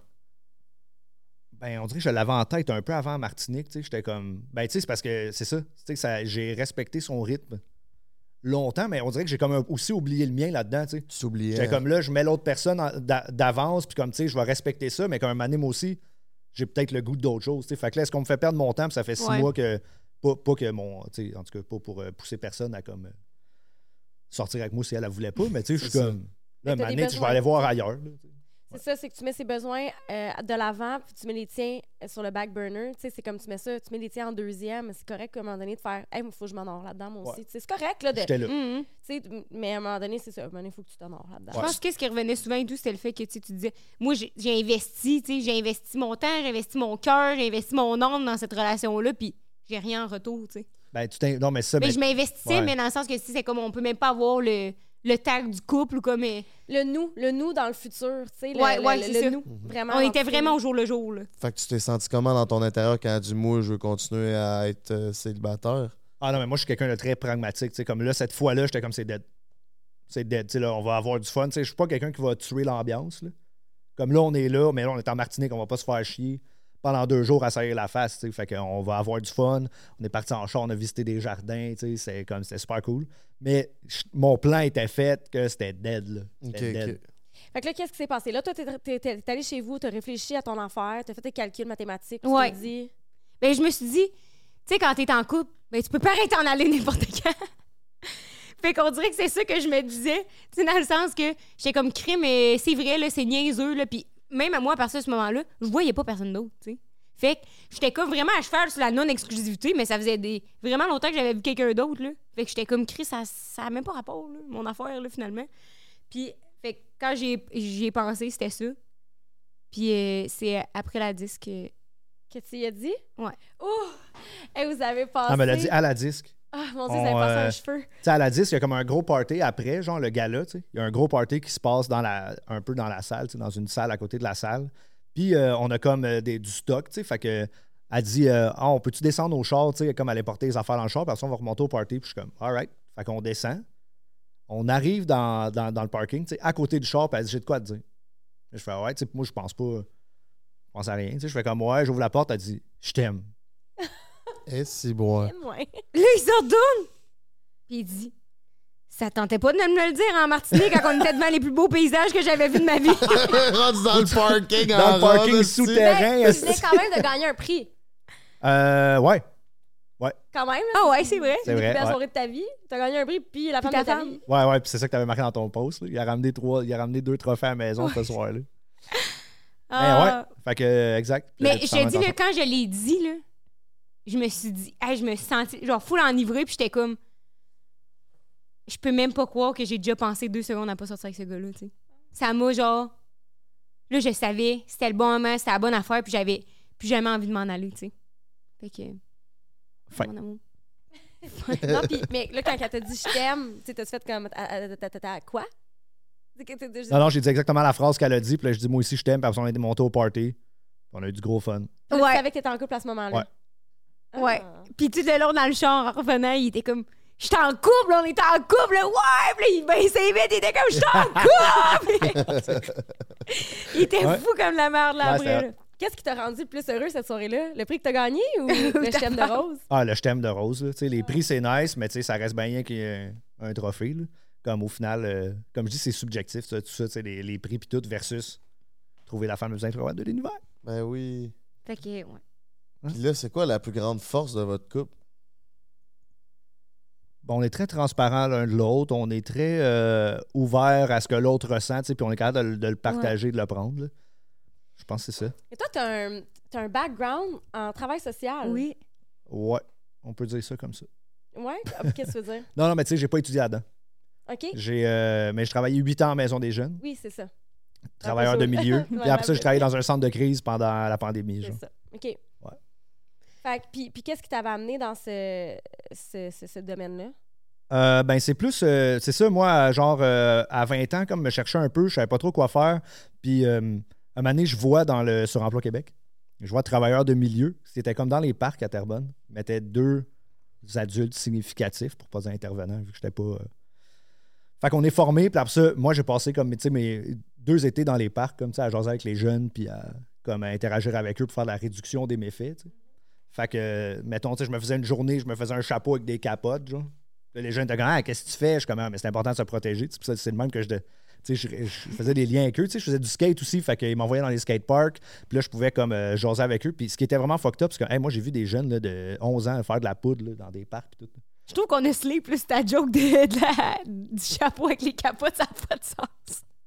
Ben, on dirait que je l'avais en tête un peu avant Martinique, tu sais. J'étais comme. Ben, tu sais, c'est parce que c'est ça. Tu sais, j'ai respecté son rythme longtemps, mais on dirait que j'ai comme aussi oublié le mien là-dedans, tu sais. Tu t'oubliais. J'étais comme là, je mets l'autre personne d'avance, puis comme, tu sais, je vais respecter ça, mais comme un moment donné, moi aussi, j'ai peut-être le goût d'autre chose, tu sais. Fait que là, est-ce qu'on me fait perdre mon temps, puis ça fait 6 Ouais. mois que. Pas que mon. Tu sais, en tout cas, pas pour pousser personne à comme. Sortir avec moi si elle voulait pas, mais tu sais, je suis C'est ça. comme. Là, Mais un t'as moment des donné, je vais besoins. aller voir ailleurs, là, tu sais. C'est ça, c'est que tu mets ses besoins de l'avant, puis tu mets les tiens sur le back burner. Tu sais, c'est comme tu mets ça, tu mets les tiens en deuxième. C'est correct à un moment donné de faire, hey, il faut que je m'honore là-dedans, moi aussi. Tu sais, c'est correct, là. J'étais là. Tu sais, mais à un moment donné, c'est ça. À un moment donné, il faut que tu t'honores là-dedans. Je pense que ce qui revenait souvent et tout, c'était le fait que tu disais, moi, j'ai investi, tu sais, j'ai investi mon temps, j'ai investi mon cœur, j'ai investi mon âme dans cette relation-là, puis j'ai rien en retour, tu sais. Ben, non, mais ça. Mais je m'investissais, ouais. mais dans le sens que si c'est comme on peut même pas avoir le tag du couple ou comme. Le nous dans le futur, tu sais. Ouais, c'est ça. nous. Vraiment. On était vraiment au jour le jour, là. Fait que tu t'es senti comment dans ton intérieur quand tu as dit, moi, je veux continuer à être célibataire? Ah non, mais moi, je suis quelqu'un de très pragmatique. Tu sais, comme là, cette fois-là, j'étais comme c'est dead. C'est dead. Tu sais, là, on va avoir du fun. Tu sais, je suis pas quelqu'un qui va tuer l'ambiance. Là. Comme là, on est là, mais là, on est en Martinique, on va pas se faire chier pendant 2 jours à serrer la face. Tu sais, fait qu'on va avoir du fun. On est parti en char, on a visité des jardins. Tu sais, c'était super cool. Mais mon plan était fait que c'était dead. Là. C'était dead. Fait que là, qu'est-ce qui s'est passé? Là, toi, t'es allé chez vous, t'as réfléchi à ton affaire, t'as fait tes calculs mathématiques, tu t'es dit... Ben, je me suis dit, tu sais, quand t'es en couple, ben, tu peux pas arrêter en aller n'importe quand. Fait qu'on dirait que c'est ça que je me disais, tu sais, dans le sens que j'étais comme crime, mais c'est vrai, là, c'est niaiseux, là, puis même à moi, à partir de ce moment-là, je voyais pas personne d'autre, tu sais. Fait que j'étais comme vraiment à cheval sur la non-exclusivité, mais ça faisait vraiment longtemps que j'avais vu quelqu'un d'autre, là. Fait que j'étais comme Chris, ça a même pas rapport, là, mon affaire, là, finalement. Puis, fait que quand j'y ai pensé, c'était ça. Puis c'est après la disque... Que tu y as dit? Ouais. Oh! Et vous avez passé... Non, mais elle a dit à la disque. Ah, mon Dieu, vous avez passé un cheveu. Tu sais, à la disque, il y a comme un gros party après, genre le gala, tu sais. Il y a un gros party qui se passe un peu dans la salle, tu sais, dans une salle à côté de la salle. Puis on a comme du stock, tu sais. Fait que elle dit, on peut-tu descendre au char, tu sais, comme elle allait porter les affaires dans le char, puis après on va remonter au party. Puis je suis comme, all right. Fait qu'on descend. On arrive dans le parking, tu sais, à côté du char, puis elle dit, j'ai de quoi te dire. Je fais, ouais, tu sais, moi, je pense à rien. Tu sais, je fais comme, ouais, j'ouvre la porte, elle dit, je t'aime. Et si bon. Ouais. Là, il se retourne. Puis il dit, ça tentait pas de me le dire en Martinique quand on était devant les plus beaux paysages que j'avais vus de ma vie. Rendu dans le parking, Dans le parking souterrain. Ben, tu venais quand même de gagner un prix. Ouais. Quand même. Là, Ah ouais, c'est vrai. C'est vrai. La Ouais. soirée de ta vie. T'as gagné un prix, puis la femme ta de ta femme. vie. Ouais, puis c'est ça que t'avais marqué dans ton post. Là. Il a ramené 2 trophées à la maison ce soir-là. Ah. Ouais. Fait que, exact. Mais Puis, je te dis, là, quand je l'ai dit, là, je me suis dit, hey, je me suis sentie genre full enivrée, puis j'étais comme, je peux même pas croire que j'ai déjà pensé 2 secondes à pas sortir avec ce gars-là, tu sais. Ça m'a genre, là, je savais, c'était le bon moment, c'était la bonne affaire, puis j'avais plus jamais envie de m'en aller, tu sais. Fait que, Fin. mon amour. Non, puis, mais là, quand elle t'a dit je t'aime, tu sais, t'as fait comme. Quoi? Non, j'ai dit exactement la phrase qu'elle a dit. Puis là, je dis, moi aussi, je t'aime. Puis après, on a été monté au party. Puis on a eu du gros fun. Tu Ouais. savais que t'étais en couple à ce moment-là. Ouais. Ah. Ouais. Puis tout le long dans le char, en revenant, il était comme, j'étais en couple, on était en couple, ouais! Puis là, il s'est vite, il était comme, j'étais en couple! Il était Ouais. fou comme la merde, là, Ouais, après. c'était là. Qu'est-ce qui t'a rendu le plus heureux cette soirée-là? Le prix que t'as gagné ou le je t'aime de rose? Ah, le je t'aime de Rose. Là. Tu sais, les prix, c'est nice, mais tu sais, ça reste bien qu'il y ait un trophée. Là. Comme au final, comme je dis, c'est subjectif, ça, tout ça, tu sais, les prix puis tout, versus trouver la femme le plus incroyable de l'univers. Ben oui. Fait que, ouais. Puis là, c'est quoi la plus grande force de votre couple? Bon, on est très transparent l'un de l'autre. On est très ouvert à ce que l'autre ressent, tu sais, puis on est capable de le partager, de le prendre. Là. Je pense que c'est ça. Et toi, t'as un background en travail social. Oui. Ouais, on peut dire ça comme ça. Ouais? Ah, qu'est-ce que tu veux dire? Non, mais tu sais, j'ai pas étudié là-dedans. OK? Mais je travaillais 8 ans en maison des jeunes, Oui, c'est ça. travailleur de milieu. Ouais, Puis après ça, ouais. j'ai travaillé dans un centre de crise pendant la pandémie. Genre. C'est ça. OK. Fait que, puis qu'est-ce qui t'avait amené dans ce domaine-là? Ben c'est plus, c'est ça, moi, genre, à 20 ans, comme me cherchais un peu, je savais pas trop quoi faire. Puis, à un moment donné, je vois sur Emploi Québec, je vois travailleurs de milieu. C'était comme dans les parcs à Terrebonne. Ils mettaient 2 adultes significatifs pour pas dire intervenants, vu que j'étais pas. Fait qu'on est formés, puis après ça, moi, j'ai passé comme, tu sais, mes 2 étés dans les parcs, comme ça, à jaser avec les jeunes, puis à interagir avec eux pour faire de la réduction des méfaits, tu sais. Fait que, mettons, tu sais, je me faisais une journée, je me faisais un chapeau avec des capotes, genre. Là, les jeunes étaient comme, ah, qu'est-ce que tu fais? Je suis comme, ah, mais c'est important de se protéger. Tu sais, c'est le même que tu sais, je faisais des liens avec eux. Tu sais, je faisais du skate aussi, fait qu'ils m'envoyaient dans les skateparks. Puis là, je pouvais comme jaser avec eux. Puis ce qui était vraiment fucked up, c'est que, hey, moi, j'ai vu des jeunes là, de 11 ans faire de la poudre là, dans des parcs. Puis tout. Je trouve qu'on a slay plus ta joke du chapeau avec les capotes, ça n'a pas de sens.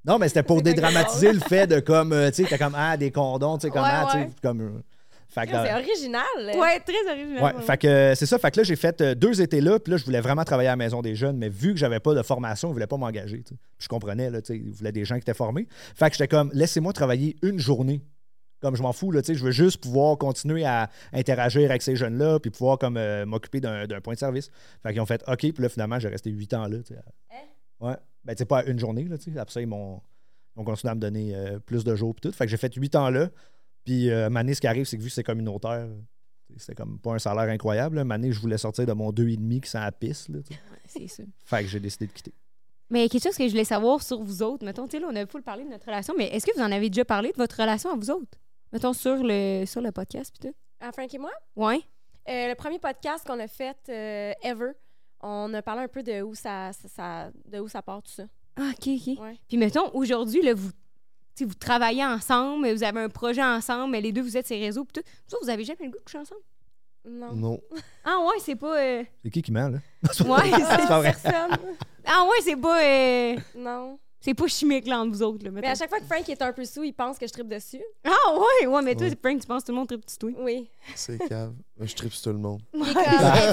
Non, mais c'était pour C'est dédramatiser le fait de comme, tu sais, t'as comme, des condons, tu sais, comme, Ouais, tu sais, ouais. comme. Fait que, C'est original. Ouais, très original. ouais, fait que c'est ça. Fait que là, j'ai fait 2 étés là, puis là, je voulais vraiment travailler à la Maison des Jeunes, mais vu que j'avais pas de formation, ils voulaient pas m'engager, tu sais. Puis je comprenais, là, tu sais, ils voulaient des gens qui étaient formés. Fait que j'étais comme, laissez-moi travailler une journée. Comme je m'en fous, là, tu sais, je veux juste pouvoir continuer à interagir avec ces jeunes-là, puis pouvoir comme m'occuper d'un point de service. Fait qu'ils ont fait OK, puis là, finalement, j'ai resté 8 ans là, tu sais. Ouais. Ben, tu sais, pas une journée, là, tu sais. Après ça, ils ont continué à me donner plus de jours, puis tout. Fait que j'ai fait 8 ans là. Puis, Mané, ce qui arrive, c'est que vu que c'est communautaire, c'était comme pas un salaire incroyable. Là. Mané, je voulais sortir de mon 2,5 qui sent la pisse. Là, tu sais. C'est ça. Fait que j'ai décidé de quitter. Mais quelque chose que je voulais savoir sur vous autres, mettons, tu sais, là, on a full parlé de notre relation, mais est-ce que vous en avez déjà parlé de votre relation à vous autres? Mettons, sur le podcast, pis tout. À Frank et moi, Ouais. le premier podcast qu'on a fait ever, on a parlé un peu de où ça part, tout ça. Ah, OK, OK. Ouais. Puis mettons, aujourd'hui, là, vous travaillez ensemble, vous avez un projet ensemble, mais les deux, vous êtes sur les réseaux, pis tout. Vous avez jamais le goût de coucher ensemble? Non. Non. Ah ouais, c'est pas... C'est qui ment, là? Ouais, c'est pas vrai. Personne. Ah ouais, c'est pas... Non. C'est pas chimique, là, entre vous autres, là, mettons. Mais à chaque fois que Frank est un peu sous, il pense que je tripe dessus. Ah ouais, mais toi, Frank, tu penses que tout le monde tripe dessus, toi? Oui. C'est cave. Je tripe sur tout le monde. Il est comme,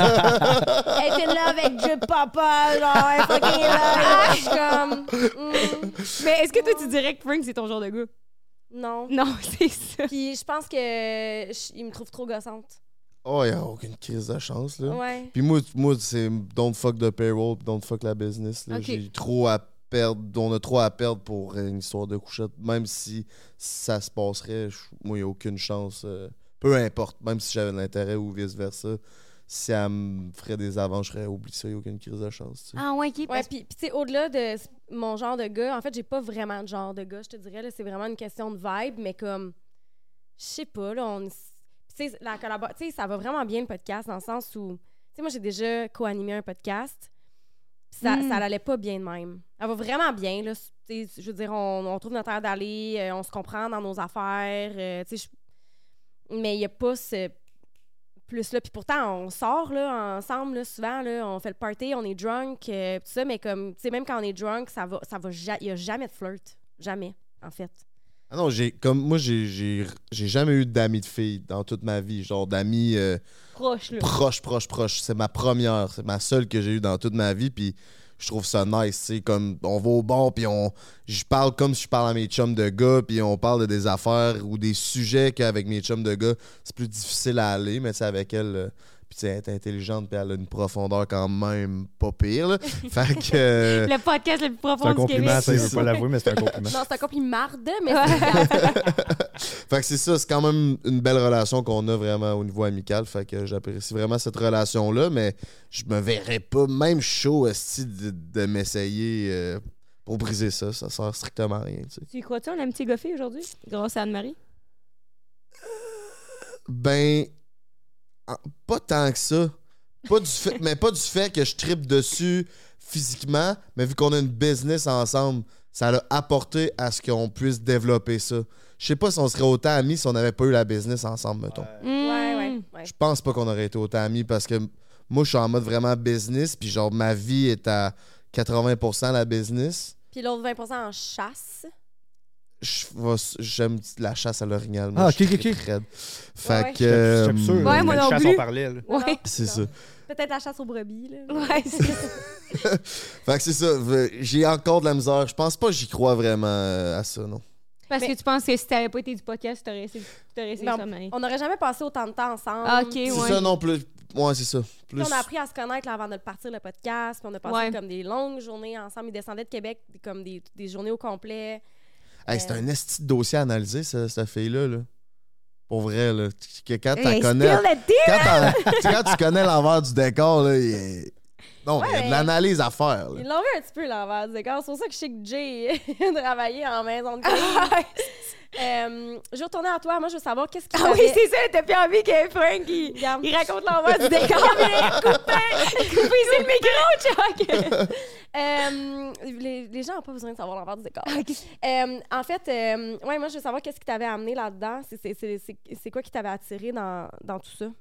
elle est in love avec Drip Papa, genre, elle est fucking love. Je suis comme, Mais est-ce que toi, tu dirais que Frank, c'est ton genre de gars? non. Non, c'est ça. Puis je pense que il me trouve trop gossante. Oh, y a aucune crise de chance, là. Ouais. Puis moi c'est don't fuck the payroll, puis don't fuck la business. Là. Ok. J'ai trop à perdre, on a trop à perdre pour une histoire de couchette. Même si ça se passerait, moi, il n'y a aucune chance. Peu importe, même si j'avais de l'intérêt ou vice-versa. Si elle me ferait des avances, je serais oublié ça, il n'y a aucune crise de chance. Tu sais. Ah ouais, OK. Ouais, puis tu sais, au-delà de mon genre de gars, en fait, j'ai pas vraiment de genre de gars, je te dirais. Là, c'est vraiment une question de vibe, mais comme, je sais pas, là, tu sais, la collaboration, tu sais, ça va vraiment bien le podcast dans le sens où, tu sais, moi, j'ai déjà co-animé un podcast, puis ça allait pas bien de même. Elle va vraiment bien, là. Tu sais, je veux dire, on trouve notre air d'aller, on se comprend dans nos affaires, tu sais, mais il y a pas ce plus-là. Puis pourtant, on sort, là, ensemble, là, souvent, là, on fait le party, on est drunk, tout ça, mais comme, tu sais, même quand on est drunk, il y a jamais de flirt. Jamais, en fait. Ah non, j'ai jamais eu d'amis de filles dans toute ma vie. Genre d'amis Proche, là. proches. C'est ma première, c'est ma seule que j'ai eue dans toute ma vie. Puis je trouve ça nice, tu sais, comme on va au bar, puis je parle comme si je parle à mes chums de gars, puis on parle de des affaires ou des sujets qu'avec mes chums de gars, c'est plus difficile à aller, mais tu sais, avec elle, puis tu sais, elle est intelligente, puis elle a une profondeur quand même pas pire, là. Fait que... Le podcast le plus C'est profond un du Québec. compliment, ça, il veut pas l'avouer, mais c'est un compliment. Non, c'est un compliment marde, mais c'est Fait que c'est ça, c'est quand même une belle relation qu'on a vraiment au niveau amical. Fait que j'apprécie vraiment cette relation-là, mais je me verrais pas même chaud esti, de m'essayer pour briser ça. Ça sert strictement à rien, tu sais. Tu y crois-tu, on a un petit goffé aujourd'hui, grâce à Anne-Marie? Ben, pas tant que ça. Mais pas du fait que je trippe dessus physiquement, mais vu qu'on a une business ensemble, ça l'a apporté à ce qu'on puisse développer ça. Je sais pas si on serait autant amis si on n'avait pas eu la business ensemble, mettons. Ouais. Je pense pas qu'on aurait été autant amis parce que moi, je suis en mode vraiment business, puis genre, ma vie est à 80% la business. Puis l'autre 20% en chasse. J'aime la chasse à l'orignal. Moi, Ah, je suis ok. très raide. Fait Ouais. que... J'étais sûr. Ouais, moi quelle non chasse plus. on parlait, là. Ouais. C'est Non. ça. Peut-être la chasse aux brebis, là. Ouais, c'est ça. Fait que c'est ça. J'ai encore de la misère. Je pense pas que j'y crois vraiment à ça, non. Parce Mais- que tu penses que si t'avais pas été du podcast, t'aurais essayé Non, ça, mais... On n'aurait jamais passé autant de temps ensemble. Ah, OK, C'est ouais. ça non plus. Ouais, c'est ça. Puis Plus... on a appris à se connaître là, avant de partir le podcast. Puis on a passé Ouais. comme des longues journées ensemble. Ils descendaient de Québec comme des journées au complet. Hey, c'est un esti de dossier à analyser, cette fille-là. Là. Pour vrai, là. Que quand tu Hey, connais... spill the tea! Quand tu connais l'envers du décor, là, non, il y a de mais- l'analyse à faire. Là. Ils l'ont vu un petit peu l'envers du décor. C'est pour ça que je sais que Jay travaillait en maison de crise. Je vais retourner à toi. Moi, je veux savoir qu'est-ce qui Ah oui, c'est ça, t'as plus envie que Frank, Regarde. il raconte l'envers du décor. Coupez ici le micro, Chuck! Les gens n'ont pas besoin de savoir l'envers du décor. En fait, ouais, moi, je veux savoir qu'est-ce qui t'avait amené là-dedans. C'est quoi qui t'avait attiré dans tout ça?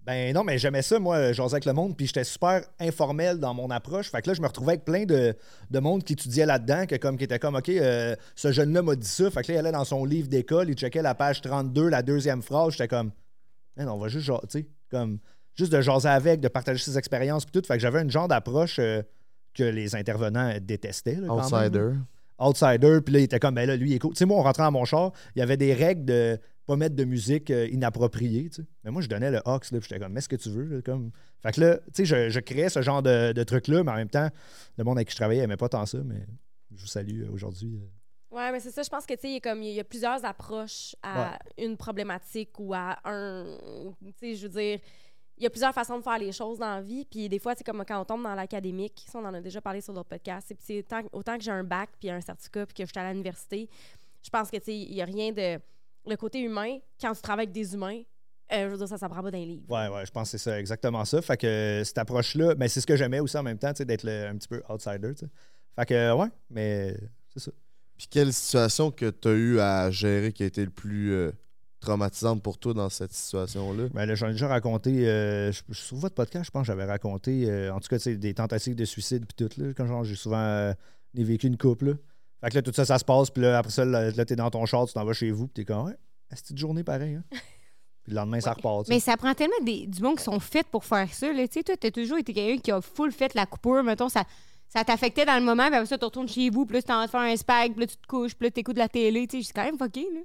Ben non, mais j'aimais ça, moi, jaser avec le monde, puis j'étais super informel dans mon approche. Fait que là, je me retrouvais avec plein de monde qui étudiait là-dedans, qui était comme, OK, ce jeune-là m'a dit ça. Fait que là, il allait dans son livre d'école, il checkait la page 32, la deuxième phrase. J'étais comme, man, on va juste, tu sais, comme, juste de jaser avec, de partager ses expériences, puis tout. Fait que j'avais une genre d'approche que les intervenants détestaient. Là, quand Outsider. même. Outsider, puis là, il était comme, ben là, lui, il est cool. Tu sais, moi, on rentrait dans mon char, il y avait des règles de pas mettre de musique inappropriée, tu sais. Mais moi, je donnais le aux, là, puis j'étais comme, mets ce que tu veux, là, comme... Fait que là, tu sais, je créais ce genre de truc-là, mais en même temps, le monde avec qui je travaillais n'aimait pas tant ça, mais je vous salue aujourd'hui. Ouais, mais c'est ça, je pense que, tu sais, il y a plusieurs approches à une problématique ou à un... Tu sais, je veux dire... Il y a plusieurs façons de faire les choses dans la vie. Puis des fois, c'est comme quand on tombe dans l'académique, ça, on en a déjà parlé sur d'autres podcasts. Puis c'est autant que j'ai un bac puis un certificat puis que je suis à l'université, je pense que, tu sais, il n'y a rien de... Le côté humain, quand tu travailles avec des humains, je veux dire, ça s'apprend pas dans les livres. Ouais, je pense que c'est ça, exactement ça. Fait que cette approche-là, mais c'est ce que j'aimais aussi en même temps, tu sais, d'être un petit peu outsider, tu sais. Fait que, ouais, mais c'est ça. Puis quelle situation que tu as eu à gérer qui a été le plus traumatisante pour toi dans cette situation-là? Ben là, j'en ai déjà raconté, sur votre podcast, je pense que j'avais raconté, en tout cas, tu sais, des tentatives de suicide puis tout, là, quand genre, j'ai souvent vécu une couple, là. Fait que là, tout ça, ça se passe, puis là, après ça, là, t'es dans ton char, tu t'en vas chez vous, puis t'es comme, ouais, c'est une journée pareille, hein? Puis le lendemain, ça repart, tu sais. Mais ça prend tellement du monde qui sont faits pour faire ça, là. Tu sais, toi, t'as toujours été quelqu'un qui a full fait la coupure, mettons, ça t'affectait dans le moment, puis après ça, tu retournes chez vous, puis là, tu t'en vas te faire un spag, puis là, tu te couches, puis là, t'écoutes la télé, tu sais, c'est quand même fucké, là.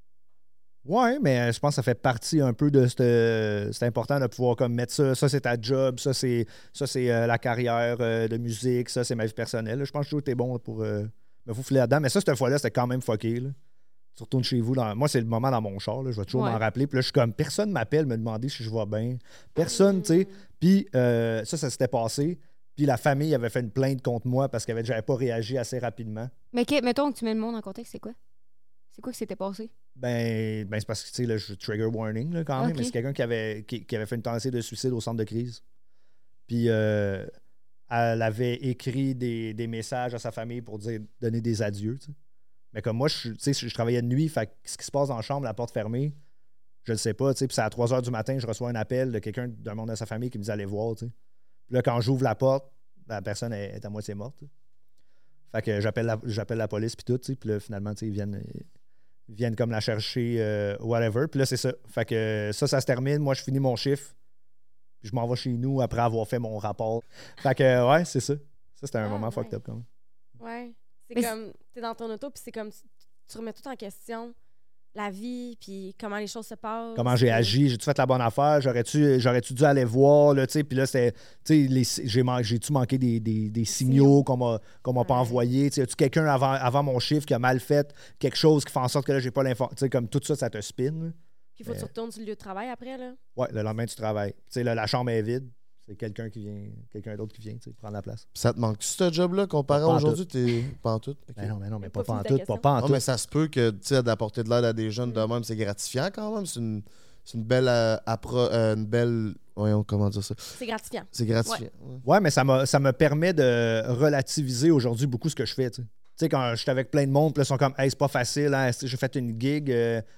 Ouais, mais je pense que ça fait partie un peu de c'est important de pouvoir comme mettre ça. Ça, c'est ta job. Ça, c'est la carrière de musique. Ça, c'est ma vie personnelle. Je pense que t'es bon pour me fouler là-dedans. Mais ça, cette fois-là, c'était quand même fucké. Là. Tu retournes chez vous. Moi, c'est le moment dans mon char. Là. Je vais toujours m'en rappeler. Puis là, je suis comme, personne m'appelle me demander si je vais bien. Personne, tu sais. Puis ça s'était passé. Puis la famille avait fait une plainte contre moi parce que j'avais pas réagi assez rapidement. Mais mettons que tu mets le monde en contexte, c'est quoi? C'est quoi qui s'était passé? Ben c'est parce que, tu sais, là, je trigger warning, là, quand même, Okay. mais c'est quelqu'un qui avait fait une tentative de suicide au centre de crise. Puis, elle avait écrit des messages à sa famille pour donner des adieux, tu sais. Mais comme moi, je travaillais de nuit, fait que ce qui se passe dans la chambre, la porte fermée, je le sais pas, tu sais. Puis c'est à 3 h du matin, je reçois un appel de quelqu'un d'un membre de sa famille qui me dit « Allez voir », tu sais. Puis là, quand j'ouvre la porte, la personne est à moitié morte, tu sais. Fait que j'appelle la police, puis tout, tu sais. Puis là, finalement, tu sais, ils viennent comme la chercher, whatever. Puis là, c'est ça. Fait que ça se termine. Moi, je finis mon chiffre. Puis je m'en vais chez nous après avoir fait mon rapport. Fait que, ouais, c'est ça. Ça, c'était un moment fucked up quand même. Ouais. C'est Mais comme, t'es dans ton auto, puis c'est comme, tu remets tout en question. La vie, puis comment les choses se passent. Comment j'ai agi, j'ai-tu fait la bonne affaire, j'aurais-tu dû aller voir, là, tu sais, puis là, c'était, tu sais, j'ai-tu manqué des signaux qu'on m'a pas envoyés, tu sais, y-tu quelqu'un avant mon chiffre qui a mal fait quelque chose qui fait en sorte que là, j'ai pas l'information, tu sais, comme tout ça, ça te spin, là. Puis il faut que tu retournes sur le lieu de travail après, là. Ouais, le lendemain, tu travailles. Tu sais, là, la chambre est vide, c'est quelqu'un d'autre qui vient, tu sais, prendre la place. Ça te manque ce job-là comparé à aujourd'hui? T'es pas en tout? Okay. Mais non, mais pas fini en ta tout, question. pas en Non, tout. mais ça se peut que, tu sais, d'apporter de l'aide à des jeunes de même, c'est gratifiant quand même. C'est une belle une belle... Voyons, comment dire ça? C'est gratifiant. C'est gratifiant. Ouais. Ouais, mais ça me permet de relativiser aujourd'hui beaucoup ce que je fais, tu sais. Tu sais, quand je suis avec plein de monde, puis là, ils sont comme « Hey, c'est pas facile, hein? J'ai fait une gig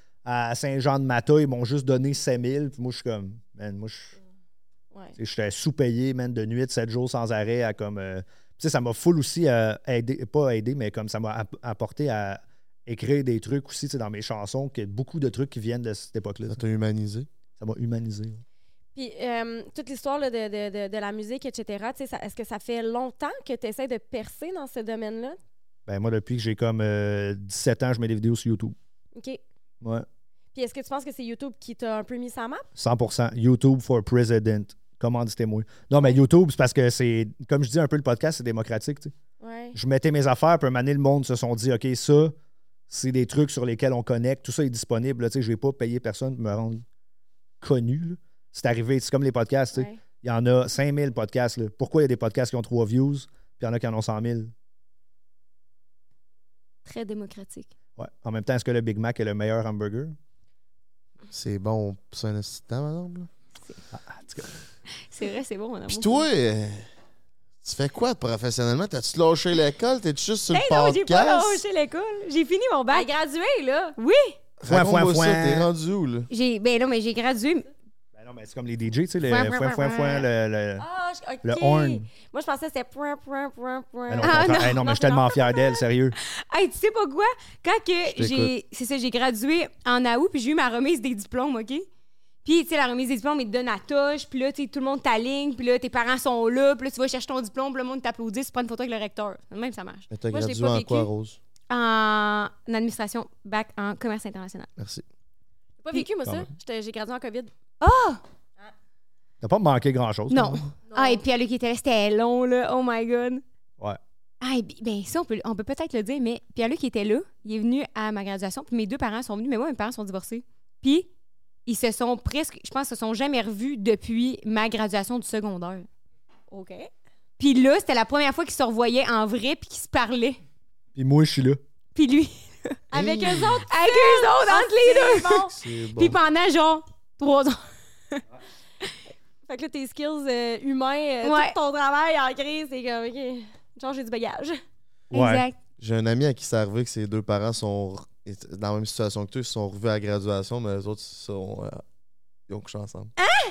à Saint-Jean-de-Mata, ils m'ont juste donné 5 000. » Puis moi, je suis comme « Man, moi, Ouais. j'étais sous-payé, man, de nuit, 7 jours sans arrêt, à comme... tu sais, ça m'a full aussi aidé, pas aidé, mais comme ça m'a apporté à écrire des trucs aussi, tu sais, dans mes chansons, que beaucoup de trucs qui viennent de cette époque-là. Ça t'a humanisé? Ça m'a humanisé. Ouais. Puis toute l'histoire là, de la musique, etc., tu sais, est-ce que ça fait longtemps que tu essaies de percer dans ce domaine-là? Ben moi, depuis que j'ai comme 17 ans, je mets des vidéos sur YouTube. OK. Ouais. Puis est-ce que tu penses que c'est YouTube qui t'a un peu mis sa map? 100%. YouTube for President. Commanditez-moi. Non, mais YouTube, c'est parce que c'est, comme je dis un peu, le podcast, c'est démocratique, tu sais. Ouais. Je mettais mes affaires, puis un moment donné, le monde se sont dit, OK, ça, c'est des trucs sur lesquels on connecte. Tout ça est disponible. Là, tu sais, je vais pas payer personne pour me rendre connu. Là. C'est arrivé. C'est comme les podcasts. Tu sais. Ouais. Il y en a 5000 podcasts. Là. Pourquoi il y a des podcasts qui ont 3 views, puis il y en a qui en ont 100 000? Très démocratique. Ouais. En même temps, est-ce que le Big Mac est le meilleur hamburger? C'est bon, c'est un assistant, madame. C'est vrai, c'est bon. On a Puis toi, tu fais quoi professionnellement? T'as-tu lâché l'école? T'es juste sur le non, j'ai pas podcast? lâché l'école. J'ai fini mon Ben, bac. gradué, là. Oui. Foin, Raconte-moi foin, ça, foin. t'es rendu où, là? Ben non, mais j'ai gradué. Ben non, mais c'est comme les DJ, tu sais, le Fouin, foin, foin, foin, le... Ah, OK. Le horn. Moi, je pensais que c'était point, point, point, point. Ah non, Ah, au contraire. non. Hey, non, mais je suis tellement fier d'elle, sérieux. Hey, tu sais pas quoi? Quand que Je c'est ça, j'ai gradué en août, puis j'ai eu ma remise des diplômes, OK? Puis, tu sais, la remise des diplômes, ils te donnent la touche, puis là, tu sais, tout le monde t'aligne, puis là, tes parents sont là, puis là, tu vas chercher ton diplôme, puis le monde t'applaudit, tu prends une photo avec le recteur. Même, ça marche. Mais t'as Moi, je l'ai gradué pas en vécu. quoi, Rose? En administration, bac en commerce international. Merci. J'ai pas vécu, moi, Quand ça. même. J'ai gradué en COVID. T'as pas manqué grand-chose. Non. toi, Ah, et puis, elle qui était là, c'était long, là. Oh my God. Ouais. Ah, et ben ça, on peut peut-être le dire, mais Pierre-Luc qui était là, il est venu à ma graduation, puis mes deux parents sont venus, mais moi, mes parents sont divorcés. Puis, ils se sont presque, je pense, se sont jamais revus depuis ma graduation du secondaire. OK. Puis là, c'était la première fois qu'ils se revoyaient en vrai, puis qu'ils se parlaient. Puis moi, je suis là. Puis lui, Avec eux autres. avec eux autres, entre les deux. Bon. C'est bon. Puis pendant genre 3 ans. Fait que là, tes skills humains, Ouais. tout ton travail en crise, c'est comme, OK, genre, j'ai du bagage. Ouais. Exact. J'ai un ami à qui c'est arrivé que ses deux parents sont dans la même situation que toi, ils se sont revus à la graduation, mais les autres ils ont couché ensemble.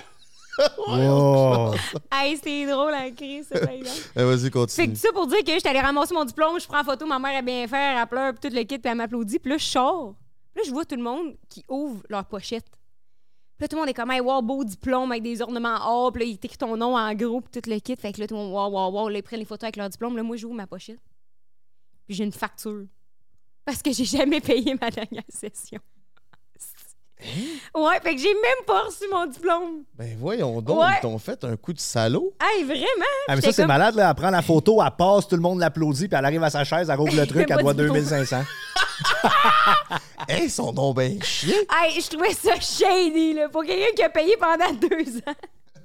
Wow. Hey, c'est drôle, la crise, ça, par exemple. Vas-y, Fait continue. que tout ça pour dire que j'étais allée ramasser mon diplôme, je prends en photo, ma mère a bien fait, elle pleure, puis tout le kit, puis elle m'applaudit. Puis là, je sors. Puis là, je vois tout le monde qui ouvre leur pochette. Puis là, tout le monde est comme, hey, wow, beau diplôme avec des ornements or. Puis là, il t'écrit ton nom en gros, puis tout le kit. Fait que là, tout le monde, wow, wow, wow. Là, ils prennent les photos avec leur diplôme. Là, moi, j'ouvre ma pochette. Puis j'ai une facture. Parce que j'ai jamais payé ma dernière session. Ouais, fait que j'ai même pas reçu mon diplôme. Ben voyons donc, Ouais. ils t'ont fait un coup de salaud. Hey, vraiment? Ah, mais ça, J'étais c'est comme- malade, là. Elle prend la photo, elle passe, tout le monde l'applaudit, puis elle arrive à sa chaise, elle rouvre le truc, Pas elle doit du tout. 2500. Hey, son nom ben chien. Hey, je trouvais ça shady, là, pour quelqu'un qui a payé pendant 2 ans.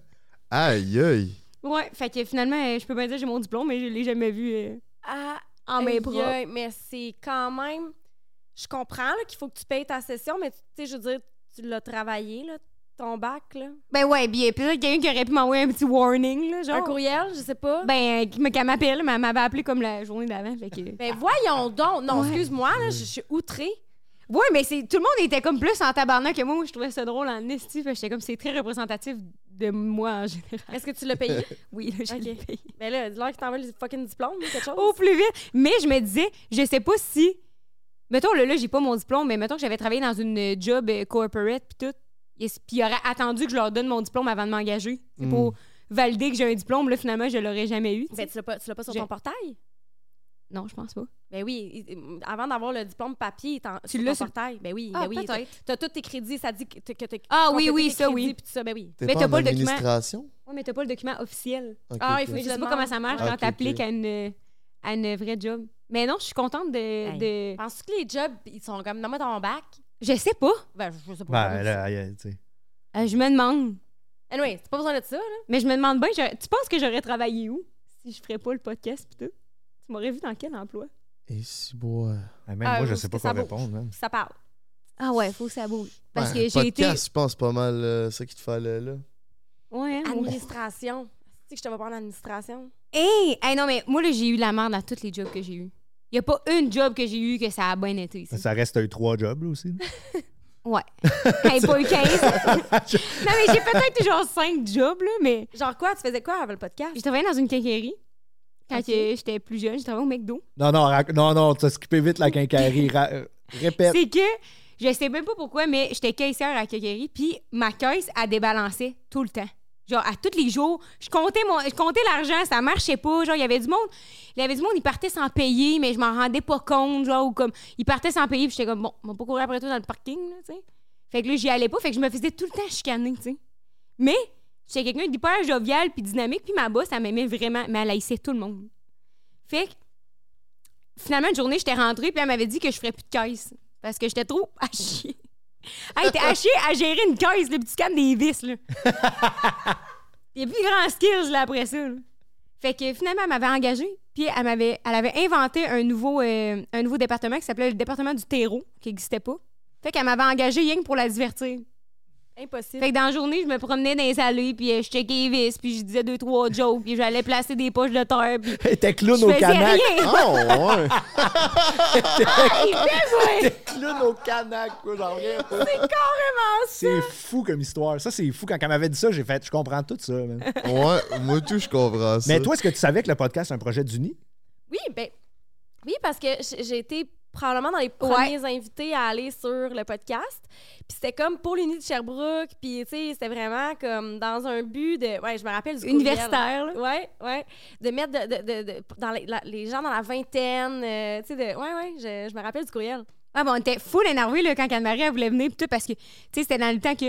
Aïe, aïe. Ouais, fait que finalement, je peux pas dire que j'ai mon diplôme, mais je l'ai jamais vu Ah, en main aïe, propre. aïe, mais c'est quand même... Je comprends là, qu'il faut que tu payes ta session, mais tu sais, je veux dire, tu l'as travaillé, là, ton bac, là. Ben ouais, bien, peut-être quelqu'un qui aurait pu m'envoyer un petit warning, là, genre. Un courriel, je sais pas. Ben, qu'elle m'appelle, mais elle m'avait appelé comme la journée d'avant, fait que... Ben voyons donc. Non, Ouais. excuse-moi, là, je suis outrée. Ouais, mais tout le monde était comme plus en tabarnak que moi. Moi, je trouvais ça drôle en esti, fait que j'étais comme, c'est très représentatif de moi en général. Est-ce que tu l'as payé? Oui, là, je l'ai Ok. payé. Ben là, dis-leur qu'ils t'envoient le fucking diplôme ou quelque chose. Au plus vite. Mais je me disais, je sais pas si... Mettons, là, j'ai pas mon diplôme, mais mettons que j'avais travaillé dans une job corporate puis tout. Puis il aurait attendu que je leur donne mon diplôme avant de m'engager. C'est pour valider que j'ai un diplôme. Là, finalement, je l'aurais jamais eu. tu sais. Ben, tu l'as pas sur J'ai- ton portail? Non, je pense pas. Ben oui, avant d'avoir le diplôme papier, Tu sur l'as ton sur- portail. Ben oui, Ah, ben oui. peut-être. T'as tous tes crédits, ça dit que t'as Ah oui, complété oui, tes ça, crédits, oui. puis tout ça, ben oui. T'es Mais pas t'as en pas le document. administration? Oui, mais t'as pas le document officiel. Ok, Ah, il ok. faut Mais je sais pas Justement. comment ça marche Ah, quand ok, t'appliques ok. à une vraie job. Mais non, je suis contente de... Penses-tu que les jobs, ils sont comme, donne-moi ton bac? Je sais pas. Ben, je sais pas. Ben, là, tu sais. Je me demande. Anyway, c'est pas besoin de ça, là. Mais je me demande bien, tu penses que j'aurais travaillé où si je ferais pas le podcast pis tout? Tu m'aurais vu dans quel emploi? Et si bois. Même moi, Ah, je ou sais pas que ça quoi bouge. répondre, man. Puis ça parle. Ah ouais, faut que ça bouge. Parce Ouais, que j'ai été... podcast, je pense pas mal ça qu'il te fallait là. Ouais, hein, moi. Administration. Tu sais que je te vais prendre l'administration? Hey, non, mais moi, là, j'ai eu la merde dans tous les jobs que j'ai eu. Il a pas une job que j'ai eu que ça a bien été ici. Ça reste, t'as eu 3 jobs, là, aussi. là. Ouais. Hey, pas eu 15. Non, mais j'ai peut-être genre 5 jobs, là, mais Genre quoi? Tu faisais quoi avant le podcast? j'ai travaillé dans une quincaillerie quand Ok. que j'étais plus jeune. J'ai travaillé au McDo. Non, t'as skippé vite la quincaillerie. Répète. C'est que je sais même pas pourquoi, mais j'étais caissière à la quincaillerie, puis ma caisse, elle débalançait tout le temps. Genre, à tous les jours, je comptais l'argent, ça marchait pas. Genre, il y avait du monde, ils partaient sans payer, mais je m'en rendais pas compte. Genre, ou comme, ils partaient sans payer, puis j'étais comme, bon, on va pas courir après toi dans le parking, là, tu sais. Fait que là, j'y allais pas, fait que je me faisais tout le temps chicaner, tu sais. Mais, j'étais quelqu'un d'hyper jovial puis dynamique, puis ma boss, elle m'aimait vraiment, mais elle haïssait tout le monde. Fait que, finalement, une journée, j'étais rentrée, puis elle m'avait dit que je ferais plus de caisse, parce que j'étais trop à chier. Elle était à chier à gérer une caisse, le petit scanne des vis, là. Il y a plus grand skills, là, après ça, là. Fait que finalement, elle m'avait engagée, puis elle avait inventé un nouveau département qui s'appelait le département du terreau, qui n'existait pas. Fait qu'elle m'avait engagée rien que pour la divertir. Impossible. Fait que dans la journée, je me promenais dans les allées, puis je checkais les vis, puis je disais 2-3 jokes, puis j'allais placer des poches de terre, puis Hey, t'es clown je au faisais Canac. rien. Oh, ouais. T'es clown au Canac, quoi, j'en reviens pas. C'est carrément ça. C'est fou comme histoire. Ça, c'est fou. Quand elle m'avait dit ça, j'ai fait, je comprends tout ça. Man. Ouais, moi tout, je comprends ça. Mais toi, est-ce que tu savais que le podcast, c'est un projet d'Uni? Oui, parce que j'ai été probablement dans les premiers invités à aller sur le podcast. Puis c'était comme pour l'Uni de Sherbrooke. Puis, tu sais, c'était vraiment comme dans un but de... Ouais, je me rappelle du courriel. Universitaire, là. Ouais. De mettre dans les gens dans la vingtaine. Tu sais, je me rappelle du courriel. Ah bon, on était full énervés là, quand Anne-Marie elle voulait venir pis tout parce que tu sais c'était dans le temps que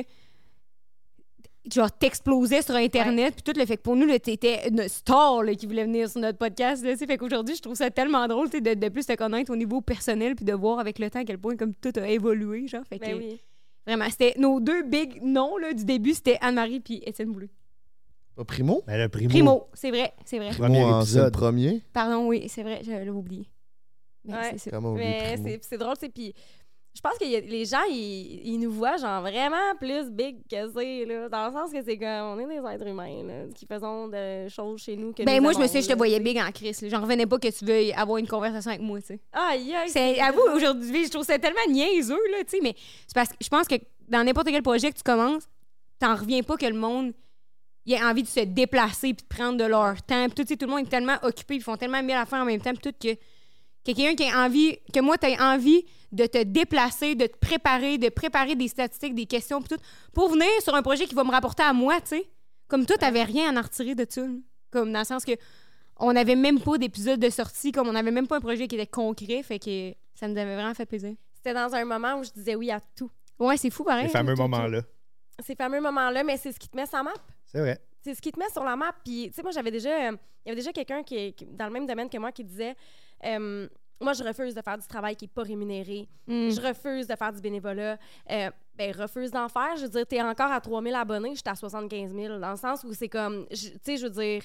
genre t'explosais sur internet puis tout le fait que pour nous là t'étais une star là, qui voulait venir sur notre podcast là, fait qu'aujourd'hui je trouve ça tellement drôle de plus te connaître au niveau personnel puis de voir avec le temps à quel point comme tout a évolué genre fait que Oui. vraiment c'était nos deux big noms là, du début c'était Anne-Marie puis Étienne Boulay. Pas Primo? Ben, le Primo, c'est vrai. Premier Moi, c'est le épisode. premier. Pardon, oui, c'est vrai, je l'avais oublié. Mais Ouais. c'est ça. Comment oublier Mais Primo? c'est drôle, tu sais. Puis je pense que les gens, ils nous voient genre vraiment plus big que c'est, là. Dans le sens que c'est comme, on est des êtres humains, là, qui faisons des choses chez nous que Ben nous moi je me avons, suis je te là, voyais tu sais. big en crise. là. J'en revenais pas que tu veuilles avoir une conversation avec moi, tu sais. Aïe, aïe. C'est avoue aujourd'hui, je trouve ça tellement niaiseux là, tu sais, mais c'est parce que je pense que dans n'importe quel projet que tu commences, t'en reviens pas que le monde il a envie de se déplacer puis de prendre de leur temps. Puis tout, tu sais, tout le monde est tellement occupé, ils font tellement mille affaires en même temps, puis tout que quelqu'un qui a envie, que moi, tu as envie de te déplacer, de te préparer, de préparer des statistiques, des questions, puis tout, pour venir sur un projet qui va me rapporter à moi, tu sais. Comme toi, t'avais rien à en retirer de ça. Là. Comme dans le sens que on n'avait même pas d'épisode de sortie, comme on n'avait même pas un projet qui était concret, fait que ça nous avait vraiment fait plaisir. C'était dans un moment où je disais oui à tout. Ouais, c'est fou, pareil. Les fameux Tout. moments-là. Ces fameux moments-là, mais c'est ce qui te met sur la map. C'est vrai. C'est ce qui te met sur la map. Puis, tu sais, moi, il y avait déjà quelqu'un qui dans le même domaine que moi qui disait moi, je refuse de faire du travail qui n'est pas rémunéré. Je refuse de faire du bénévolat. Refuse d'en faire. Je veux dire, tu es encore à 3000 abonnés, je suis à 75 000. Dans le sens où c'est comme, tu sais, je veux dire,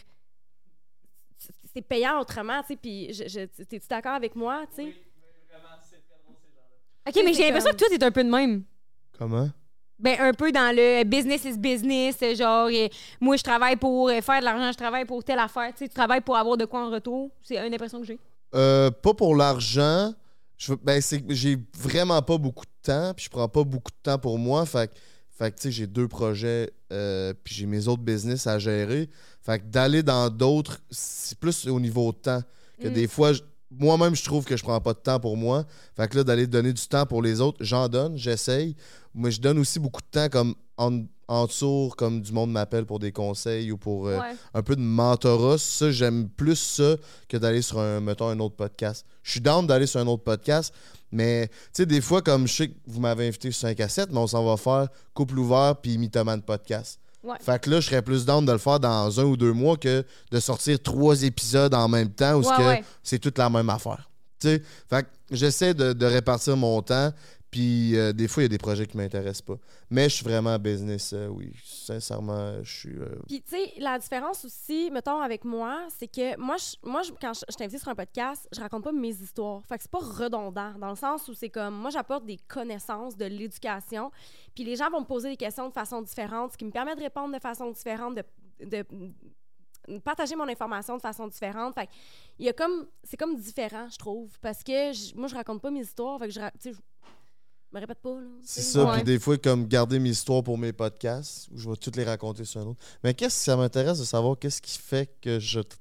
c'est payant autrement, tu sais. Puis, t'es-tu d'accord avec moi, tu sais? Oui, vraiment, c'est très drôle, ces gens-là. OK, mais j'ai l'impression que toi, t'es un peu de même. Comment? Ben, un peu dans le business is business, genre, moi, je travaille pour faire de l'argent, je travaille pour telle affaire. Tu sais, tu travailles pour avoir de quoi en retour. C'est une impression que j'ai. Pas pour l'argent. C'est que j'ai vraiment pas beaucoup de temps, puis je prends pas beaucoup de temps pour moi. Fait que tu sais, j'ai 2 projets, puis j'ai mes autres business à gérer. Fait que d'aller dans d'autres, c'est plus au niveau de temps. Que des fois, moi-même, je trouve que je prends pas de temps pour moi. Fait que là, d'aller donner du temps pour les autres, j'en donne, j'essaye. Mais je donne aussi beaucoup de temps comme en dessous, comme du monde m'appelle pour des conseils ou pour un peu de mentorat. Ça, j'aime plus ça que d'aller sur un autre podcast. Je suis down d'aller sur un autre podcast, mais tu sais, des fois, comme je sais que vous m'avez invité sur 5 à 7, mais on s'en va faire Couple ouvert puis Mythoman podcast. Ouais. Fait que là, je serais plus down de le faire dans 1 ou 2 mois que de sortir 3 épisodes en même temps où c'est toute la même affaire. Tu sais, fait que j'essaie de répartir mon temps. Puis des fois, il y a des projets qui ne m'intéressent pas. Mais je suis vraiment business, oui. Sincèrement, je suis... Puis, tu sais, la différence aussi, mettons, avec moi, c'est que moi, quand je t'invite sur un podcast, je raconte pas mes histoires. Fait que c'est pas redondant, dans le sens où c'est comme, moi, j'apporte des connaissances, de l'éducation, puis les gens vont me poser des questions de façon différente, ce qui me permet de répondre de façon différente, de partager mon information de façon différente. Fait que c'est comme différent, je trouve, parce que moi, je raconte pas mes histoires, fait que je me répète pas. Là, c'est ça, ouais. puis des fois, comme garder mes histoires pour mes podcasts, où je vais toutes les raconter sur un autre. Mais qu'est-ce que ça m'intéresse de savoir qu'est-ce qui fait que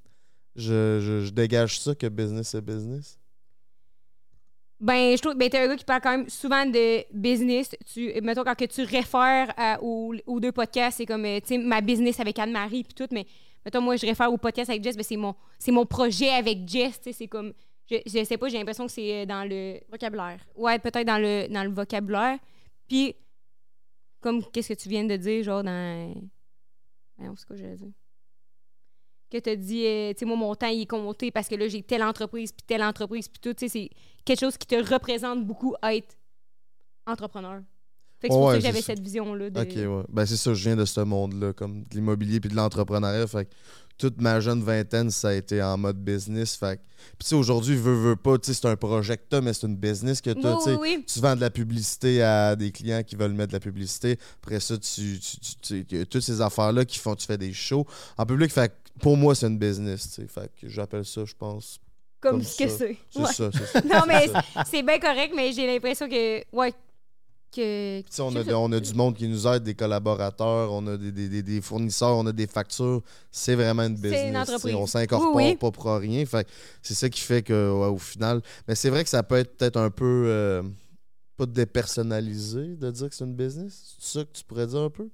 je dégage ça, que business est business? Ben, je trouve t'es un gars qui parle quand même souvent de business. Mettons, quand que tu réfères aux 2 podcasts, c'est comme, tu sais, ma business avec Anne-Marie puis tout, mais mettons, moi, je réfère au podcast avec Jess, ben c'est mon projet avec Jess, tu sais, c'est comme... Je sais pas, j'ai l'impression que c'est dans le... Vocabulaire. Ouais, peut-être dans le vocabulaire. Puis, comme qu'est-ce que tu viens de dire, genre dans... Non, c'est quoi que j'allais dire? Que t'as dit, tu sais, moi, mon temps, il est compté parce que là, j'ai telle entreprise, puis tout. Tu sais, c'est quelque chose qui te représente beaucoup être entrepreneur. Fait que c'est pour ça que j'avais cette vision-là. OK, ouais. Ben, c'est ça, je viens de ce monde-là, comme de l'immobilier puis de l'entrepreneuriat. Fait que toute ma jeune vingtaine, ça a été en mode business. Fait puis tu sais, aujourd'hui, veux pas, tu sais, c'est un projet que t'as, mais c'est une business que t'as. Oui. Tu vends de la publicité à des clients qui veulent mettre de la publicité. Après ça, tu toutes ces affaires-là qui font, tu fais des shows en public. Fait que pour moi, c'est une business, tu sais. Fait que j'appelle ça, je pense. Comme ce que c'est. C'est ça. Non, mais c'est bien correct, mais j'ai l'impression que. Ouais. On a du monde qui nous aide, des collaborateurs, on a des fournisseurs, on a des factures. C'est vraiment une business. C'est une entreprise. On s'incorpore pas pour rien. Fait c'est ça qui fait que, au final. Mais c'est vrai que ça peut être peut-être un peu pas dépersonnalisé de dire que c'est une business. C'est ça que tu pourrais dire un peu?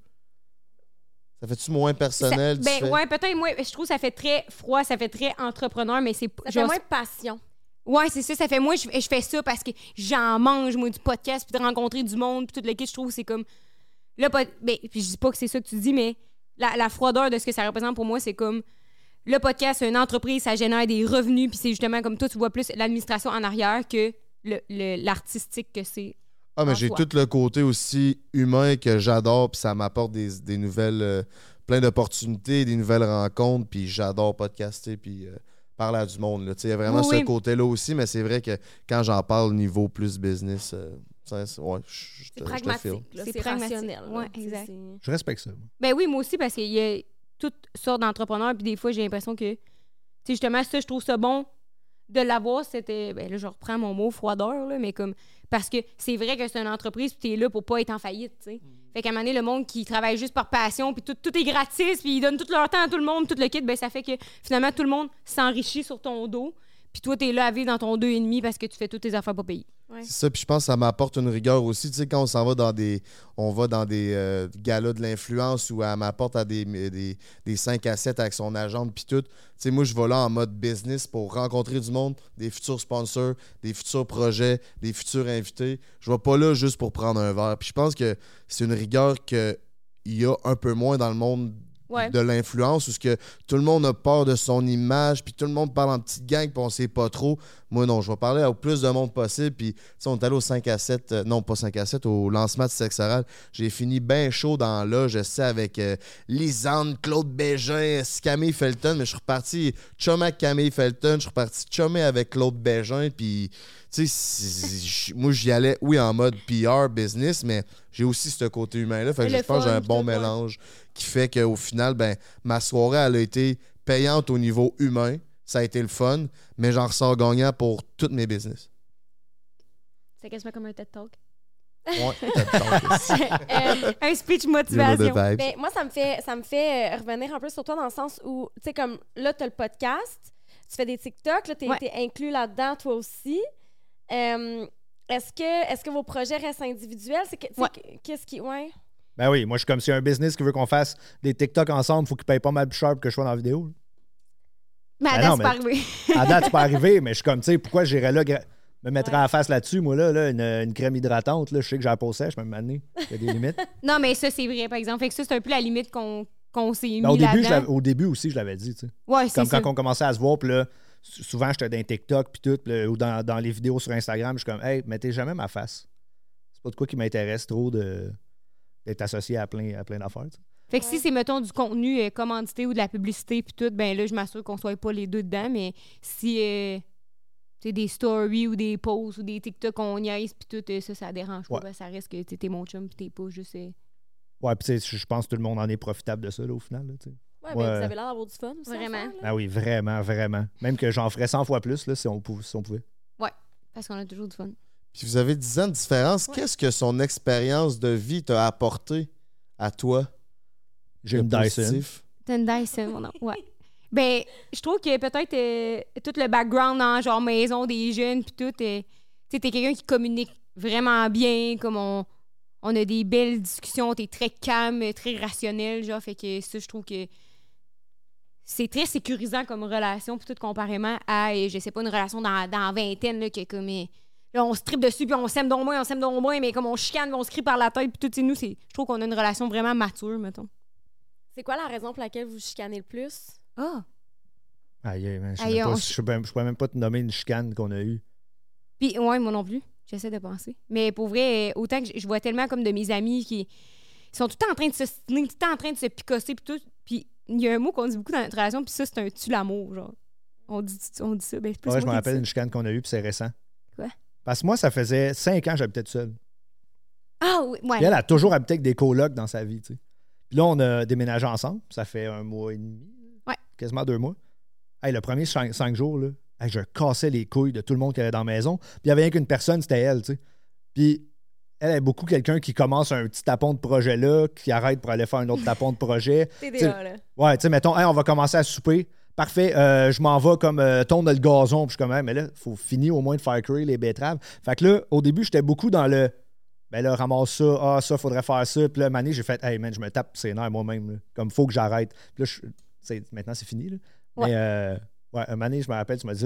Ça fait-tu moins personnel? Ouais, peut-être. Moi, je trouve que ça fait très froid, ça fait très entrepreneur, mais c'est. Ça fait moins de passion. Ouais, c'est ça. Ça fait moi, je fais ça parce que j'en mange, moi, du podcast, puis de rencontrer du monde, puis tout le kit, je trouve que c'est comme. Là, puis je dis pas que c'est ça que tu dis, mais la froideur de ce que ça représente pour moi, c'est comme. Le podcast, c'est une entreprise, ça génère des revenus, puis c'est justement comme toi, tu vois plus l'administration en arrière que l'artistique que c'est. Ah, mais j'ai tout le côté aussi humain que j'adore, puis ça m'apporte des nouvelles. Plein d'opportunités, des nouvelles rencontres, puis j'adore podcaster, puis. Parler à du monde. Il y a vraiment ce côté-là aussi, mais c'est vrai que quand j'en parle niveau plus business, c'est pragmatique. C'est rationnel. Ouais, exact. Je respecte ça. Ben oui, moi aussi, parce qu'il y a toutes sortes d'entrepreneurs, puis des fois, j'ai l'impression que, justement, ça, je trouve ça bon de l'avoir. C'était, ben là, je reprends mon mot froideur, là, mais comme, parce que c'est vrai que c'est une entreprise, puis t'es là pour pas être en faillite, tu sais. Fait qu'à un moment donné, le monde qui travaille juste par passion, puis tout est gratis, puis ils donnent tout leur temps à tout le monde, tout le kit, ben ça fait que finalement, tout le monde s'enrichit sur ton dos. Puis toi, t'es là à vivre dans ton 2,5 parce que tu fais toutes tes affaires pas payées. Ouais. C'est ça, puis je pense que ça m'apporte une rigueur aussi. Tu sais, quand on s'en va dans des... On va dans des galas de l'influence où elle m'apporte à des 5 à 7 avec son agente puis tout. Tu sais, moi, je vais là en mode business pour rencontrer du monde, des futurs sponsors, des futurs projets, des futurs invités. Je vais pas là juste pour prendre un verre. Puis je pense que c'est une rigueur qu'il y a un peu moins dans le monde de l'influence, où que tout le monde a peur de son image, puis tout le monde parle en petite gang, puis on sait pas trop. Moi, non, je vais parler au plus de monde possible, puis on est allé au 5 à 7, non, pas 5 à 7, au lancement de Sexe Oral. J'ai fini bien chaud dans là, je sais, avec Lisanne, Claude Bégin, Camille Felton, mais je suis reparti chumé avec Camille Felton, je suis reparti chumé avec Claude Bégin, puis tu sais, moi, j'y allais, oui, en mode PR, business, mais j'ai aussi ce côté humain-là. Fait que je pense que j'ai un bon mélange qui fait qu'au final, ben, ma soirée, elle a été payante au niveau humain. Ça a été le fun, mais j'en ressors gagnant pour toutes mes business. C'est quasiment comme un TED Talk. Ouais, TED Talk. Un speech motivation. Ben, moi, ça me fait revenir un peu sur toi dans le sens où, tu sais, comme là, tu as le podcast, tu fais des TikTok, là, tu es inclus là-dedans, toi aussi. Est-ce que vos projets restent individuels? Qu'est-ce qui... Ouais. Ben oui, moi, je suis comme si un business qui veut qu'on fasse des TikTok ensemble, il faut qu'il paye pas mal plus cher pour que je sois dans la vidéo. Mais à date, c'est pas arrivé. À date, c'est pas arrivé, mais je suis comme, tu sais, pourquoi j'irais là, me mettrais à la face là-dessus, moi, là une crème hydratante, là, je sais que j'ai la peau sèche, même année, il y a des limites. Non, mais ça, c'est vrai, par exemple. Fait que ça, c'est un peu la limite qu'on s'est mis au début aussi, je l'avais dit, tu sais. Ouais, c'est comme ça. quand on commençait à se voir, puis là, souvent, j'étais dans TikTok, puis tout, ou dans les vidéos sur Instagram, je suis comme, hey, mettez jamais ma face. C'est pas de quoi qui m'intéresse trop d'être associé à plein d'affaires, tu sais. Fait que si c'est, mettons, du contenu commandité ou de la publicité, puis tout, ben là, je m'assure qu'on soit pas les deux dedans, mais si c'est des stories ou des posts ou des TikTok qu'on niaise, puis tout, ça dérange pas. Ben, ça reste que t'es mon chum, puis t'es pas juste... Ouais, puis je pense que tout le monde en est profitable de ça, là, au final, là, tu sais. Ouais, mais vous avez l'air d'avoir du fun aussi. Vraiment. Ah oui, vraiment, vraiment. Même que j'en ferais 100 fois plus, là, si on pouvait. Ouais, parce qu'on a toujours du fun. Puis vous avez 10 ans de différence. Ouais. Qu'est-ce que son expérience de vie t'a apporté à toi? J'ai une Dyson. T'as une Dyson, mon nom. Ouais. Ben, je trouve que peut-être tout le background en genre maison des jeunes puis tout, tu sais, t'es quelqu'un qui communique vraiment bien, comme on a des belles discussions, t'es très calme, très rationnel, genre, fait que ça, je trouve que c'est très sécurisant comme relation, puis tout comparément à, je sais pas, une relation dans vingtaine, là, que comme... Là, on se tripe dessus, puis on s'aime donc moins, mais comme on chicane, puis on se crie par la tête, puis tout, nous, je trouve qu'on a une relation vraiment mature, mettons. C'est quoi la raison pour laquelle vous chicanez le plus? Ah! Je pourrais même pas te nommer une chicane qu'on a eue. Puis, ouais, moi non plus. J'essaie de penser. Mais pour vrai, autant que je vois tellement comme de mes amis qui sont tout le temps en train de se stiner, tout le temps en train de se picosser, puis tout. Puis il y a un mot qu'on dit beaucoup dans notre relation, puis ça, c'est un tue l'amour, genre. On dit ça. Ben, c'est plus Ouais, moi je me qui rappelle dis une chicane qu'on a eue, puis c'est récent. Quoi? Parce que moi, ça faisait 5 ans que j'habitais tout seul. ça. Ah oui, ouais. Puis elle a toujours habité avec des colocs dans sa vie, tu sais. Puis là, on a déménagé ensemble. Ça fait 1 mois et demi. Ouais. Quasiment 2 mois. Hey, le premier 5 jours, là, hey, je cassais les couilles de tout le monde qui avait dans la maison. Puis il n'y avait rien qu'une personne, c'était elle, tu sais. Puis elle est beaucoup quelqu'un qui commence un petit tapon de projet là, qui arrête pour aller faire un autre tapon de projet. TDA, là. Ouais, tu sais, mettons, hey, on va commencer à souper. Parfait, je m'en vais comme tourner le gazon. Puis je suis comme, hey, mais là, il faut finir au moins de faire cuire les betteraves. Fait que là, au début, j'étais beaucoup dans le, ben là, ramasse ça, ça, faudrait faire ça. Puis là, une année, j'ai fait, hey, man, je me tape ses nerfs moi-même. Là. Comme, faut que j'arrête. Puis là, maintenant, c'est fini. Là. Ouais. Mais, ouais, une année, je me rappelle, tu m'as dit,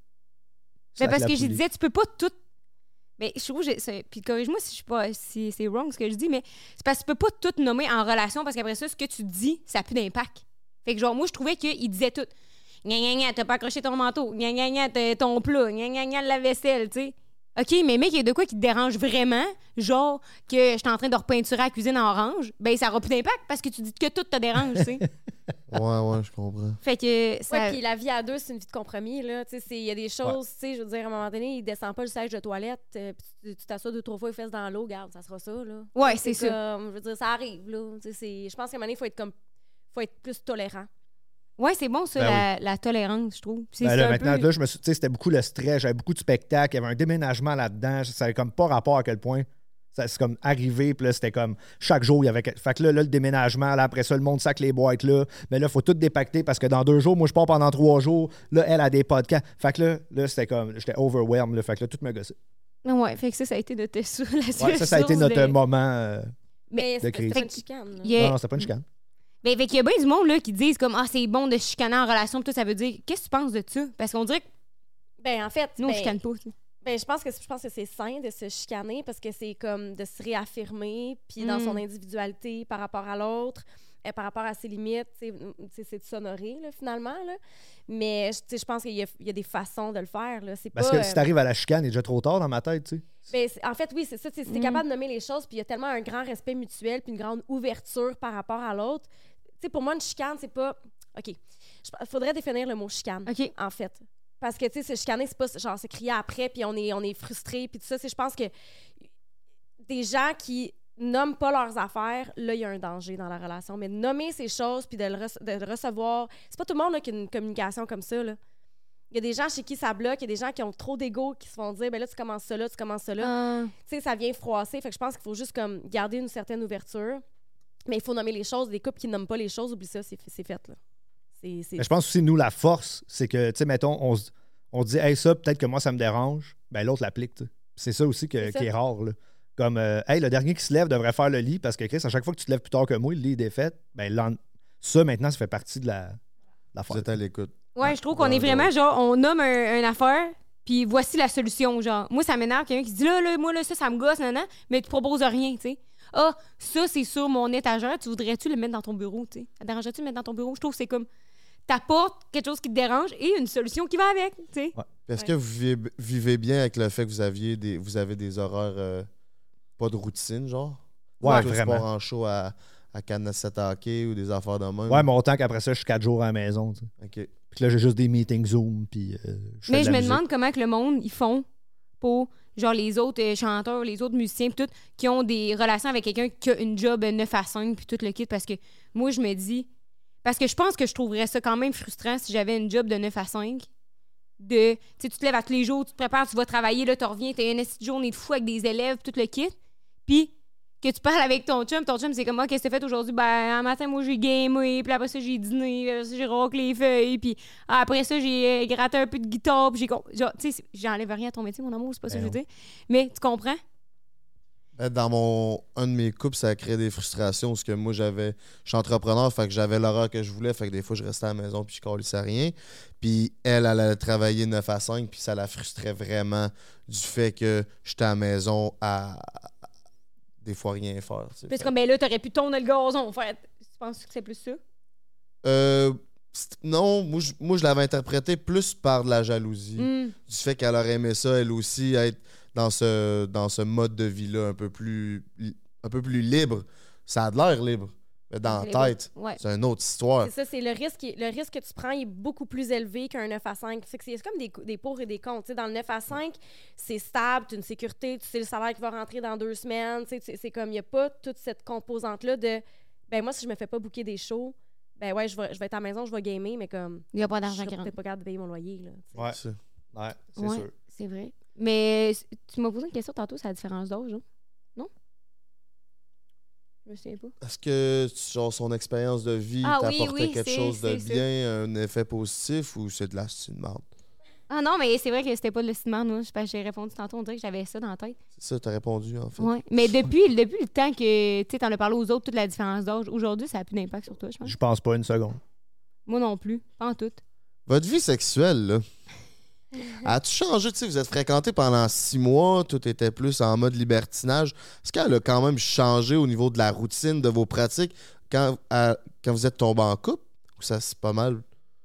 Mais parce que je disais, tu peux pas tout. Mais je trouve, puis corrige-moi si je suis pas, si c'est wrong ce que je dis, mais c'est parce que tu peux pas tout nommer en relation parce qu'après ça, ce que tu dis, ça a plus d'impact. Fait que genre, moi, je trouvais qu'il disait tout. Gna gna gna, t'as pas accroché ton manteau. Gna gna gna, t'as ton plat. Gna gna gna, la vaisselle, tu sais. OK, mais mec, il y a de quoi qui te dérange vraiment, genre que je suis en train de repeinturer la cuisine en orange, ben ça aura plus d'impact parce que tu dis que tout te dérange, tu sais. Ouais, je comprends. Fait que ça... Ouais, puis la vie à deux, c'est une vie de compromis, là. Tu sais, il y a des choses, tu sais, je veux dire, à un moment donné, il descend pas le siège de toilette, puis tu t'assois 2-3 fois les fesses dans l'eau, regarde, ça sera ça, là. Ouais, c'est ça. Comme, je veux dire, ça arrive, là. Tu sais, je pense qu'à un moment donné, faut être plus tolérant. Ouais, c'est bon, ça, Ben la tolérance, je trouve. C'est ben c'est là, un maintenant, peu... là, tu sais, c'était beaucoup le stress, j'avais beaucoup de spectacles, il y avait un déménagement là-dedans, ça avait comme pas rapport à quel point. C'est comme arrivé, puis là, c'était comme chaque jour, il y avait. Fait que là, le déménagement, là, après ça, le monde sac les boîtes là. Mais là, il faut tout dépacter parce que dans 2 jours, moi, je pars pendant 3 jours. Là, elle a des podcasts. Fait que là c'était comme. J'étais overwhelmed, là. Fait que là, tout me gossait. Ouais, fait que ça a été notre Ouais, ça a été notre moment. Mais de c'est crise. pas une chicane, là. Il y a- Non, c'était pas une chicane. Ben, fait qu'il y a bien du monde là, qui disent comme c'est bon de chicaner en relation, pis tout ça veut dire. Qu'est-ce que tu penses de ça? Parce qu'on dirait que Ben, en fait, nous, on ben, chicane pas. tu sais. ben, je pense que c'est sain de se chicaner parce que c'est comme de se réaffirmer, puis dans son individualité par rapport à l'autre, par rapport à ses limites, c'est de s'honorer, là, finalement. Là. Mais je pense qu'il y a des façons de le faire. Là. C'est Parce pas, que si t'arrives à la chicane, il est déjà trop tard dans ma tête, tu sais. ben, en fait, oui, c'est ça. Si t'es capable de nommer les choses, puis il y a tellement un grand respect mutuel, puis une grande ouverture par rapport à l'autre. Tu sais, pour moi, une chicane, c'est pas... OK. Il faudrait définir le mot chicane, OK. en fait. Parce que, tu sais, se chicaner, c'est pas genre se crier après, puis on est frustré, puis tout ça. Je pense que des gens qui nomment pas leurs affaires, là, il y a un danger dans la relation. Mais de nommer ces choses, puis de le recevoir... C'est pas tout le monde là, qui a une communication comme ça, là. Il y a des gens chez qui ça bloque, il y a des gens qui ont trop d'ego, qui se font dire, ben là, tu commences ça là, tu commences ça là. Tu sais, ça vient froisser. Fait que je pense qu'il faut juste comme garder une certaine ouverture. Mais il faut nommer les choses. Des couples qui nomment pas les choses, oublie ça, c'est fait, là. Mais je pense aussi, nous, la force, c'est que, tu sais, mettons, on se dit, hey, ça, peut-être que moi, ça me dérange. Ben, l'autre l'applique, tu sais. C'est ça aussi qui est rare, là. Comme, hey, le dernier qui se lève devrait faire le lit parce que, Chris, à chaque fois que tu te lèves plus tard que moi, le lit est défait. Ben, ça, maintenant, ça fait partie de la Vous force. êtes à l'écoute. Ouais, je trouve qu'on est vraiment genre, on nomme une affaire, puis voici la solution. Genre, moi, ça m'énerve quelqu'un qui se dit là, moi, là, ça me gosse, nan, mais tu proposes rien, tu sais. Ah, ça, c'est sur mon étagère, tu voudrais-tu le mettre dans ton bureau, tu sais? Ça dérangerait-tu de le mettre dans ton bureau? Je trouve que c'est comme, t'apportes quelque chose qui te dérange et une solution qui va avec, tu sais. Ouais. Est-ce que vous vivez bien avec le fait que vous avez des horaires pas de routine, genre? Ouais, Tous vraiment. sport en show à Canasset hockey ou des affaires de même? Ouais, mais autant qu'après ça, je suis 4 jours à la maison, tu sais. OK. Puis là, j'ai juste des meetings Zoom, puis je fais Mais de je la me musique. demande comment que le monde, ils font pour, genre, les autres chanteurs, les autres musiciens, puis tout, qui ont des relations avec quelqu'un qui a une job 9 à 5, puis tout le kit, parce que moi, je me dis... Parce que je pense que je trouverais ça quand même frustrant si j'avais une job de 9 à 5. Tu sais, tu te lèves à tous les jours, tu te prépares, tu vas travailler, là, tu reviens, t'as une journée de fou avec des élèves, tout le kit. Puis que tu parles avec ton chum, c'est comme, qu'est-ce que t'as fait aujourd'hui? Ben, un matin, moi, j'ai gamé, puis après ça, j'ai dîné, puis après ça, j'ai raclé les feuilles, puis après ça, j'ai gratté un peu de guitare, puis genre, tu sais, j'enlève rien à ton métier, mon amour, c'est pas ça que je veux dire. Mais tu comprends? Dans un de mes couples, ça a créé des frustrations parce que moi, je suis entrepreneur, fait que j'avais l'horaire que je voulais, fait que des fois, je restais à la maison puis je calissais rien. Puis elle allait travailler 9 à 5, puis ça la frustrait vraiment du fait que j'étais à la maison à des fois rien faire. Tu sais. Puis c'est comme, ben là, t'aurais pu tourner le gazon, fait. Tu penses que c'est plus ça? Non, moi, je l'avais interprété plus par de la jalousie. Du fait qu'elle aurait aimé ça, elle aussi, être dans ce mode de vie-là un peu plus libre. Ça a de l'air libre. Mais dans Les la tête, Ouais. c'est une autre histoire. C'est ça, c'est le risque que tu prends est beaucoup plus élevé qu'un 9 à 5. C'est comme des pour et des contre. Tu sais, dans le 9 à 5, c'est stable, tu as une sécurité, tu sais le salaire qui va rentrer dans 2 semaines. Tu sais, c'est comme, il n'y a pas toute cette composante-là de, ben moi, si je me fais pas booker des shows, ben ouais, je vais être à la maison, je vais gamer, mais comme, Il n'y a pas je d'argent serai qui rentre. peut-être pas capable de payer mon loyer. Là, tu sais. Ouais, C'est- ouais, c'est Ouais, sûr. c'est vrai. Mais tu m'as posé une question tantôt, c'est la différence d'âge, non? Je me souviens pas. Est-ce que genre, son expérience de vie Ah oui, t'apportait oui, quelque c'est- chose de c'est ça. bien, un effet positif ou c'est de la merde? Ah non, mais c'est vrai que c'était pas de l'estimement, moi. J'ai répondu tantôt, on dirait que j'avais ça dans la tête. C'est ça, t'as répondu en fait. Ouais. Mais depuis le temps que tu en as parlé aux autres, toute la différence d'âge, aujourd'hui, ça a plus d'impact sur toi, je pense. Je pense pas une seconde. Moi non plus, pas en tout. Votre vie sexuelle, là, as-tu changé? Tu sais, vous êtes fréquentés pendant 6 mois, tout était plus en mode libertinage. Est-ce qu'elle a quand même changé au niveau de la routine de vos pratiques quand vous êtes tombés en couple? Ou ça, c'est pas mal?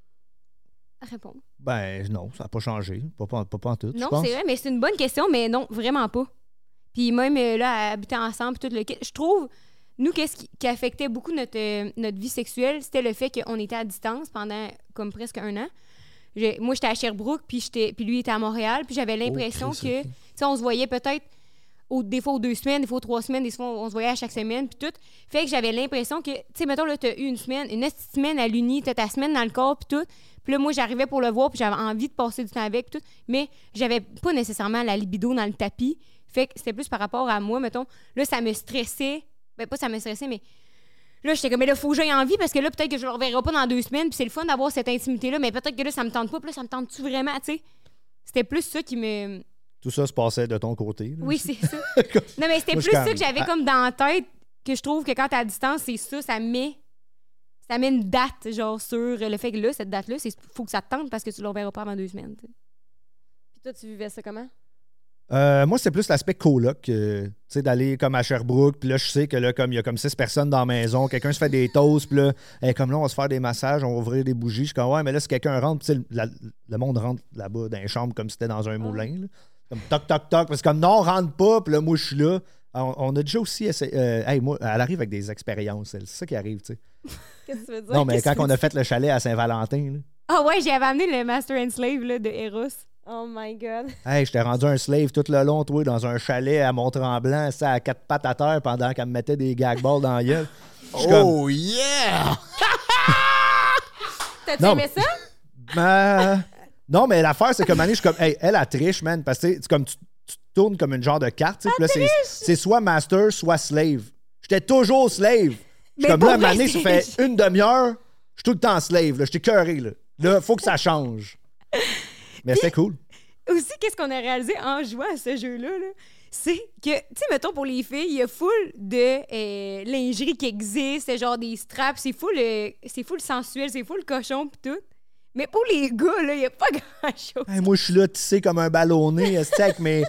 À répondre. Ben non, ça n'a pas changé. Pas en tout, je Non, pense. c'est vrai, mais c'est une bonne question, mais non, vraiment pas. Puis même là, à habiter ensemble, puis tout le je trouve, nous, qu'est-ce qui affectait beaucoup notre vie sexuelle, c'était le fait qu'on était à distance pendant comme presque 1 an. Moi, j'étais à Sherbrooke, puis lui était à Montréal, puis j'avais l'impression Christ, que, ok. tu sais, on se voyait peut-être des fois aux 2 semaines, des fois aux 3 semaines, des fois on se voyait à chaque semaine, puis tout. Fait que j'avais l'impression que, tu sais, mettons, là, t'as eu une petite semaine à l'Uni, t'as ta semaine dans le corps, puis tout. Puis là, moi, j'arrivais pour le voir, puis j'avais envie de passer du temps avec, puis tout. Mais j'avais pas nécessairement la libido dans le tapis. Fait que c'était plus par rapport à moi, mettons. Là, ça me stressait. Ben, pas ça me stressait, mais là, j'étais comme, mais là, faut que j'aie envie, parce que là, peut-être que je le reverrai pas dans 2 semaines, puis c'est le fun d'avoir cette intimité-là, mais peut-être que là, ça me tente pas, puis là, ça me tente-tu vraiment, tu sais? C'était plus ça qui me. Tout ça se passait de ton côté. là, Oui, aussi. c'est ça. Non, mais c'était Moi, je plus suis ça comme- que j'avais comme dans la tête, que je trouve que quand t'es à distance, c'est ça, ça met une date, genre, sur le fait que là, cette date-là, faut que ça te tente parce que tu le reverras pas avant 2 semaines, tu sais. Puis toi, tu vivais ça comment? Moi, c'est plus l'aspect coloc, tu sais, d'aller comme à Sherbrooke, puis là, je sais que là, comme il y a comme 6 personnes dans la maison, quelqu'un se fait des toasts, puis là, comme là, on va se faire des massages, on va ouvrir des bougies. Je suis comme, ouais, mais là, si quelqu'un rentre, tu sais, le monde rentre là-bas dans les chambres comme si c'était dans un moulin, là. Comme toc, toc, toc, parce que comme non, on rentre pas, puis là, moi, je suis là. On a déjà aussi essayé. Moi, elle arrive avec des expériences, elle. C'est ça qui arrive, tu sais. Qu'est-ce que tu veux dire? Non, mais Qu'est-ce quand que on tu a fait le chalet à Saint-Valentin, là, Ah ouais, j'avais amené le Master and Slave là, de Eros. Oh my God. hey, j'étais rendu un slave tout le long, toi, dans un chalet à Mont-Tremblant, ça à 4 pattes à terre pendant qu'elle me mettait des gag balls dans la gueule. Je suis comme, Oh yeah! T'as-tu Non, aimé ça? non, mais l'affaire, c'est que Mané, je suis comme, hey, elle triche, man, parce que c'est comme tu tournes comme une genre de carte, tu sais, puis là, c'est soit master, soit slave. J'étais toujours slave. Je suis Mais comme pour là, vrai, Mané, ça fait une demi-heure, je suis tout le temps slave, là, j'étais cœuré, là. Là, faut que ça change. Mais c'était cool. Aussi, qu'est-ce qu'on a réalisé en jouant à ce jeu-là, là, c'est que, tu sais, mettons, pour les filles, il y a full de lingerie qui existe, genre des straps, c'est full sensuel, c'est full cochon pis tout. Mais pour les gars, là, il n'y a pas grand-chose. Hey, moi, je suis là tissé comme un ballonné, esti, avec mes,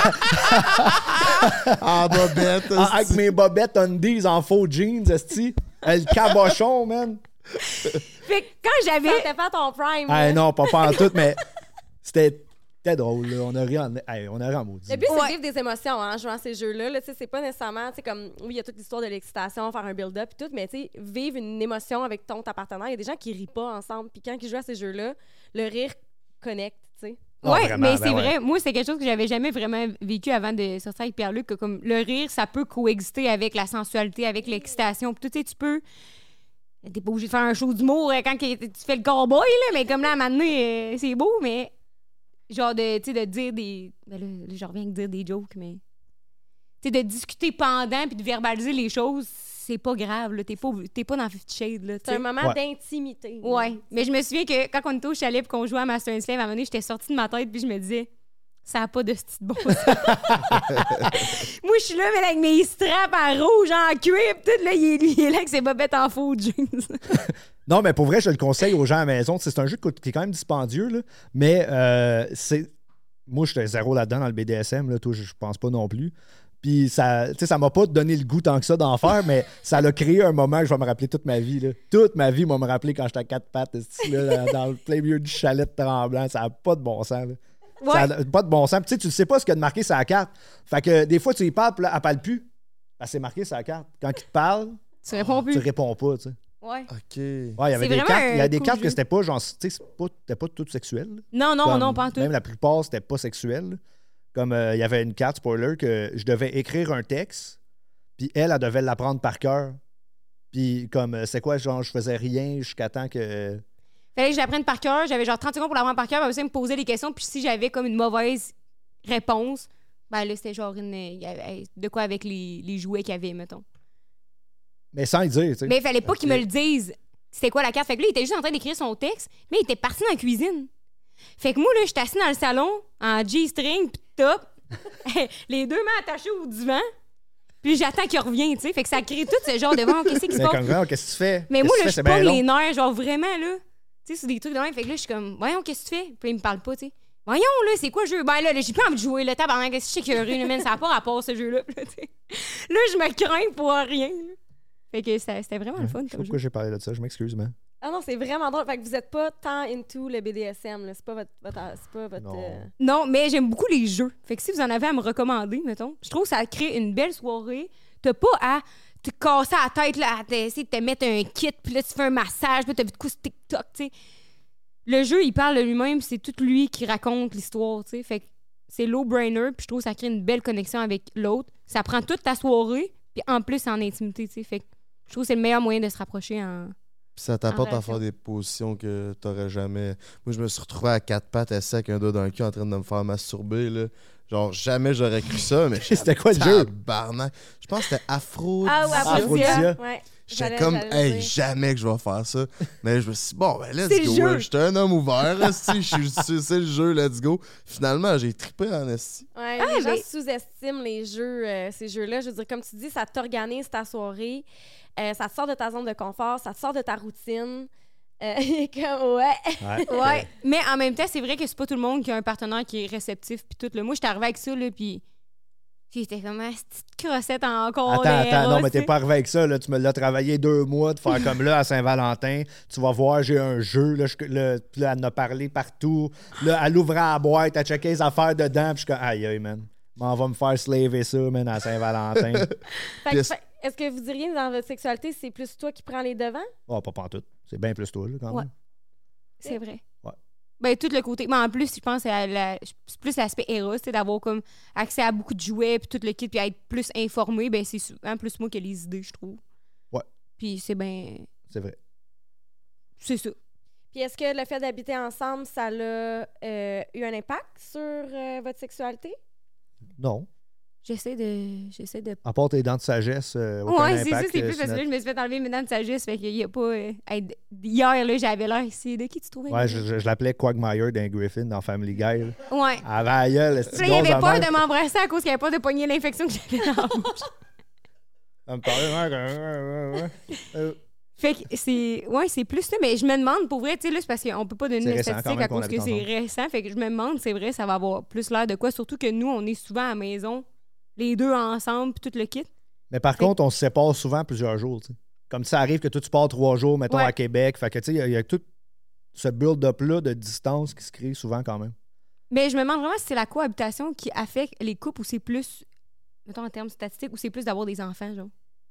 En bobette. avec mes bobettes undies en faux jeans, esti. Le cabochon, man. Fait que quand j'avais... T'étais pas à ton prime. Hey, là. non, pas en tout, mais c'était drôle, là. On a ri en maudit. Le but, c'est Ouais. de vivre des émotions en jouant à ces jeux-là. Là, tu sais, c'est pas nécessairement, tu sais, comme, oui, il y a toute l'histoire de l'excitation, faire un build-up et tout, mais tu sais, vivre une émotion avec ta partenaire. Il y a des gens qui rient pas ensemble. Puis quand ils jouent à ces jeux-là, le rire connecte, tu sais. Ah, Ouais, vraiment, mais ben c'est ouais. vrai. Moi, c'est quelque chose que j'avais jamais vraiment vécu avant de sortir avec Pierre-Luc, que comme le rire, ça peut coexister avec la sensualité, avec l'excitation. Puis tu sais, tu peux... T'es pas obligé de faire un show d'humour quand tu fais le cowboy, là, mais comme là, à un moment donné, c'est beau, mais genre de, tu sais, de dire des... Ben là, je reviens avec dire des jokes, mais... Tu sais, de discuter pendant puis de verbaliser les choses, c'est pas grave, là. T'es pas dans 50 Shades, là, tu C'est sais. un moment Ouais. d'intimité. là. Ouais, mais je me souviens que quand on était au chalet et qu'on jouait à Master and Slave, à un moment donné, j'étais sortie de ma tête puis je me disais, ça n'a pas de style bon sens. Moi, je suis là, mais avec mes straps en rouge, en cuir, pis tout, là, il est là avec ses bobettes en faux jeans. Non, mais pour vrai, je le conseille aux gens à la maison. C'est un jeu qui est quand même dispendieux, là, mais c'est... Moi, j'étais zéro là-dedans dans le BDSM. Là, toi, je pense pas non plus. Puis ça m'a pas donné le goût tant que ça d'en faire, mais ça l'a créé un moment que je vais me rappeler toute ma vie. Là. Toute ma vie, moi, me rappeler quand j'étais à 4 pattes là, dans le plein milieu du chalet de Tremblant. Ça n'a pas de bon sens. Là. Ouais. Ça n'a pas de bon sens. Puis, tu sais pas ce qu'il y a de marqué sur la carte. Fait que des fois, tu y parles, puis là, elle parle plus. Ben, c'est marqué sur la carte. Quand il te parle, Tu réponds plus. Tu réponds pas, tu sais. Ouais. OK. Ouais, il y avait C'est des vraiment cartes, il y a un des cool cartes que jeu. c'était pas genre, tu sais, c'était pas tout sexuel. là. Non, non, Comme, non, pas en tout. Même la plupart, c'était pas sexuel. Comme il y avait une carte, spoiler, que je devais écrire un texte, puis elle devait l'apprendre par cœur. Puis comme, c'est quoi, genre, je faisais rien jusqu'à temps que... Fallait que je l'apprenne par cœur. J'avais genre 30 secondes pour l'apprendre par cœur. Puis après, ça, me posait des questions. Puis si j'avais comme une mauvaise réponse, ben là, c'était genre il y avait de quoi avec les jouets qu'il y avait, mettons. Mais sans y dire, tu sais. Mais il fallait pas Ok. qu'il me le dise c'était quoi la carte. Fait que là, il était juste en train d'écrire son texte, mais il était parti dans la cuisine. Fait que moi, là, j'étais assis dans le salon, en G-string, pis top, les deux mains attachées au divan, puis j'attends qu'il revienne, tu sais. Fait que ça crée tout ce genre de vent. Qu'est-ce qui se Mais passe? comme, vraiment, qu'est-ce que tu fais? Mais Qu'est-ce moi, que tu là, fais? je C'est bien pogne long. les nerfs, genre vraiment, là. Tu sais, c'est des trucs de même. Fait que là, je suis comme, voyons, qu'est-ce que tu fais? Puis il me parle pas, tu sais. Voyons, là, c'est quoi le jeu? Ben là, j'ai pas envie de jouer, le tabarnak, qu'est-ce que je sais qu'il y a ça n'a pas rapport, ce jeu-là. Là, tu sais. Là, je me crains pour rien. Là. Fait que c'était vraiment le fun Je sais pas comme jeu. pourquoi j'ai parlé de ça, je m'excuse, mais... Ah non, c'est vraiment drôle. Fait que vous êtes pas tant into le BDSM, là. C'est pas votre... Non. Non, mais j'aime beaucoup les jeux. Fait que si vous en avez à me recommander, mettons, je trouve que ça crée une belle soirée. T'as pas à te casser la tête, là, à essayer de te mettre un kit, puis là, tu fais un massage, puis là, t'as vu de quoi sur TikTok, tu sais. Le jeu, il parle de lui-même, c'est tout lui qui raconte l'histoire, tu sais. Fait que c'est low-brainer, puis je trouve que ça crée une belle connexion avec l'autre. Ça prend toute ta soirée, puis en plus, c'est en intimité, tu sais. Fait que je trouve que c'est le meilleur moyen de se rapprocher en... Puis ça t'apporte à relation. faire des positions que t'aurais jamais. Moi, je me suis retrouvé à quatre pattes assis avec un doigt dans le cul en train de me faire masturber, là. Genre, jamais j'aurais cru ça, mais. C'était quoi le jeu? Tabarnak. Je pense que c'était Afro. Ah, ouais, Aphrodisia. Aphrodisia. Ouais. J'étais comme, hey, dire. jamais que je vais faire ça. Mais je me suis dit, bon, ben, let's C'est le go. jeu. J'étais un homme ouvert, esti, c'est le jeu, let's go. Finalement, j'ai trippé en esti. Ouais, Ah, les gens mais- sous-estiment les jeux, ces jeux-là. Je veux dire, comme tu dis, ça t'organise ta soirée, ça te sort de ta zone de confort, ça te sort de ta routine. Comme, ouais. Ouais, mais en même temps, c'est vrai que c'est pas tout le monde qui a un partenaire qui est réceptif puis tout. Là. Moi, j'étais arrivée avec ça, là, puis j'étais comme, ah, cette petite crossette encore. Attends, non, mais t'es pas arrivé avec ça, là. Tu me l'as travaillé 2 mois de faire comme là à Saint-Valentin. Tu vas voir, j'ai un jeu, là, puis là, elle en a parlé partout. Là, elle ouvrait la boîte, elle checkait les affaires dedans, puis je suis comme, aïe, aïe, man. On va me faire slaver ça, man, à Saint-Valentin. Est-ce que vous diriez dans votre sexualité, c'est plus toi qui prends les devants? Oh, pas pantoute. C'est bien plus toi, là, quand Ouais. même. C'est vrai. Ouais. Ben, tout le côté. Mais en plus, je pense que c'est plus l'aspect Eros, c'est d'avoir comme accès à beaucoup de jouets, puis tout le kit, puis être plus informé. Ben, c'est souvent plus moi qui ai les idées, je trouve. Ouais. Puis c'est ben. C'est vrai. C'est ça. Puis est-ce que le fait d'habiter ensemble, ça a eu un impact sur votre sexualité? Non. J'essaie de. À part tes dents de sagesse, aucun Ouais, c'est ça, impact, c'est plus sur parce que là, je me suis fait enlever mes dents de sagesse, fait qu'il y a pas. Hier, là, j'avais l'air ici. De qui tu trouvais? Ouais, je l'appelais Quagmire d'un Griffin dans Family Guy. Là. Ouais. Elle avait la gueule, Puis là, il avait peur de m'embrasser à cause qu'il n'y avait pas de poignée d'infection que j'avais dans la bouche. Elle me parlait. Fait que c'est plus ça, mais je me demande pour vrai, tu sais, là, c'est parce qu'on peut pas donner C'est une récent quand statistique même à qu'on cause que habite c'est récent. Fait que je me demande, c'est vrai, ça va avoir plus l'air de quoi, surtout que nous, on est souvent à la maison, les deux ensemble, puis tout le kit. Mais par contre, on se sépare souvent plusieurs jours. T'sais. Comme ça arrive que toi, tu pars 3 jours, mettons, Ouais. à Québec. Fait que, tu sais, il y a tout ce build-up-là de distance qui se crée souvent quand même. Mais je me demande vraiment si c'est la cohabitation qui affecte les couples ou c'est plus, mettons en termes statistiques, ou c'est plus d'avoir des enfants, genre.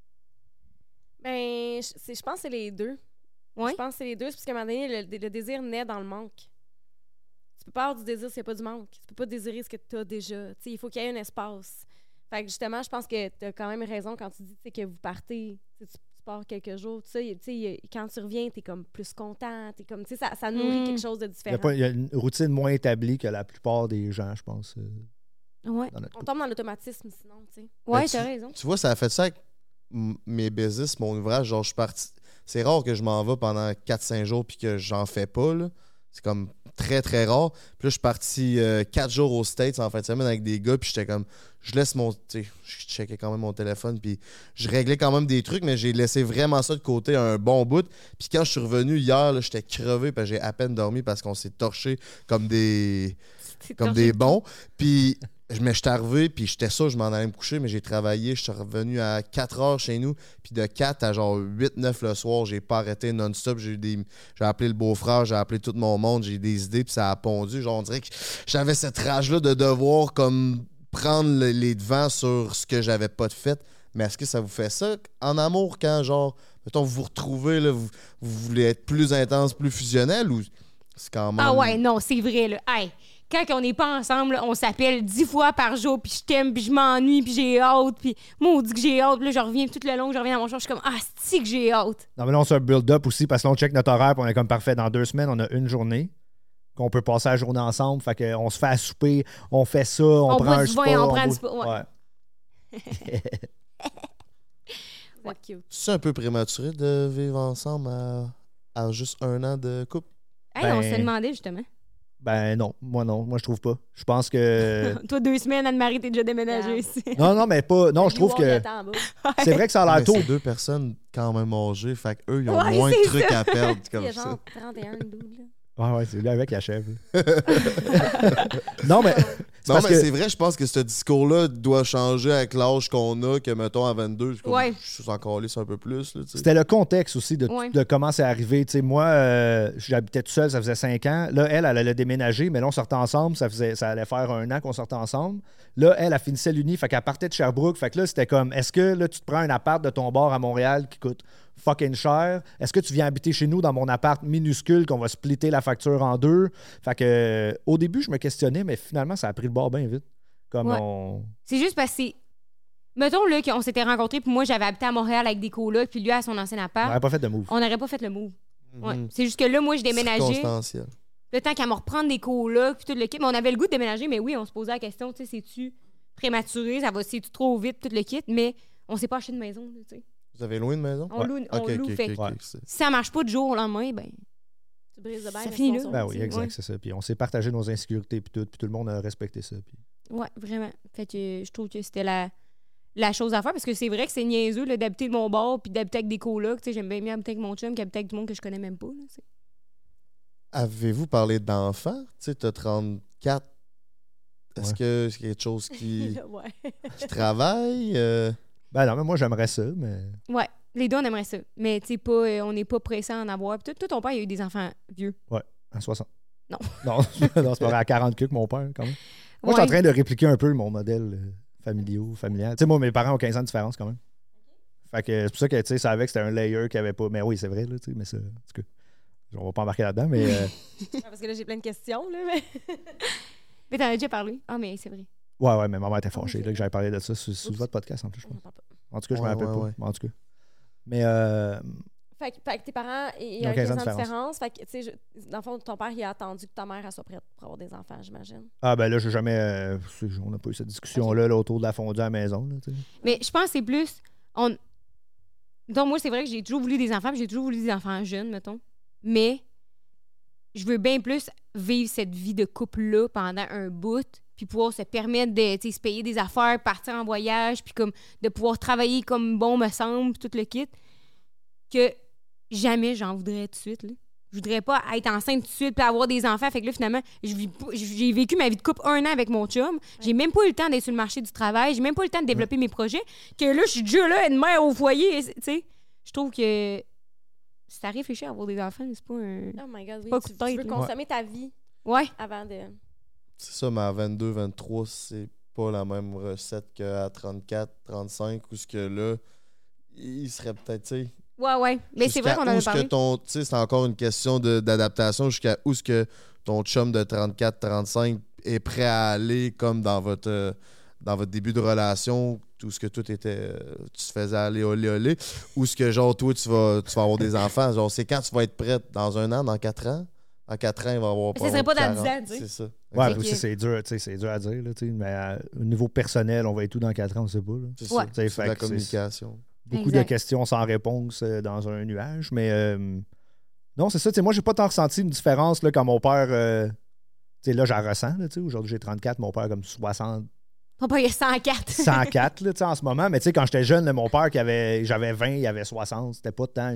Ben, je pense que c'est les deux. Ouais. Je pense que c'est les deux, c'est parce qu'à un moment donné, le désir naît dans le manque. Tu peux pas avoir du désir s'il n'y a pas du manque. Tu peux pas désirer ce que tu as déjà. Tu sais, il faut qu'il y ait un espace. Fait que justement, je pense que tu as quand même raison quand tu dis tu sais, que vous partez, tu pars quelques jours, tout ça, tu sais, quand tu reviens, tu es comme plus content, t'es comme, tu sais, ça nourrit quelque chose de différent. Il y a une routine moins établie que la plupart des gens, je pense, Ouais. dans notre On couple. tombe dans l'automatisme sinon, tu sais. Ouais, Ben, t'as raison. Tu vois, ça a fait ça avec mes business, mon ouvrage. Genre, je suis parti. C'est rare que je m'en vais pendant 4-5 jours puis que j'en fais pas, là. C'est comme très, très rare. Puis là, je suis parti 4 jours aux States en fin de semaine avec des gars. Puis j'étais comme, je laisse mon. Tu sais, je checkais quand même mon téléphone. Puis je réglais quand même des trucs, mais j'ai laissé vraiment ça de côté un bon bout. Puis quand je suis revenu hier, là, j'étais crevé. Puis j'ai à peine dormi parce qu'on s'est torché comme des bons. Puis. Mais j'étais arrivé, puis j'étais sûr, je m'en allais me coucher, mais j'ai travaillé, je suis revenu à 4 heures chez nous, puis de 4 à genre 8-9 le soir, j'ai pas arrêté non-stop, j'ai appelé le beau-frère, j'ai appelé tout mon monde, j'ai des idées, puis ça a pondu, genre on dirait que j'avais cette rage-là de devoir comme prendre les devants sur ce que j'avais pas de fait, Mais est-ce que ça vous fait ça en amour quand, genre, mettons, vous vous retrouvez, là, vous voulez être plus intense, plus fusionnel ou c'est quand même... Ah ouais, non, c'est vrai, là. Hey, quand on n'est pas ensemble, là, on s'appelle 10 fois par jour, puis je t'aime, puis je m'ennuie, puis j'ai hâte, puis moi, on dit que j'ai hâte, puis là, je reviens tout le long, je reviens dans mon char, je suis comme, ah, c'est que j'ai hâte. Non, mais là, on se fait un build-up aussi parce que là, on check notre horaire puis on est comme parfait. Dans 2 semaines, on a une journée qu'on peut passer la journée ensemble. Fait qu'on se fait à souper, on fait ça, on prend boit un du vin, spa. on prend du spa, ouais. Ouais, cute. C'est un peu prématuré de vivre ensemble à juste 1 an de couple? Hey, on se demandait, justement. Ben non, moi je trouve pas. Je pense que... Toi, 2 semaines, Anne-Marie, t'es déjà déménagée Yeah. ici. Non, mais pas... Non, je trouve que... C'est vrai que ça a l'air Mais tôt. c'est 2 personnes quand même âgées, fait qu'eux, ils ont Ouais, moins de c'est trucs à perdre Il y comme a ça. genre 31 double. Ouais, c'est lui avec la chèvre. Non, mais... Non, parce mais que- c'est vrai, je pense que ce discours-là doit changer avec l'âge qu'on a, que mettons à 22, Ouais. je suis encore lisse un peu plus. Là, tu sais. C'était le contexte aussi Ouais. de comment c'est arrivé. Tu sais, moi, j'habitais tout seul, ça faisait 5 ans. Là, elle allait déménager, mais là, on sortait ensemble. Ça allait faire 1 an qu'on sortait ensemble. Là, elle finissait l'uni, fait qu'elle partait de Sherbrooke. Fait que là, c'était comme, est-ce que là, tu te prends un appart de ton bord à Montréal qui coûte fucking cher? Est-ce que tu viens habiter chez nous dans mon appart minuscule qu'on va splitter la facture en 2? Fait que, au début, je me questionnais, mais finalement, ça a pris le bord bien vite. Comme Ouais. on... C'est juste parce que c'est... Mettons là qu'on s'était rencontrés, puis moi, j'avais habité à Montréal avec des colocs, puis lui, à son ancien On appart. n'aurait pas fait de move. On n'aurait pas fait le move. Ouais. Mhm. C'est juste que là, moi, je déménageais. Circonstanciel. Le temps qu'à me reprendre des colocs, puis tout le kit. Mais on avait le goût de déménager, mais oui, on se posait la question, tu sais, c'est-tu prématuré, c'est-tu trop vite, tout le kit, mais on s'est pas acheté de maison, là, tu sais. Vous avez loué une maison? On loue, on Ok, loue, ok, fait ok, que ok, Ouais. c'est- si ça marche pas du jour au lendemain, ben... Tu brises de bain. Ça mais finit sinon, là. ça Ben va oui, aussi. exact, Ouais. c'est ça. Puis on s'est partagé nos insécurités, puis tout le monde a respecté ça. Puis... Ouais, vraiment. Fait que je trouve que c'était la chose à faire, parce que c'est vrai que c'est niaiseux là, d'habiter de mon bord puis d'habiter avec des colocs. Tu sais, j'aime bien mieux habiter avec mon chum qu'habiter avec du monde que je connais même pas. Là, tu sais. Avez-vous parlé d'enfants? Tu sais, t'as 34. Est-ce Ouais. que c'est quelque chose qui Ouais. travaille? Ben non, mais moi, j'aimerais ça, mais... Ouais, les deux, on aimerait ça. Mais tu sais, pas, on n'est pas pressé à en avoir. Puis toi, ton père, il a eu des enfants vieux. À 60. Non. Non, non, c'est pas vrai, à 40 que mon père, quand même. Moi, je suis en train de répliquer un peu mon modèle familial. Tu sais, moi, mes parents ont 15 ans de différence, quand même. Fait que c'est pour ça que, tu sais, ça avait que c'était un layer qu'il n'y avait pas... Mais oui, c'est vrai, là, tu sais, mais ça... En tout cas, on va pas embarquer là-dedans, mais... Parce que là, j'ai plein de questions, là, mais... Mais t'en as déjà parlé. Ah, mais c'est vrai. Ouais, mais maman était fâchée, Ok. là, que j'avais parlé de ça sur Oups. votre podcast, en plus, je On pense. en parle pas. En tout cas, je me Ouais, rappelle ouais, pas. ouais. En tout cas. Mais... Fait que tes parents, il y Ils a ont 15 15 ans ans de de différence. Fait que, tu sais, dans le fond, ton père, il a attendu que ta mère elle soit prête pour avoir des enfants, j'imagine. Ah, ben là, j'ai jamais... on n'a pas eu cette discussion-là là, autour de la fondue à la maison, là, tu sais. Mais je pense que c'est plus... Donc, moi, c'est vrai que j'ai toujours voulu des enfants, puis j'ai toujours voulu des enfants jeunes, mettons. Mais je veux bien plus vivre cette vie de couple-là pendant un bout, puis pouvoir se permettre de tu sais, se payer des affaires, partir en voyage, puis comme de pouvoir travailler comme bon me semble, puis tout le kit, que jamais j'en voudrais tout de suite. Là. Je voudrais pas être enceinte tout de suite puis avoir des enfants. Fait que là, finalement, j'ai vécu ma vie de couple 1 an avec mon chum. J'ai même pas eu le temps d'être sur le marché du travail. J'ai même pas eu le temps de développer mes projets. Que là, je suis déjà là, une mère au foyer. Tu sais, je trouve que si t'as réfléchi à avoir des enfants, c'est pas un... Oh my God, oui. Pas Tu, coup de tu veux tête, là. consommer ta vie Ouais. avant de... C'est ça, mais à 22, 23, c'est pas la même recette qu'à 34, 35, où ce que là, il serait peut-être, tu sais... Ouais. Mais c'est vrai qu'on en a parlé. Tu sais, c'est encore une question d'adaptation jusqu'à où est-ce que ton chum de 34, 35 est prêt à aller comme dans votre début de relation, tout ce que tout était, tu te faisais aller olé, ou ce que genre toi tu vas avoir des enfants, genre c'est quand tu vas être prête, dans 1 an, dans 4 ans? En 4 ans, il va avoir Mais ça serait pas dans 10 40. ans, tu sais. C'est ça. Ouais, Fait mais aussi, que- c'est dur, tu sais, c'est dur à dire, là, tu sais, mais au niveau personnel, on va être tout dans 4 ans, on sait pas, là. C'est Ouais. ça. T'sais, C'est fait la que c'est- communication. Beaucoup Exact. de questions sans réponse dans un nuage, mais non, c'est ça, tu sais, moi, j'ai pas tant ressenti une différence, là, quand mon père, tu sais, là, j'en ressens, là, tu sais, aujourd'hui, j'ai 34, mon père, comme 60, Ton père, il a 104. 104, là, tu sais, en ce moment, mais tu sais, quand j'étais jeune, là, mon père, j'avais 20, il avait 60, c'était pas tant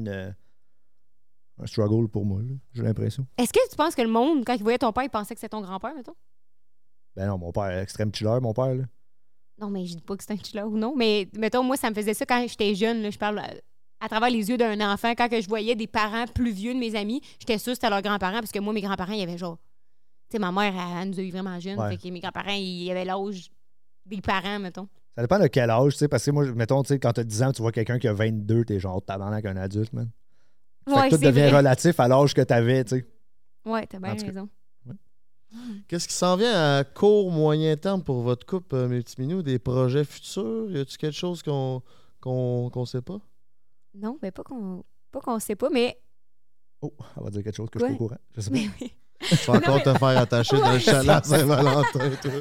un struggle pour moi, là, j'ai l'impression. Est-ce que tu penses que le monde, quand il voyait ton père, il pensait que c'était ton grand-père, mettons? Ben non, mon père, extrême chiller, mon père, là. Non, mais je dis pas que c'est un chiller ou non. Mais mettons, moi, ça me faisait ça quand j'étais jeune. Là, je parle à travers les yeux d'un enfant. Quand que je voyais des parents plus vieux de mes amis, j'étais sûre que c'était leurs grands-parents. Parce que moi, mes grands-parents, ils avaient genre... Tu sais, ma mère, elle nous a eu vraiment jeunes. Ouais. Fait que mes grands-parents, ils avaient l'âge des parents, mettons. Ça dépend de quel âge, tu sais, parce que moi, mettons, tu sais, quand t'as 10 ans, tu vois quelqu'un qui a 22, t'es genre tabarnak un adulte, man. Fait Ouais, que tout c'est devient vrai. relatif à l'âge que t'avais, tu sais. Ouais, t'as bien En tout cas. raison. Qu'est-ce qui s'en vient à court, moyen terme pour votre couple, mes petits minous? Des projets futurs? Y a-tu quelque chose qu'on sait pas? Non, mais pas qu'on sait pas, mais... Oh, elle va dire quelque chose que Ouais. je suis au courant. Je sais pas. mais oui. Tu vas encore te faire attacher dans le chalet à Saint-Valentin, toi.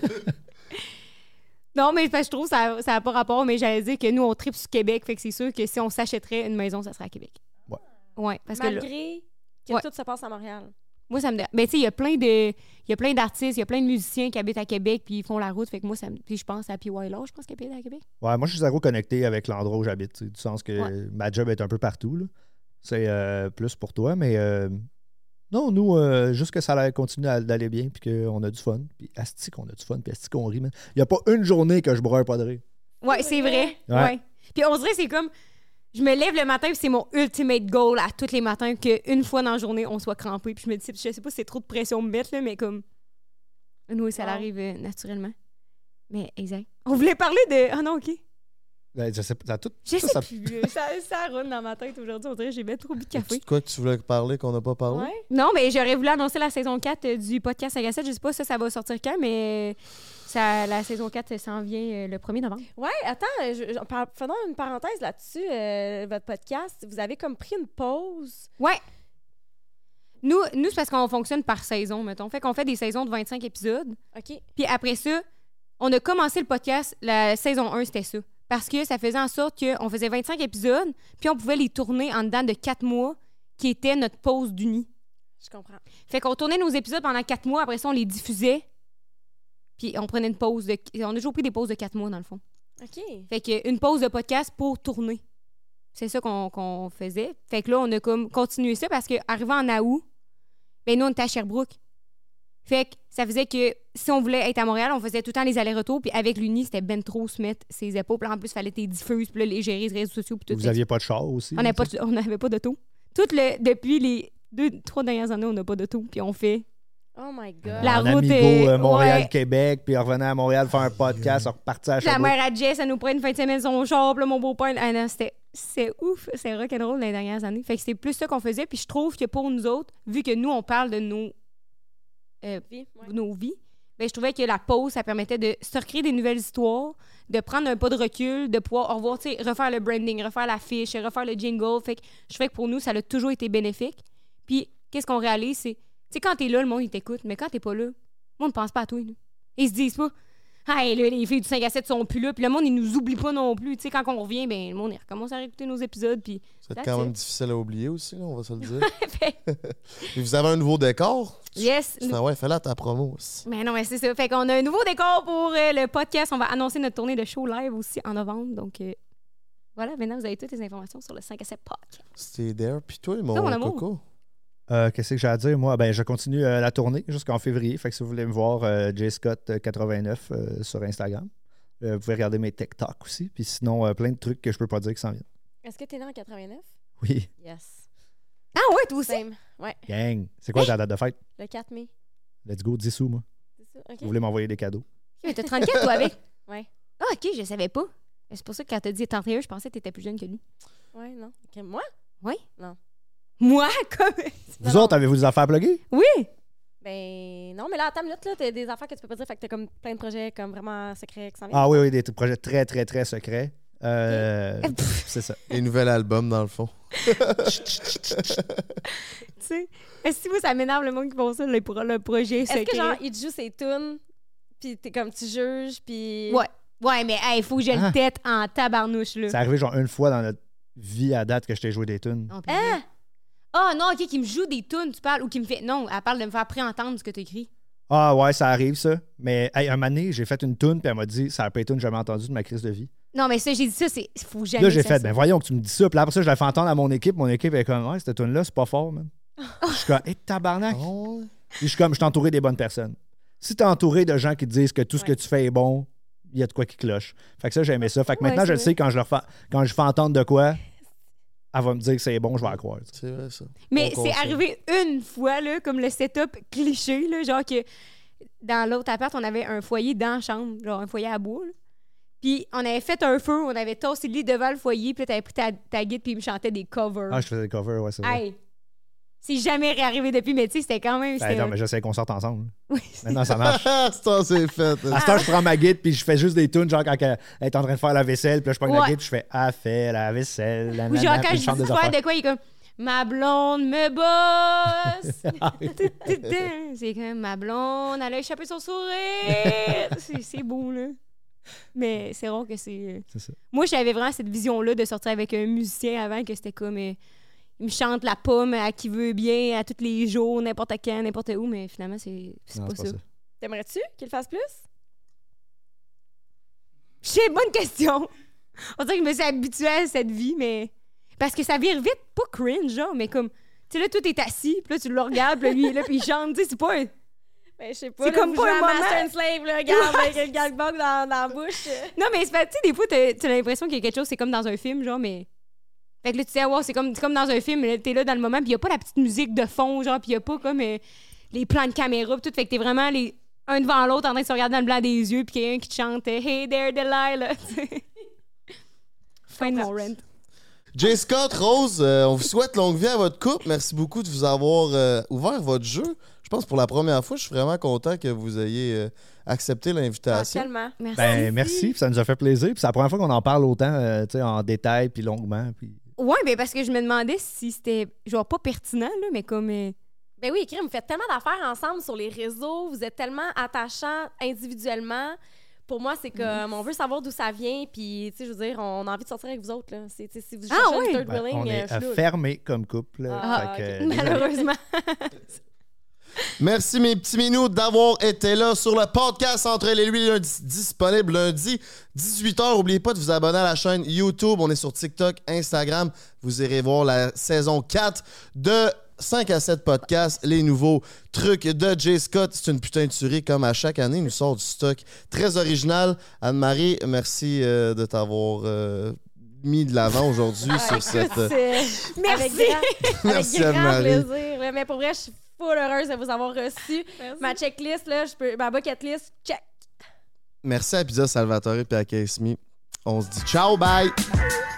Non, mais parce que je trouve que ça n'a pas rapport, mais j'allais dire que nous, on tripe sur Québec, fait que c'est sûr que si on s'achèterait une maison, ça serait à Québec. Ouais. Ouais, parce que là, Malgré que Ouais. tout se passe à Montréal. moi, ça me... Mais tu sais, il y a plein d'artistes, il y a plein de musiciens qui habitent à Québec, puis ils font la route, fait que moi, puis je pense à P.Y. Law, je pense qu'il habite à Québec. Ouais, moi, je suis zéro connecté avec l'endroit où j'habite, tu sais, du sens que Ouais. ma job est un peu partout, là. C'est plus pour toi, mais non, nous, juste que ça continue d'aller bien, puis qu'on a du fun. Puis asti qu'on a du fun, puis asti qu'on rit, man. Il n'y a pas une journée que je broie pas de rire. Ouais, c'est vrai. Ouais. Ouais. Puis on dirait, c'est comme... Je me lève le matin, puis c'est mon ultimate goal à tous les matins qu'une fois dans la journée, on soit crampé. Puis je me dis, je sais pas si c'est trop de pression me mettre, là, mais comme... Nous, ça Wow. arrive naturellement. Mais exact. On voulait parler de... Ah non, OK. Ben, je sais pas, ça a tout. Je ça, sais ça- plus. Ça run dans ma tête aujourd'hui. On dirait que j'ai bien trop bu de Y a-tu café. de quoi que tu voulais parler qu'on n'a pas parlé? Ouais. Non, mais j'aurais voulu annoncer la saison 4 du podcast Agassette. Je sais pas ça va sortir quand, mais la saison 4 s'en vient le 1er novembre. Ouais, attends, faisons une parenthèse là-dessus. Votre podcast, vous avez comme pris une pause. Ouais. Nous c'est parce qu'on fonctionne par saison, mettons. Fait qu'on fait des saisons de 25 épisodes. OK. Puis après ça, on a commencé le podcast, la saison 1, c'était ça. Parce que ça faisait en sorte qu'on faisait 25 épisodes, puis on pouvait les tourner en dedans de 4 mois, qui était notre pause d'uni. Je comprends. Fait qu'on tournait nos épisodes pendant 4 mois, après ça, on les diffusait, puis on prenait une pause de... On a toujours pris des pauses de 4 mois, dans le fond. OK. Fait qu'une pause de podcast pour tourner. C'est ça qu'on faisait. Fait que là, on a comme continué ça, parce qu'arrivant en août, ben nous, on était à Sherbrooke. Fait que ça faisait que si on voulait être à Montréal, on faisait tout le temps les allers-retours. Puis avec l'Uni, c'était ben trop se mettre ses épaules. Puis en plus, il fallait que tu diffuses, puis là, les gérer les réseaux sociaux. Puis tout. Vous Fait que aviez pas de char aussi? on n'avait pas d'auto. Depuis les 2-3 dernières années, on n'a pas d'auto. Puis on fait... Oh my God. La en route Amigo, est- Montréal-Québec, puis on revenait à Montréal faire un podcast, on repartait à La Sherbrooke. mère à Jess, elle nous prend une fin de semaine son char. Puis là, mon beau-père... Ah non, c'est ouf. C'est rock'n'roll dans les dernières années. Fait que c'est plus ça qu'on faisait. Puis je trouve que pour nous autres, vu que nous, on parle de nos Vie, ouais. nos vies, ben, je trouvais que la pause, ça permettait de se recréer des nouvelles histoires, de prendre un pas de recul, de pouvoir revoir, tu sais, refaire le branding, refaire l'affiche, refaire le jingle. Fait que je trouvais que pour nous, ça a toujours été bénéfique. Puis, qu'est-ce qu'on réalise, c'est, tu sais, quand t'es là, le monde, il t'écoute, mais quand t'es pas là, le monde ne pense pas à toi. Là. Ils se disent pas, hey, là, les filles du 5 à 7 sont plus là, puis le monde, il nous oublie pas non plus. Tu sais, quand on revient, ben, le monde, il recommence à réécouter nos épisodes, puis C'est That's quand même it. difficile à oublier aussi, là, on va se le dire. fait, Et vous avez un nouveau décor? yes. Ouais, fais-la ta promo aussi. Mais non, mais c'est ça. Fait qu'on a un nouveau décor pour le podcast. On va annoncer notre tournée de show live aussi en novembre. Donc, voilà, maintenant, vous avez toutes les informations sur le 5 à 7 podcast. Stay there. Puis toi, mon Toi, mon amour. coco? Qu'est-ce que j'ai à dire? Moi, ben, je continue la tournée jusqu'en février. Fait que si vous voulez me voir, JScott89 sur Instagram. Vous pouvez regarder mes TikTok aussi. Puis sinon, plein de trucs que je peux pas dire qui s'en viennent. Est-ce que t'es né en 89? Oui, Yes. Ah ouais, toi aussi? Same. Ouais, gang. C'est quoi ta date de fête? le 4 mai. Let's go, 10 sous, moi. C'est ça? OK. Vous voulez m'envoyer des cadeaux? Mais t'as 34, toi, avec? Ouais. Ah, OK, je savais pas. C'est pour ça que quand t'as dit 31, je pensais que t'étais plus jeune que lui. Ouais, non. OK, moi? Moi, comme... Vous Non, autres, avez-vous des affaires à plugger? Oui! Ben, non, mais là, attends une minute, là, t'as des affaires que tu peux pas dire. Fait que t'as comme plein de projets comme vraiment secrets qui s'en viennent. Ah oui, oui, des projets très, très, très secrets. C'est ça. Et nouvel album, dans le fond. Tu sais, est-ce que moi, ça m'énerve le monde qui font ça, le projet Est-ce secret? que, genre, il te joue ses tunes, puis t'es comme, tu juges, puis... Ouais. Ouais, mais il faut que je le tête en tabarnouche, là. C'est arrivé genre une fois dans notre vie à date que je t'ai joué des tunes. Non, puis- Hein? Ah non, OK, qui me joue des tunes, tu parles, ou qui me fait... Non, elle parle de me faire préentendre ce que tu écris. Ah ouais, ça arrive ça. Mais hey, un moment donné, j'ai fait une tune, puis elle m'a dit, ça n'a pas été une jamais entendue de ma crise de vie. Non, mais ça, j'ai dit ça, c'est... Faut jamais Là, j'ai faire fait, ça. ben voyons que tu me dis ça. Puis là, après ça, je l'ai fait entendre à mon équipe. Mon équipe est comme, ouais, cette tune-là, c'est pas fort, man. Je suis comme, hé, tabarnak. Oh, Puis je suis comme, je suis entouré des bonnes personnes. Si t'es entouré de gens qui te disent que tout ce que tu fais est bon, il y a de quoi qui cloche. Fait que ça, j'aimais ça. Fait que Ouais, maintenant, je c'est le sais, quand je fais entendre de quoi, elle va me dire que c'est bon, je vais la croire. tu sais. c'est vrai, ça. Mais Bon c'est conseil. arrivé une fois, là, comme le setup cliché, là, genre que dans l'autre appart, on avait un foyer dans la chambre, genre un foyer à bois, là. Puis on avait fait un feu, on avait tassé le lit devant le foyer, puis là, t'avais pris ta guide, puis il me chantait des covers. Ah, je faisais des covers, ouais, c'est vrai. Hey, c'est jamais réarrivé depuis, mais tu sais, c'était quand même... Ben non, mais j'essaie qu'on sorte ensemble. Oui. Maintenant, ça marche. Ça, c'est fait. À ce temps, je prends ma guide puis je fais juste des tunes, genre quand elle est en train de faire la vaisselle, puis là, je prends la Ouais. guide puis je fais « Ah, fait la vaisselle, la Ou genre, nana, quand puis je je chante dis des faire affaires. de quoi, il est comme « Ma blonde me bosse! » C'est comme « Ma blonde, elle a échappé son sourire! » C'est beau, là. Mais c'est rare que c'est... C'est ça. Moi, j'avais vraiment cette vision-là de sortir avec un musicien avant, que c'était comme... il me chante la pomme à qui veut bien, à tous les jours, n'importe quand, n'importe où, mais finalement, c'est Non, pas c'est ça. T'aimerais-tu qu'il le fasse plus? C'est bonne question! On dirait que je me suis habituée à cette vie, mais... Parce que ça vire vite, pas cringe, genre, mais comme... Tu sais, là, tout est assis, puis là, tu le regardes, puis là, lui, il est là, puis il chante, tu sais, c'est pas... Ben, je sais pas. C'est là, comme vous pas jouez un à moment. Master and Slave, là, regarde, avec le gangbang dans la bouche. Non, mais c'est pas... Tu sais, des fois, t'as l'impression qu'il y a quelque chose, c'est comme dans un film, genre, mais... Fait que là, tu sais, wow, c'est comme dans un film, mais là, t'es là dans le moment, puis il y a pas la petite musique de fond, genre, puis il y a pas comme les plans de caméra, pis tout, fait que t'es vraiment un devant l'autre en train de se regarder dans le blanc des yeux, puis quelqu'un qui te chante « Hey there, Delilah! » Fin de mon rant. J. Scott, Rose, on vous souhaite longue vie à votre couple. Merci beaucoup de vous avoir ouvert votre jeu. Je pense que pour la première fois, je suis vraiment content que vous ayez accepté l'invitation. Tellement. Merci. Ben, merci, puis ça nous a fait plaisir. Puis c'est la première fois qu'on en parle autant, tu sais, en détail, puis longuement. Puis... Ouais, ben parce que je me demandais si c'était, genre, pas pertinent, là, mais comme... Ben oui, Crime, vous faites tellement d'affaires ensemble sur les réseaux, vous êtes tellement attachants individuellement. Pour moi, c'est comme, on veut savoir d'où ça vient, puis, tu sais, je veux dire, on a envie de sortir avec vous autres, là. Si vous cherchez oui? un third Ben, wheeling, on est je suis là. fermés comme couple. Ah, fait que, ok. désolé. Malheureusement. Merci, mes petits minous, d'avoir été là sur le podcast Entre les lui lundi, disponible lundi, 18h. N'oubliez pas de vous abonner à la chaîne YouTube. On est sur TikTok, Instagram. Vous irez voir la saison 4 de 5 à 7 podcasts, les nouveaux trucs de J. Scott. C'est une putain de tuerie, comme à chaque année. Il nous sort du stock très original. Anne-Marie, merci de t'avoir mis de l'avant aujourd'hui sur cette... Avec Merci. Merci, grand Anne-Marie. plaisir. là. Mais pour vrai, je suis full heureuse de vous avoir reçu. Ma checklist, là, ma bucket list, check. Merci à Pizza Salvatore et à Kesmi. On se dit ciao, bye! Bye.